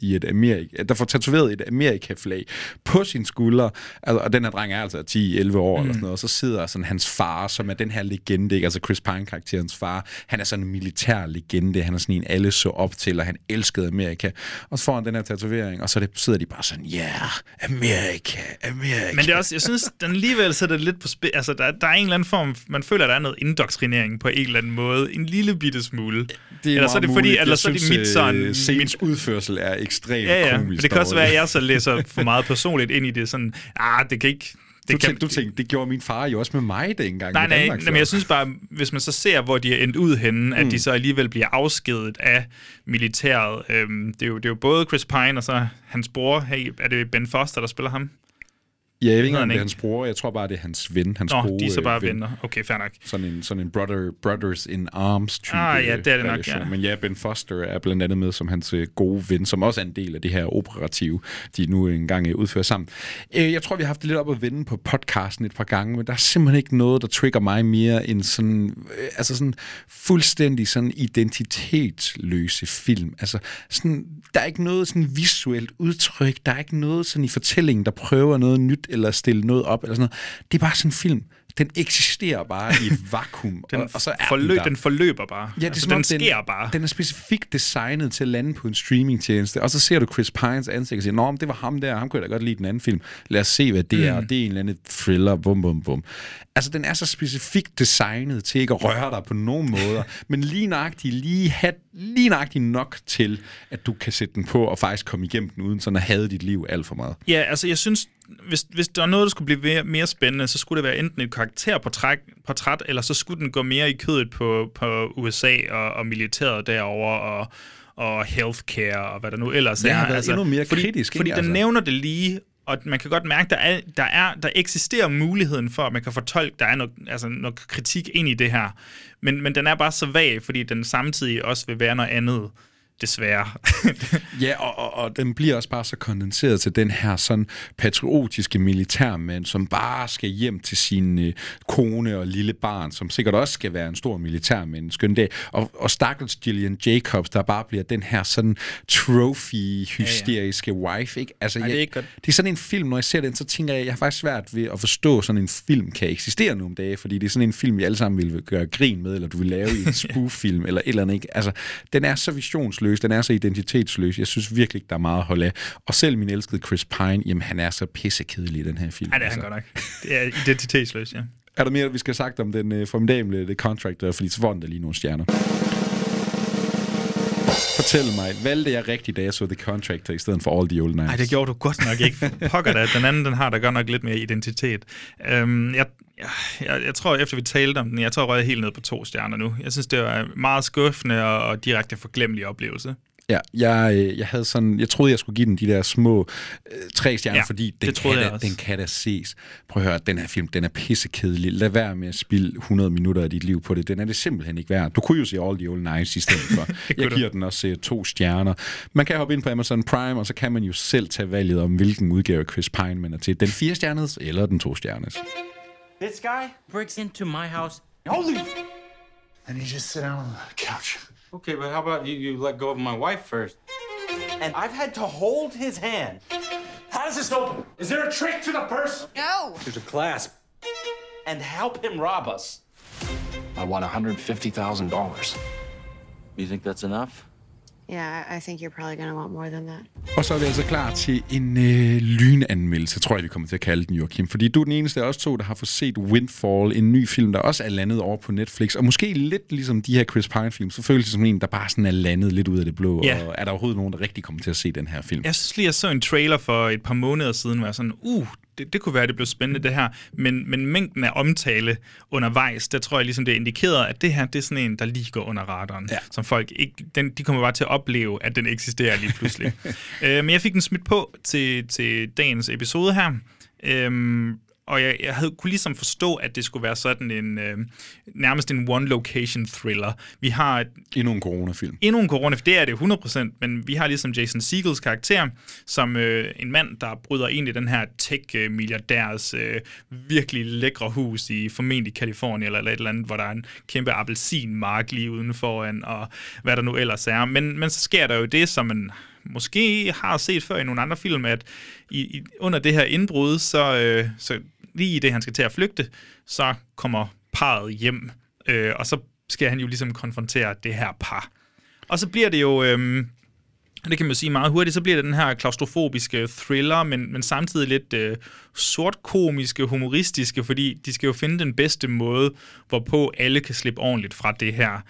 et Amerika-flag på sin skulder, altså, og den her dreng er altså 10-11 år eller sådan noget, og så sidder sådan hans far, som er den her legende, ikke? Altså Chris Pine-karakterens far, han er sådan en militær legende. Han er sådan en, alle så op til, og han elskede Amerika. Og så får han den her tatovering, og så sidder de bare sådan, Amerika. Men det er også, jeg synes, den alligevel sætter lidt på spil. Altså, der er en eller anden form, man føler, der er noget indoktrinering på en eller anden måde. En lille bitte smule. Eller så er det fordi, eller så er det mit sådan... Scenes udførsel er ekstremt komisk. Men det kan også være, at jeg så læser for meget personligt ind i det. Sådan, det kan ikke... Du tænkte, det gjorde min far jo også med mig dengang. Nej, men jeg synes bare, hvis man så ser, hvor de er endt ud henne, at de så alligevel bliver afskedet af militæret. Det er jo både Chris Pine og så hans bror. Hey, er det Ben Foster, der spiller ham? Ja, jeg ved ikke, om det er hans bror. Jeg tror bare, det er hans ven. Hans gode de er så bare venner. Okay, fair nok. Sådan en brothers in arms type. Ja, det er det nok, ja. Men ja, Ben Foster er blandt andet med som hans gode ven, som også er en del af det her operative, de nu engang udfører sammen. Jeg tror, vi har haft det lidt op at vende på podcasten et par gange, men der er simpelthen ikke noget, der trigger mig mere end sådan, sådan fuldstændig sådan identitetsløse film. Altså, sådan, der er ikke noget sådan visuelt udtryk, der er ikke noget sådan i fortællingen, der prøver noget nyt, eller stille noget op, eller sådan noget. Det er bare sådan en film. Den eksisterer bare i et vakuum, og så er den forløber bare. Ja, det er, den sker bare. Den er specifikt designet til at lande på en streamingtjeneste, og så ser du Chris Pines ansigt og siger, nå, det var ham der, ham kunne jeg da godt lide den anden film. Lad os se, hvad det er, og det er en eller anden thriller, bum, bum, bum. Altså, den er så specifikt designet til ikke at røre dig på nogen måder, men lige nøjagtigt nok til, at du kan sætte den på og faktisk komme igennem den, uden sådan at hade dit liv alt for meget. Ja, altså, jeg synes, hvis der var noget, der skulle blive mere spændende, så skulle det være enten et karakterportræt, eller så skulle den gå mere i kødet på USA og militæret derovre, og healthcare, og hvad der nu ellers er. Det har været endnu mere kritisk. Fordi den nævner det lige, og man kan godt mærke, der eksisterer muligheden for, at man kan fortolke, der er noget kritik ind i det her. Men den er bare så vag, fordi den samtidig også vil være noget andet, desværre. Ja, og den bliver også bare så kondenseret til den her sådan patriotiske militærmand, som bare skal hjem til sin kone og lille barn, som sikkert også skal være en stor militærmand en skøn dag. Og stakkels Gillian Jacobs, der bare bliver den her sådan trophy-hysteriske wife, ikke? Altså, det er ikke godt. Det er sådan en film, når jeg ser den, så tænker jeg har faktisk svært ved at forstå, sådan en film kan eksistere nogle dage, fordi det er sådan en film, vi alle sammen vil gøre grin med, eller du vil lave i en spoof-film, eller et eller andet, ikke? Altså, den er så visionsløs, den er så identitetsløs. Jeg synes virkelig ikke, der er meget at holde af. Og selv min elskede Chris Pine, jamen han er så pissekedelig i den her film. Nej, det er han godt nok. Det er identitetsløs, ja. Er der mere, vi skal have sagt om den formidable The Contractor, fordi så får den der lige nogle stjerner. Fortæl mig, valgte jeg rigtigt, da jeg så The Contractor i stedet for All the Old Nights? Nej, det gjorde du godt nok ikke. Pokker da. Den anden, den har der godt nok lidt mere identitet. Jeg tror, efter vi talte om den, jeg tror, jeg røg helt ned på 2 stjerner nu. Jeg synes, det var meget skuffende og direkte forglemmelig oplevelse. Ja, jeg havde sådan, jeg troede, jeg skulle give den de der små 3 stjerner, fordi den kan da ses. Prøv at høre, den her film, den er pissekedelig. Lad være med at spilde 100 minutter af dit liv på det. Den er det simpelthen ikke værd. Du kunne jo se All the Old Nights i stedet for. Jeg giver den også 2 stjerner. Man kan hoppe ind på Amazon Prime, og så kan man jo selv tage valget om, hvilken udgave af Chris Pine man er til. Den 4 stjernes eller den 2 stjernes. This guy breaks into my house. Holy! And you just sit down on the couch. Okay, but how about you let go of my wife first? And I've had to hold his hand. How does this open? Is there a trick to the purse? No. There's a clasp. And help him rob us. I want $150,000. You think that's enough? Yeah, I think you're probably gonna want more than that. Og så er vi altså klar til en lynanmeldelse, tror jeg, vi kommer til at kalde den, Joachim. Fordi du er den eneste af os 2, der har fået set Windfall, en ny film, der også er landet over på Netflix. Og måske lidt ligesom de her Chris Pine-film, så føles det som en, der bare sådan er landet lidt ud af det blå. Yeah. Og er der overhovedet nogen, der rigtig kommer til at se den her film? Jeg synes lige, jeg så en trailer for et par måneder siden, hvor jeg sådan, det kunne være, det blev spændende, det her. Men mængden af omtale undervejs, der tror jeg ligesom, det indikerer, at det her, det er sådan en, der lige går under radaren. Ja. Som folk ikke, de kommer bare til at opleve, at den eksisterer lige pludselig. Men jeg fik den smidt på til dagens episode her. Og jeg kunne ligesom forstå, at det skulle være sådan en nærmest en one-location thriller. Vi har endnu en coronafilm. Det er det 100%, men vi har ligesom Jason Segels karakter, som en mand, der bryder ind i den her tech-milliardærs virkelig lækre hus i formentlig Californien, eller et eller andet, hvor der er en kæmpe appelsinmark lige udenforan, og hvad der nu ellers er. Men så sker der jo det, som man måske har set før i nogle andre film, at under det her indbrud, så lige i det, han skal til at flygte, så kommer parret hjem, og så skal han jo ligesom konfrontere det her par. Og så bliver det jo, det kan man sige meget hurtigt, så bliver det den her klaustrofobiske thriller, men samtidig lidt sortkomiske, humoristiske, fordi de skal jo finde den bedste måde, hvorpå alle kan slippe ordentligt fra det her.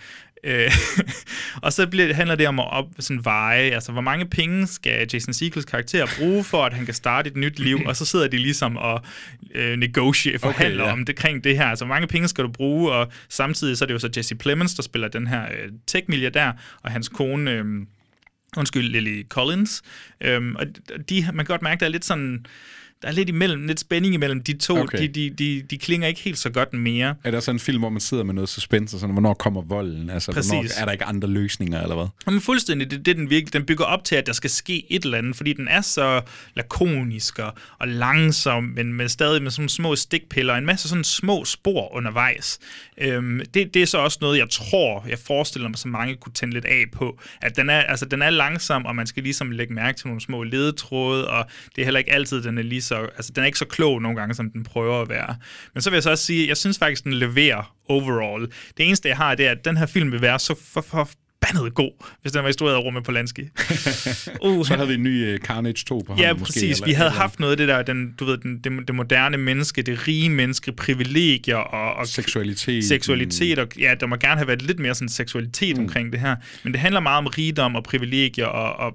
Og så handler det om at sådan veje, altså hvor mange penge skal Jason Segels karakter bruge for, at han kan starte et nyt liv, og så sidder de ligesom og forhandler om det kring det her, altså hvor mange penge skal du bruge, og samtidig så er det jo så Jesse Plemons, der spiller den her tech-milliardær, og hans kone, Lily Collins, og man kan godt mærke, der er lidt sådan, der er lidt spænding imellem de to. Okay. De klinger ikke helt så godt mere. Er der sådan en film, hvor man sidder med noget suspense, og sådan, hvornår kommer volden? Altså, hvornår, er der ikke andre løsninger, eller hvad? Men fuldstændig. Det den virkelig. Den bygger op til, at der skal ske et eller andet, fordi den er så lakonisk og langsom, men stadig med sådan små stikpiller, en masse sådan små spor undervejs. Det er så også noget, jeg forestiller mig, så mange kunne tænde lidt af på. At den er langsom, og man skal ligesom lægge mærke til nogle små ledetråde, og det er heller ikke altid, den er lige så, altså den er ikke så klog nogle gange, som den prøver at være. Men så vil jeg så også sige, jeg synes faktisk, den leverer overall. Det eneste, jeg har, det er, at den her film vil være så forbandet god, hvis den var instrueret af Roman Polanski. Så havde vi en ny Carnage 2 på ham. Ja, præcis. Måske, vi havde haft noget af det der, det moderne menneske, det rige menneske, privilegier og seksualitet, og ja, der må gerne have været lidt mere sådan seksualitet omkring det her. Men det handler meget om rigdom og privilegier og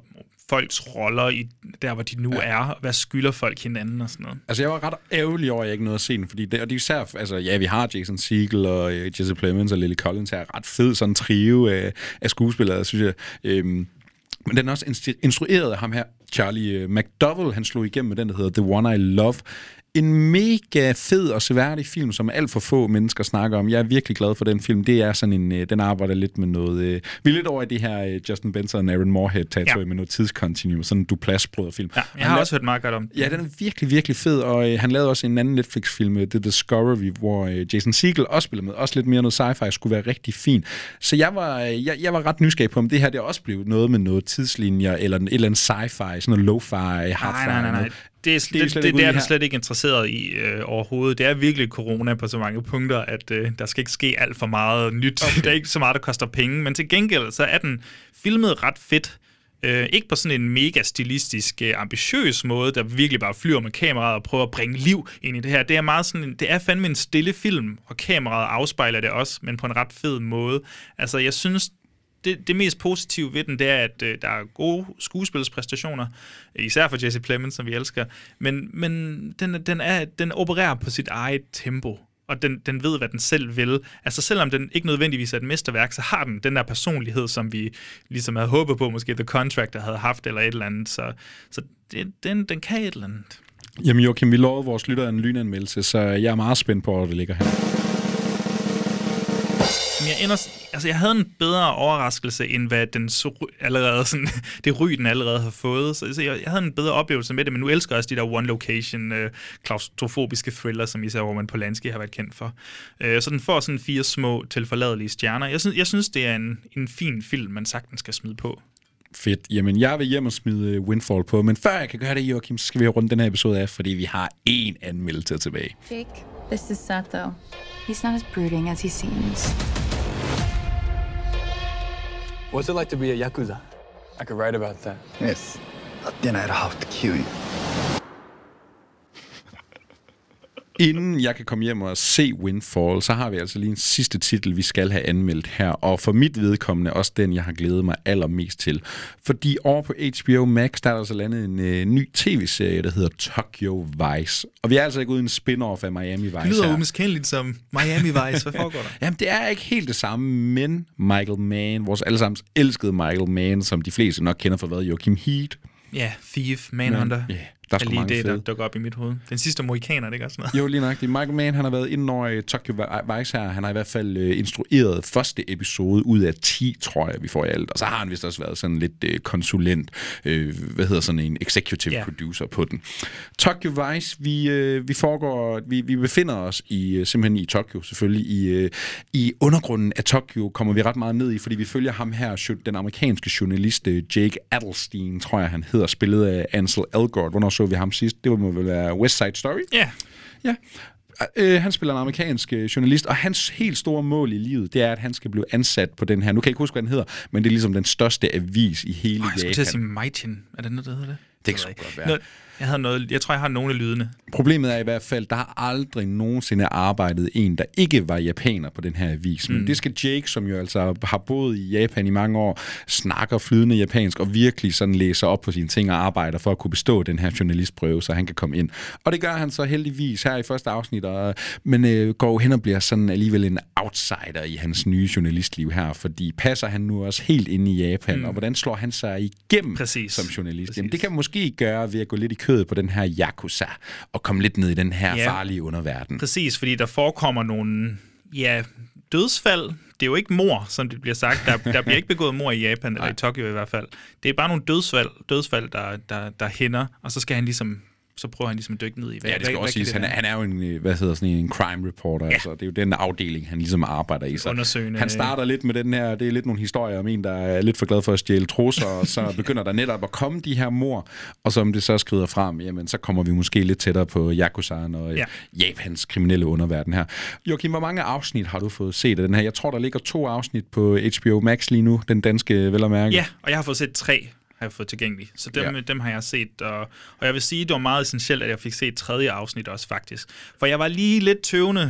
folks roller i der, hvor de nu er, og hvad skylder folk hinanden og sådan noget. Altså, jeg var ret ærgerlig over, at jeg ikke nåede at se den, fordi det er især, altså, ja, vi har Jason Segel og Jesse Plemons og Lily Collins her, ret fed sådan trio af skuespillere, synes jeg. Men den er også instrueret af ham her, Charlie McDowell. Han slog igennem med den, der hedder The One I Love. En mega fed og seværdig film, som alt for få mennesker snakker om. Jeg er virkelig glad for den film. Det er sådan en, den arbejder lidt med noget... vi er lidt over i det her Justin Benson og Aaron Moorhead-territorium med noget tidskontinuum, sådan en Duplass-brødderfilm. Ja, jeg har også hørt meget godt om. Ja, den er virkelig, virkelig fed, og han lavede også en anden Netflix-film, The Discovery, hvor Jason Segel også spillede med. Også lidt mere noget sci-fi, skulle være rigtig fin. Så jeg var ret nysgerrig på, om det her det også blev noget med noget tidslinjer, eller et eller andet sci-fi, sådan noget lo-fi, hardfi. Nej. Det er den slet ikke interesseret i overhovedet. Det er virkelig corona på så mange punkter, at der skal ikke ske alt for meget nyt. Okay. Der er ikke så meget, der koster penge, men til gengæld så er den filmet ret fedt. Ikke på sådan en mega stilistisk, ambitiøs måde, der virkelig bare flyver med kameraet og prøver at bringe liv ind i det her. Det er meget sådan, det er fandme en stille film, og kameraet afspejler det også, men på en ret fed måde. Altså, jeg synes, det mest positive ved den, det er, at der er gode skuespilspræstationer, især for Jesse Plemons, som vi elsker, men den opererer på sit eget tempo, og den ved, hvad den selv vil. Altså selvom den ikke nødvendigvis er et mesterværk, så har den der personlighed, som vi ligesom havde håbet på, måske The Contractor havde haft, eller et eller andet. Så den kan et eller andet. Jamen Joachim, vi lovede vores lyttere en lynanmeldelse, så jeg er meget spændt på, hvor det ligger her. Jeg havde en bedre overraskelse, end hvad den allerede sådan, det ry, den allerede har fået. Så jeg havde en bedre oplevelse med det, men nu elsker jeg også de der one-location, klaustrofobiske thriller, som især Roman Polanski har været kendt for. Så den får sådan 4 små tilforladelige stjerner. Jeg synes, det er en fin film, man sagtens skal smide på. Fedt. Jamen, jeg vil hjem og smide Windfall på, men før jeg kan gøre det, Joachim, så skal vi runde den her episode af, fordi vi har en anmeldelse tilbage. Jake, this is Sato. He's not as brooding as he seems. What's it like to be a Yakuza? I could write about that. Yes. Then I'd have to kill you. Inden jeg kan komme hjem og se Windfall, så har vi altså lige en sidste titel, vi skal have anmeldt her. Og for mit vedkommende også den, jeg har glædet mig allermest til. Fordi over på HBO Max, der er der altså landet en ny tv-serie, der hedder Tokyo Vice. Og vi er altså ikke ude i en spin-off af Miami Vice. Det lyder umiskendeligt som Miami Vice. Hvad foregår der? Jamen, det er ikke helt det samme, men Michael Mann, vores allesammens elskede Michael Mann, som de fleste nok kender fra Joachim Heat. Ja, Thief, Manhunter. Ja. Der er lige det, der dukker op i mit hoved. Den sidste Mohikaner, det ikke også noget? Jo, lige nok. Michael Mann, han har været inde over i Tokyo Vice her. Han har i hvert fald instrueret første episode ud af 10, tror jeg, vi får i alt. Og så har han vist også været sådan lidt konsulent, sådan en executive producer på den. Tokyo Vice, vi befinder os simpelthen i Tokyo, selvfølgelig. I undergrunden af Tokyo kommer vi ret meget ned i, fordi vi følger ham her, den amerikanske journalist Jake Adelstein, tror jeg, han hedder, spillet af Ansel Elgort. Hvornår så vi ham sidst? Det må vel være West Side Story? Ja. Han spiller en amerikansk journalist, og hans helt store mål i livet, det er, at han skal blive ansat på den her. Nu kan jeg ikke huske, hvad den hedder, men det er ligesom den største avis i hele Japan. Jeg skulle til at sige Maichin. Er det noget, der hedder det? Det kan sgu godt være. Jeg tror, jeg har nogle af lydene. Problemet er i hvert fald, der har aldrig nogensinde arbejdet en, der ikke var japaner på den her avis. Men det skal Jake, som jo altså har boet i Japan i mange år, snakker flydende japansk og virkelig sådan læser op på sine ting og arbejder for at kunne bestå den her journalistprøve, så han kan komme ind. Og det gør han så heldigvis her i første afsnit, men går hen og bliver sådan alligevel en outsider i hans nye journalistliv her, fordi passer han nu også helt inde i Japan, og hvordan slår han sig igennem som journalist? Jamen, det kan måske gøre ved at gå lidt i kødet på den her Yakuza og komme lidt ned i den her farlige underverden. Præcis, fordi der forekommer nogle dødsfald. Det er jo ikke mord, som det bliver sagt. Der bliver ikke begået mord i Japan, eller i Tokyo i hvert fald. Det er bare nogle dødsfald der hænder, og så skal han ligesom... Så prøver han ligesom at dykke ned i, det skal også siges. Han er jo en crime reporter, altså. Det er jo den afdeling, han ligesom arbejder i. Så han starter lidt med den her, det er lidt nogle historier om en, der er lidt for glad for at stjæle trusser, og så begynder der netop at komme de her mord, og som det så skrider frem, jamen så kommer vi måske lidt tættere på Yakuzaen og Japans kriminelle underverden her. Joachim, hvor mange afsnit har du fået set af den her? Jeg tror, der ligger 2 afsnit på HBO Max lige nu, den danske vel at mærke. Ja, og jeg har fået set 3. Har jeg fået tilgængeligt. Så dem har jeg set, og jeg vil sige, det var meget essentielt, at jeg fik set 3. afsnit også, faktisk. For jeg var lige lidt tøvende.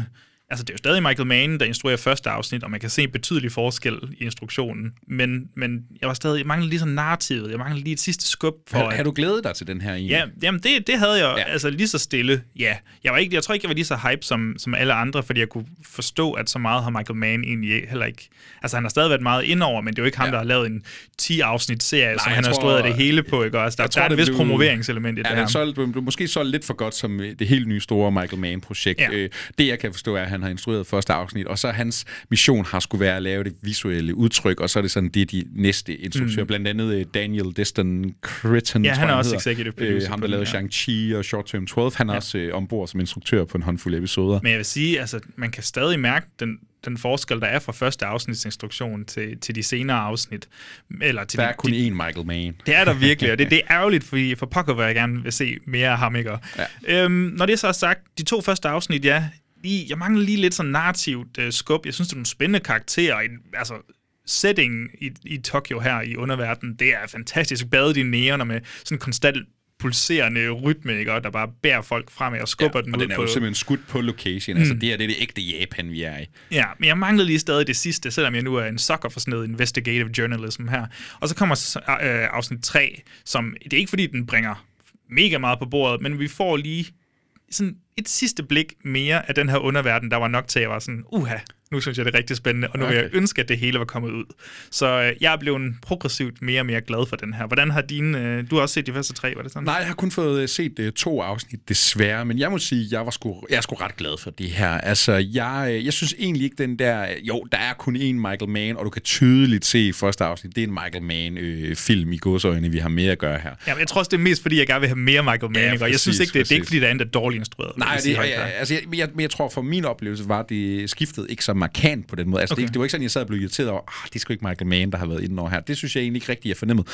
Altså, det er jo stadig Michael Mann, der instruerer første afsnit, og man kan se en betydelig forskel i instruktionen. Men jeg manglede lige sådan narrativet. Jeg manglede lige et sidste skub for... Har du glædet dig til den her egentlig? Ja, jamen det havde jeg altså lige så stille. Ja, jeg tror ikke, jeg var lige så hype som alle andre, fordi jeg kunne forstå, at så meget har Michael Mann egentlig heller ikke... Altså, han har stadig været meget indover, men det er jo ikke ham, der har lavet en 10-afsnit serie, som han har stået af det hele på, ikke også? Der er et vist promoveringselement i det her. Det blev måske så lidt for godt som det helt nye store Michael Mann-projekt. Ja. Det, jeg kan forstå, er, at han har instrueret første afsnit, og så hans mission har skulle være at lave det visuelle udtryk, og så er det sådan, det er de næste instruktører, blandt andet Daniel Destin Cretton, ja, han er også executive producer. Ham, der lavede Shang-Chi og Short Term 12, han er også ombord som instruktør på en håndfuld episoder. Men jeg vil sige, altså, man kan stadig mærke den forskel, der er fra første afsnitsinstruktion til de senere afsnit. Eller til der er kun én Michael Mann. Det er der virkelig, og det er ærgerligt, fordi for pokker vil jeg gerne vil se mere af ham, ikke? Ja. Når det så er sagt, de 2 første afsnit, jeg mangler lige lidt sådan narrativt skub. Jeg synes, det er nogle spændende karakterer. Altså, settingen i Tokyo her i underverdenen, det er fantastisk. Badet i neoner med sådan konstant pulserende rytme, ikke? Og der bare bærer folk fremad og skubber den ud på... og den er jo simpelthen skudt på location. Altså, det er det ægte Japan, vi er i. Ja, men jeg manglede lige stadig det sidste, selvom jeg nu er en sucker for sådan noget investigative journalism her. Og så kommer afsnit 3, som... Det er ikke, fordi den bringer mega meget på bordet, men vi får lige sådan et sidste blik mere af den her underverden, der var nok til, at jeg var sådan, nu synes jeg, det er rigtig spændende, og nu vil jeg ønske, at det hele var kommet ud. Så jeg er blevet progressivt mere og mere glad for den her. Hvordan har dine... Du har også set de første 3, var det sådan? Nej, jeg har kun fået set 2 afsnit, desværre, men jeg må sige, jeg er sgu ret glad for det her. Altså, jeg synes egentlig ikke den der... Jo, der er kun én Michael Mann, og du kan tydeligt se i første afsnit, det er en Michael Mann-film i godsøjne, vi har mere at gøre her. Ja, men jeg tror også, det er mest, fordi jeg gerne vil have mere Michael Mann, og jeg synes ikke, det er ikke, fordi der er en, der er dårligt instrueret. Nej, jeg tror, for min oplevelse var, det skiftet ikke så markant på den måde. Altså, okay. Det var ikke sådan, jeg sad og blev irriteret over, det er sgu ikke Michael Mann, der har været inde over her. Det synes jeg egentlig ikke rigtigt, jeg fornemmet.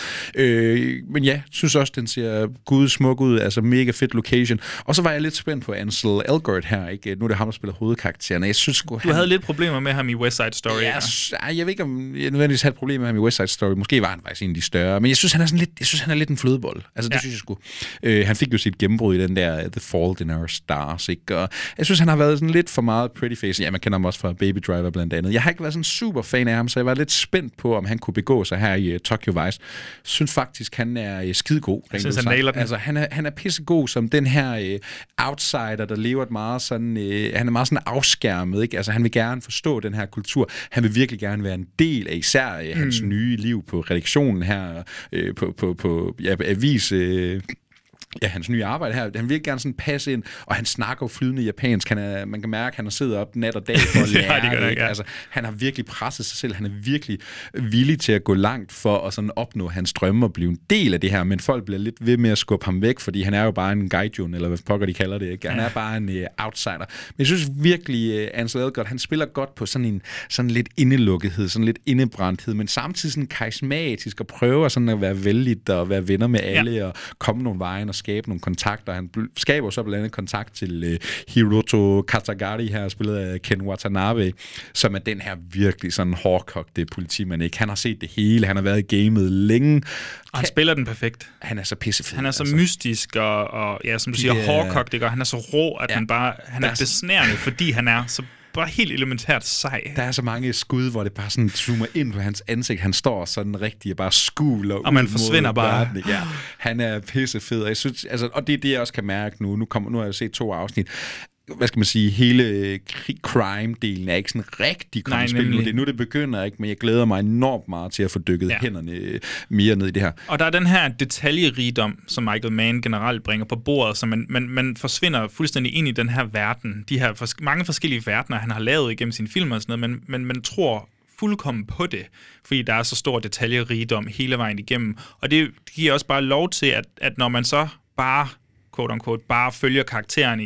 Men ja, synes også, den ser smuk ud, altså mega fedt location. Og så var jeg lidt spændt på Ansel Elgort her, ikke? Nu er det ham, der spiller hovedkarakteren. Jeg synes du havde lidt problemer med ham i West Side Story. Ja, jeg ved ikke, om jeg nødvendigvis havde et problem med ham i West Side Story. Måske var han faktisk en af de større. Men jeg synes, han er lidt en flødebold. Altså, det synes jeg sgu. Han fik jo sit gennembrud i den der The Fault in Our Stars, ikke? Og jeg synes, han har været sådan lidt for meget pretty face. Ja, man kender ham også fra Baby Driver blandt andet. Jeg har ikke været sådan super fan af ham, så jeg var lidt spændt på, om han kunne begå sig her i Tokyo Vice. Synes faktisk, han er skidegod. Jeg synes, han nailer den. Altså, han er pissegod som den her outsider, der lever et meget sådan... han er meget sådan afskærmet, ikke? Altså, han vil gerne forstå den her kultur. Han vil virkelig gerne være en del af især hans nye liv på redaktionen her, på avis... hans nye arbejde her, han vil gerne sådan passe ind, og han snakker jo flydende japansk. Man kan mærke, at han har siddet op nat og dag for at lære det. Altså, han har virkelig presset sig selv. Han er virkelig villig til at gå langt for at sådan opnå hans drømme og blive en del af det her, men folk bliver lidt ved med at skubbe ham væk, fordi han er jo bare en gaijun, eller hvad pokker de kalder det, ikke? Han er bare en outsider. Men jeg synes virkelig, Ansel Elgort, han spiller godt på sådan lidt indelukkethed, sådan lidt indebrændthed, men samtidig sådan karismatisk og prøver sådan at være vældigt og være venner med alle og komme nogle vejen og skabe nogle kontakter. Han skaber så blandt andet kontakt til Hiroto Katagari her, spillet af Ken Watanabe, som er den her virkelig sådan hårdkogte politimand, ikke? Han har set det hele, han har været i gamet længe. Og han spiller den perfekt. Han er så pissefed. Han er så mystisk og ja, som du siger, hårdkogt, ikke? Og han er så rå, at han er besnærende, fordi han er så bare helt elementært sej. Der er så mange skud, hvor det bare sådan zoomer ind på hans ansigt. Han står sådan rigtig bare skuler og man forsvinder bare. Ja, han er pissefed, og jeg synes, altså, og det er det, jeg også kan mærke nu. Nu har jeg jo set 2 afsnit. Hvad skal man sige, hele crime-delen er ikke sådan rigtig kommet i spil nu. Det er nu, det begynder, ikke? Men jeg glæder mig enormt meget til at få dykket hænderne mere ned i det her. Og der er den her detaljerigdom, som Michael Mann generelt bringer på bordet, så man forsvinder fuldstændig ind i den her verden. De her mange forskellige verdener, han har lavet igennem sine film og sådan noget, men man tror fuldkommen på det, fordi der er så stor detaljerigdom hele vejen igennem. Og det giver også bare lov til, at når man så bare quote-unquote, bare følger karaktererne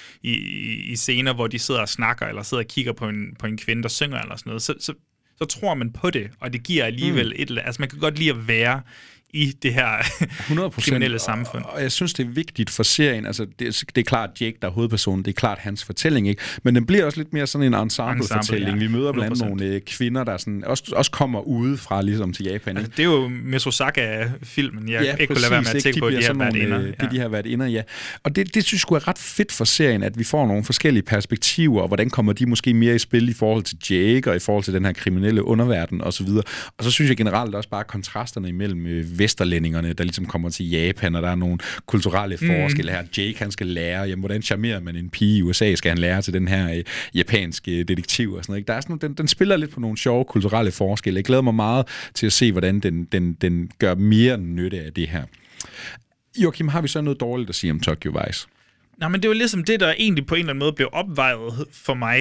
i scener, hvor de sidder og snakker, eller sidder og kigger på en kvinde, der synger, eller sådan noget, så tror man på det, og det giver alligevel altså man kan godt lide at være i det her 100%, kriminelle samfund. Og jeg synes, det er vigtigt for serien. Altså, det er klart Jake, der er hovedpersonen. Det er klart hans fortælling, ikke? Men den bliver også lidt mere sådan en ensemble-fortælling. Vi møder blandt andet nogle kvinder, der sådan også kommer udefra ligesom til Japan. Altså, det er jo Misosaka-filmen. Jeg ikke kunne lade være med at tænke på, at de har været inde. De har været inde, ja. Og det synes jeg sgu er ret fedt for serien, at vi får nogle forskellige perspektiver, og hvordan kommer de måske mere i spil i forhold til Jake, og i forhold til den her kriminelle underverden, og så videre. Og så synes jeg generelt også bare kontrasterne imellem vesterlændingerne, der ligesom kommer til Japan, og der er nogle kulturelle forskelle her. Jake, han skal lære, jamen, hvordan charmerer man en pige i USA, skal han lære til den her japanske detektiv og sådan noget. Der er sådan, den spiller lidt på nogle sjove kulturelle forskelle. Jeg glæder mig meget til at se, hvordan den gør mere nytte af det her. Joachim, har vi så noget dårligt at sige om Tokyo Vice? Nej, men det var ligesom det, der egentlig på en eller anden måde blev opvejet for mig.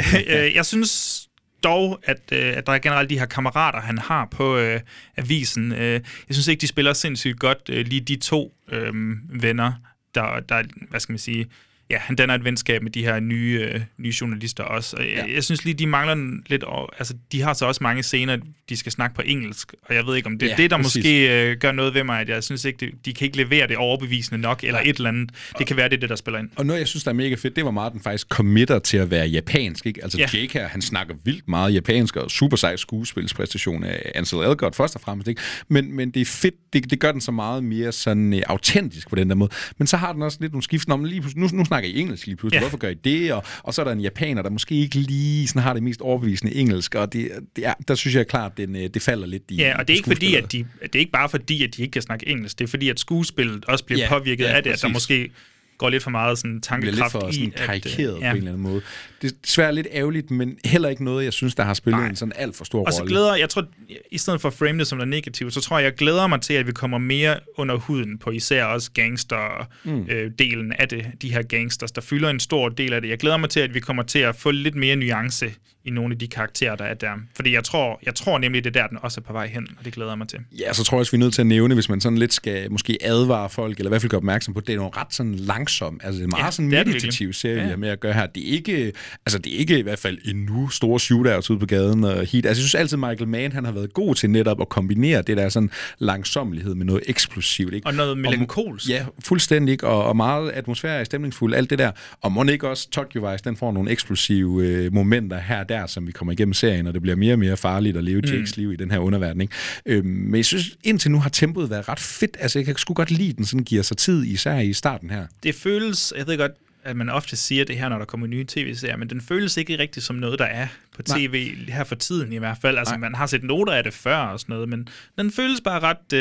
Jeg synes dog, at der er generelt de her kammerater, han har på avisen. Jeg synes ikke, de spiller sindssygt godt, lige de to venner, der, hvad skal man sige, ja, han danner et venskab med de her nye journalister også. Og jeg synes lige, de mangler lidt. Altså, de har så også mange scener, de skal snakke på engelsk. Og jeg ved ikke, om det er det, der præcis. Måske gør noget ved mig, at jeg synes ikke, de kan ikke levere det overbevisende nok, eller et eller andet. Det kan være, det der spiller ind. Og noget, jeg synes, der er mega fedt, det var meget, den faktisk committer til at være japansk. Ikke? Altså, Jake her, han snakker vildt meget japansk, og super sej skuespilspræstation af Ansel Elgort, først og fremmest. Ikke? Men det er fedt, det gør den så meget mere sådan autentisk på den der måde. Men så har den også lidt nogle skift om, lige nu snakker I engelsk lige pludselig. Hvorfor gør I det? Og så er der en japaner, der måske ikke lige sådan har det mest overbevisende engelsk, og der synes jeg klart, det falder lidt i. Ja, og det er ikke fordi, det er ikke bare fordi, at de ikke kan snakke engelsk. Det er fordi, at skuespillet også bliver påvirket af det, at der måske går lidt for meget sådan tankekraft i. Lidt for sådan karikeret på en eller anden måde. Det er svært lidt ærgerligt, men heller ikke noget, jeg synes, der har spillet en sådan alt for stor rolle. Og så glæder jeg tror, i stedet for at frame det som noget negativt, så tror jeg glæder mig til, at vi kommer mere under huden på især også gangster-delen af det. De her gangsters, der fylder en stor del af det. Jeg glæder mig til, at vi kommer til at få lidt mere nuance i nogle af de karakterer, der er der. Fordi jeg tror nemlig, det er der, den også er på vej hen, og det glæder jeg mig til. Ja, så tror jeg også, vi er nødt til at nævne, hvis man sådan lidt skal måske advare folk, eller i hvert fald gøre opmærksom på, det er noget ret sådan langsomt. Altså, det er meget sådan meditativ serie, vi har med at gøre her. Det er ikke i hvert fald endnu store shootouts ude på gaden og heat. Altså, jeg synes altid, Michael Mann, han har været god til netop at kombinere det der sådan langsommelighed med noget eksplosivt. Ikke? Og noget melankolsk. Ja, fuldstændig, og meget atmosfærisk, stemningsfuld, alt det der. Og må ikke også Tokyo Vice, den får nogle eksplosive momenter her der, som vi kommer igennem serien, og det bliver mere og mere farligt at leve Jakes liv i den her underverden. Ikke? Men jeg synes, indtil nu har tempoet været ret fedt. Altså, jeg kan sgu godt lide, den sådan giver sig tid, især i starten her. Det føles, jeg ved godt, at man ofte siger det her, når der kommer nye tv-serier, men den føles ikke rigtig som noget, der er på tv her for tiden i hvert fald. Altså, man har set noter af det før og sådan noget, men den føles bare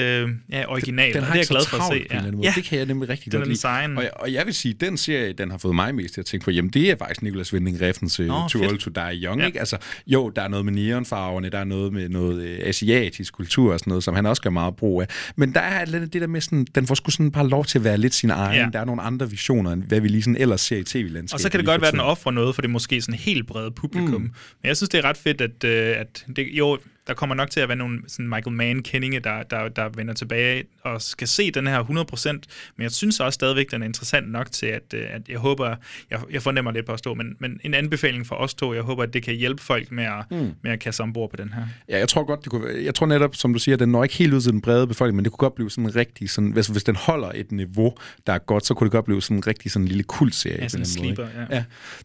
ret original. Den har det er ikke glad så for at se. På en eller anden måde. Det kan jeg nemlig rigtig godt lide. Og jeg vil sige, at den serie, den har fået mig mest til at tænke på, jamen det er faktisk Nicolas Winding Refns Too Old to Die Young. Ikke? Altså, jo, der er noget med neonfarverne, der er noget med noget asiatisk kultur og sådan noget, som han også gør meget brug af. Men der er det der med sådan, den får sgu sådan bare lov til at være lidt sin egen. Ja. Der er nogle andre visioner, end hvad vi lige sådan ellers ser i tv-landskabet. Og så kan det godt være, at den offrer noget for det måske sådan helt brede publikum. Men jeg synes, det er ret fedt, at det, jo, der kommer nok til at være nogle sådan Michael Mann-kendinge, der vender tilbage og skal se den her 100%. Men jeg synes også stadigvæk, den er interessant nok til, at jeg håber, jeg fornemmer lidt på at stå, men en anbefaling for os to, jeg håber, at det kan hjælpe folk med at kaste ombord på den her. Ja, jeg tror godt, jeg tror netop, som du siger, den når ikke helt ud til den brede befolkning, men det kunne godt blive sådan rigtig, sådan, hvis den holder et niveau, der er godt, så kunne det godt blive sådan en rigtig sådan en lille kultserie. Ja, sådan en sleeper, ja.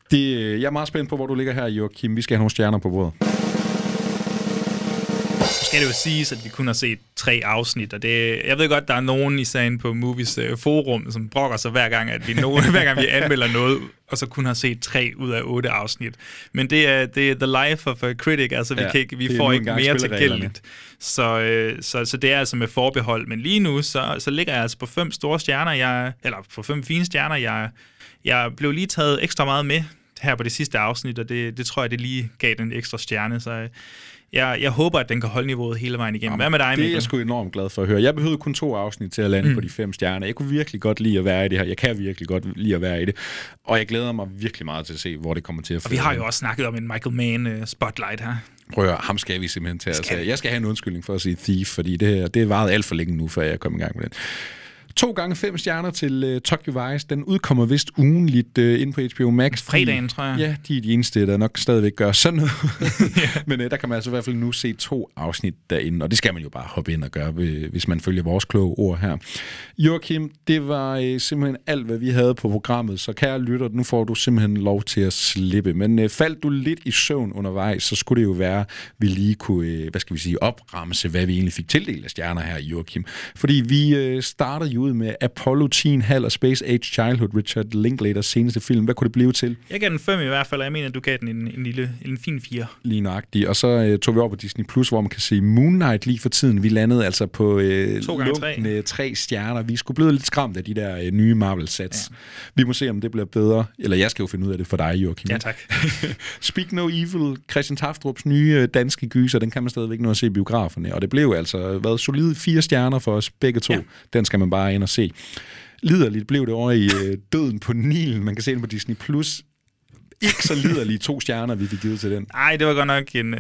Jeg er meget spændt på, hvor du ligger her, Joachim. Vi skal have nogle stjerner på bordet. Skal det jo siges, at vi kun har set 3 afsnit, og jeg ved godt, der er nogen i sagen på Movies forum, som brokker sig hver gang, hver gang vi anmelder noget, og så kun har set 3 ud af 8 afsnit. Men det er the life of a critic, altså vi får ikke mere tilgængeligt. Så det er altså med forbehold, men lige nu, så ligger jeg altså på 5 store stjerner, eller på 5 fine stjerner. Jeg blev lige taget ekstra meget med her på det sidste afsnit, og det tror jeg, det lige gav den ekstra stjerne, så jeg håber, at den kan holde niveauet hele vejen igennem. Hvad med dig, Mikkel? Det er jeg sgu enormt glad for at høre. Jeg behøvede kun 2 afsnit til at lande på de 5 stjerner. Jeg kunne virkelig godt lide at være i det her. Jeg kan virkelig godt lide at være i det. Og jeg glæder mig virkelig meget til at se, hvor det kommer til at føre. Og vi har jo også snakket om en Michael Mann spotlight her. Prøv at høre, ham skal vi simpelthen til. Altså, jeg skal have en undskyldning for at sige Thief, fordi det varede alt for længe nu, før jeg kom i gang med det. 2x5 stjerner til Tokyo Vice. Den udkommer vist ugenligt inde på HBO Max. Fredagen, tror jeg. Ja, de er de eneste, der nok stadigvæk gør sådan noget. Men der kan man altså i hvert fald nu se 2 afsnit derinde, og det skal man jo bare hoppe ind og gøre, hvis man følger vores kloge ord her. Joachim, det var simpelthen alt, hvad vi havde på programmet, så kære lytter, nu får du simpelthen lov til at slippe. Men faldt du lidt i søvn undervejs, så skulle det jo være, vi lige kunne, opramse, hvad vi egentlig fik tildelt af stjerner her, Joachim. Fordi vi startede jo ud med Apollo 10,5 og Space Age Childhood, Richard Linklaters seneste film. Hvad kunne det blive til? Jeg gav den 5 i hvert fald, og jeg mener, at du gav den en fin 4. Lige nøjagtigt. Og så tog vi over på Disney+, hvor man kan se Moon Knight lige for tiden. Vi landede altså på 3 stjerner. Vi skulle blive lidt skræmt af de der nye Marvel-sats. Ja. Vi må se, om det bliver bedre. Eller jeg skal jo finde ud af det for dig, Joachim. Ja, tak. Speak No Evil, Christian Tafdrups nye danske gyser, den kan man stadigvæk nå at se i biograferne. Og det blev altså været solide 4 stjerner for os begge to. Ja. Den skal man bare ind og se. Liderligt blev det over i Døden på Nilen. Man kan se den på Disney+. Ikke så liderlige 2 stjerner, vi fik givet til den. Nej, det var godt nok en...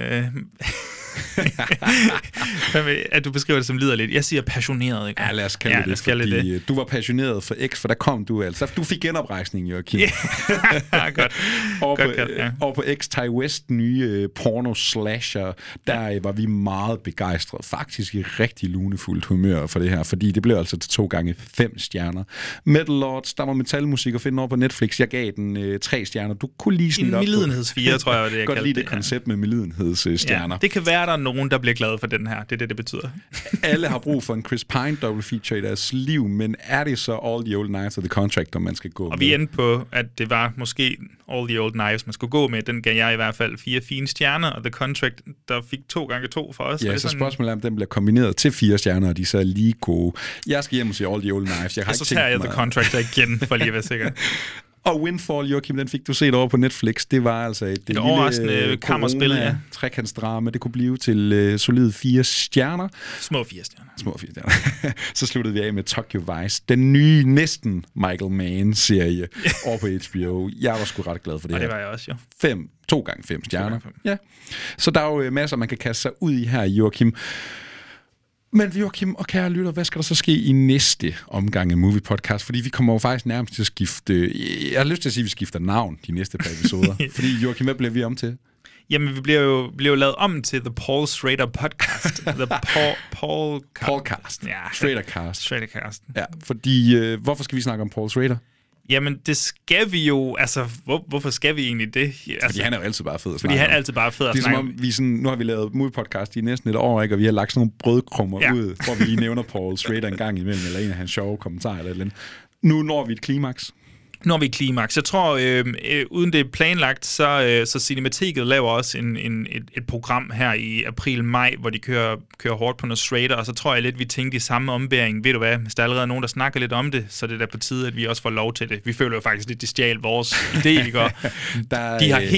at du beskriver det som liderligt. Jeg siger passioneret, ikke? Ja, lad os kalde det, fordi du var passioneret for X, for der kom du altså. Du fik genoprejsning, Joachim. Godt. Over på X Ty West nye porno-slasher, der var vi meget begejstrede. Faktisk i rigtig lunefuldt humør for det her, fordi det blev altså til 2x5 stjerner. Metal Lords, der var metalmusik at finde over på Netflix. Jeg gav den 3 stjerner. Du kunne lige snit op på. En medlidenhedsfire, tror jeg, var det, jeg godt lide det koncept med medlidenhedsstjerner. Ja, det kan være, der er nogen, der bliver glade for den her. Det er det betyder. Alle har brug for en Chris Pine double feature i deres liv, men er det så All the Old Knives of the Contractor, man skal gå med? Og vi endte på, at det var måske All the Old Knives, man skulle gå med. Den gav jeg i hvert fald 4 fine stjerner, og The Contract, der fik 2x2 for os. Ja, så spørgsmålet er, om den bliver kombineret til 4 stjerner, og de så er lige gode. Jeg skal hjem og se All the Old Knives. Så tager jeg The Contractor igen, for lige at være sikker. Og Windfall, Joachim, den fik du set over på Netflix. Det var altså et lille kammerspil, ja. Trekantsdrama. Det kunne blive til solide 4 stjerner. Små 4 stjerner. Så sluttede vi af med Tokyo Vice. Den nye, næsten Michael Mann-serie over på HBO. Jeg var sgu ret glad for det her. Og det var jeg også, jo. 2x5 stjerner. 2x5. Ja. Så der er jo masser, man kan kaste sig ud i her, Joachim. Men Joachim og kære lytter, hvad skal der så ske i næste omgang af Movie Podcast? Fordi vi kommer jo faktisk nærmest til at skifte... Jeg har lyst til at sige, at vi skifter navn de næste par episoder. Fordi Joachim, hvad bliver vi om til? Jamen, vi bliver jo lavet om til The Paul Schrader Podcast. The Paulcast. Ja. Schradercast. Ja, fordi... hvorfor skal vi snakke om Paul Schrader? Jamen, det skal vi jo... Altså, hvorfor skal vi egentlig det? Altså, fordi han er jo altid bare fed at snakke. Fordi han er altid bare fed at snakke om. Vi sådan, nu har vi lavet Movie Podcast i næsten et år, ikke? Og vi har lagt sådan nogle brødkrummer ud, hvor vi lige nævner Paul Schrader en gang imellem, eller en af hans sjove kommentarer eller et eller andet. Nu når vi et klimaks. Når vi er klimaks. Jeg tror, uden det er planlagt, så Cinemateket laver også et program her i april-maj, hvor de kører hårdt på noget Schrader, og så tror jeg lidt, vi tænkte i samme ombæring. Ved du hvad, hvis der er allerede nogen, der snakker lidt om det, så det er da på tide, at vi også får lov til det. Vi føler jo faktisk lidt, de stjal vores idé, vi gør. De har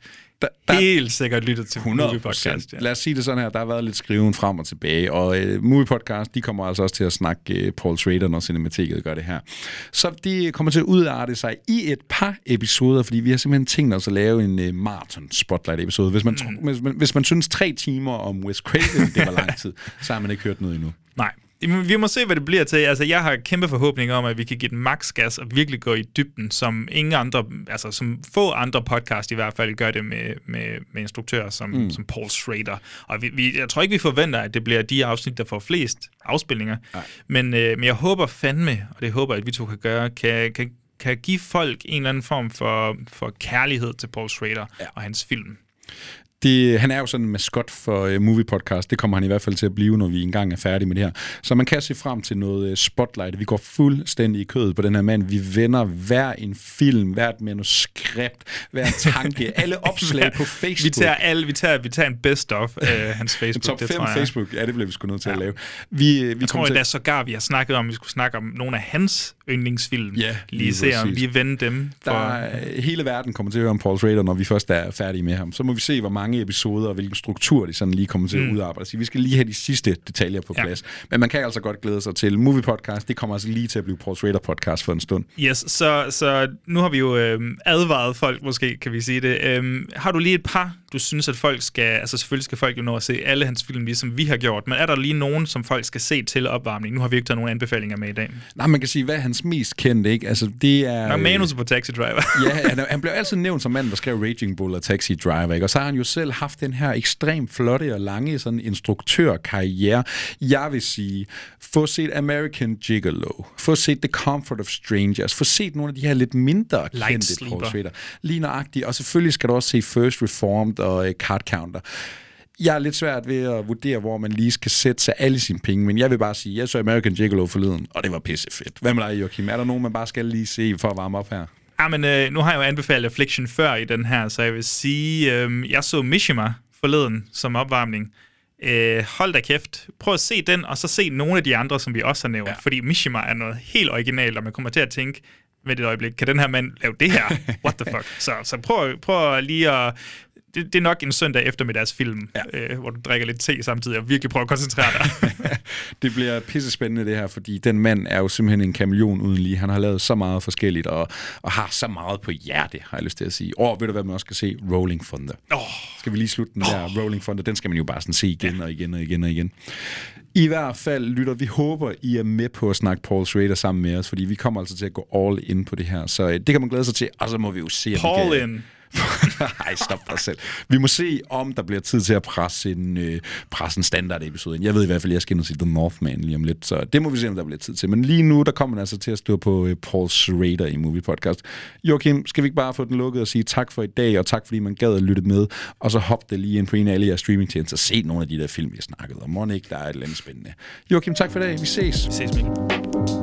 helt sikkert lyttet til Movie Podcast. Ja. Lad os sige det sådan her, der har været lidt skriven frem og tilbage, og Movie Podcast, de kommer altså også til at snakke Paul Schrader, når Cinemateket gør det her. Så de kommer til at udarte sig i et par episoder, fordi vi har simpelthen tænkt os at lave en marathon spotlight-episode. Hvis man synes 3 timer om Wes Craven, det var lang tid, så har man ikke hørt noget endnu. Nej. Vi må se, hvad det bliver til. Altså, jeg har kæmpe forhåbninger om, at vi kan give den max gas og virkelig gå i dybden, som ingen andre, altså som få andre podcast i hvert fald gør det med instruktører som Paul Schrader. Og jeg tror ikke, vi forventer, at det bliver de afsnit, der får flest afspilninger. Men jeg håber fandme, og det håber jeg, at vi to kan gøre, kan give folk en eller anden form for kærlighed til Paul Schrader og hans film. Han er jo sådan en maskot for Movie Podcast. Det kommer han i hvert fald til at blive, når vi engang er færdige med det her. Så man kan se frem til noget spotlight. Vi går fuldstændig i kødet på den her mand. Vi vender hver en film, hvert manuskript, hver en tanke, alle opslag på Facebook. Vi tager en best of hans Facebook. Top 5 Facebook, ja, det bliver vi sgu nødt til at lave. Jeg tror, at sågar vi har snakket om, vi skulle snakke om nogle af hans yndlingsfilm. Ja, lige se, om vi vender dem. Hele verden kommer til at høre om Paul Schrader, når vi først er færdige med ham. Så må vi se, hvor mange episoder og hvilken struktur de sådan lige kommer til at udarbejde. Så vi skal lige have de sidste detaljer på plads. Men man kan altså godt glæde sig til Movie Podcast. Det kommer altså lige til at blive Paul Schrader Podcast for en stund. Yes, så nu har vi jo advaret folk, måske kan vi sige det. Har du lige et par, du synes, at folk skal... Altså selvfølgelig skal folk jo nå at se alle hans film, ligesom vi har gjort. Men er der lige nogen, som folk skal se til opvarmning? Nu har vi ikke taget nogen anbefalinger med i dag. Nej, man kan sige, hvad er hans mest kendte, ikke? Altså, det er... Manus på Taxi Driver. Ja, han blev altid nævnt som manden, der skrev Raging Bull og Taxi Driver, ikke? Og så har han jo selv haft den her ekstremt flotte og lange sådan instruktørkarriere. Jeg vil sige, få set American Gigolo, få set The Comfort of Strangers, få set nogle af de her lidt mindre kendte Paul Schrader. Lige nøjagtigt. Og selvfølgelig skal du også se First Reformed og Card Counter. Jeg er lidt svært ved at vurdere, hvor man lige skal sætte sig alle sine penge, men jeg vil bare sige, jeg så American Gigolo forleden, og det var pissefedt. Hvad med dig, Joachim? Er der nogen, man bare skal lige se for at varme op her? Ja, men nu har jeg jo anbefalet Affliction før i den her, så jeg vil sige, jeg så Mishima forleden som opvarmning. Hold da kæft. Prøv at se den, og så se nogle af de andre, som vi også har nævnt. Ja. Fordi Mishima er noget helt originalt, og man kommer til at tænke med et øjeblik, kan den her mand lave det her? What the fuck? Så prøv lige at... Det er nok en søndag eftermiddagsfilm, hvor du drikker lidt te samtidig og virkelig prøver at koncentrere dig. Det bliver pissespændende det her, fordi den mand er jo simpelthen en kameleon uden lige. Han har lavet så meget forskelligt og har så meget på hjerte, har jeg lyst til at sige. Ved du hvad man også skal se? Rolling Thunder. Skal vi lige slutte den der Rolling Thunder? Den skal man jo bare sådan se igen og igen og igen og igen. I hvert fald, lytter, vi håber, I er med på at snakke Paul Schrader sammen med os, fordi vi kommer altså til at gå all in på det her. Så det kan man glæde sig til, og så må vi jo se, at Paul vi kan... in. Ej, stop dig selv. Vi må se, om der bliver tid til at presse en standard-episode. Jeg ved i hvert fald, at jeg skal ind og se The Northman lige om lidt, så det må vi se, om der bliver tid til. Men lige nu, der kommer man altså til at stå på Paul Schrader i Movie Podcast. Joachim, skal vi ikke bare få den lukket og sige tak for i dag, og tak fordi man gad at lytte med, og så hop det lige ind på en af alle jeres streamingtjenester og se nogle af de der film, vi har snakket om. Må ikke, der er et eller andet spændende. Joachim, tak for i dag. Vi ses. Vi ses, Mikkel.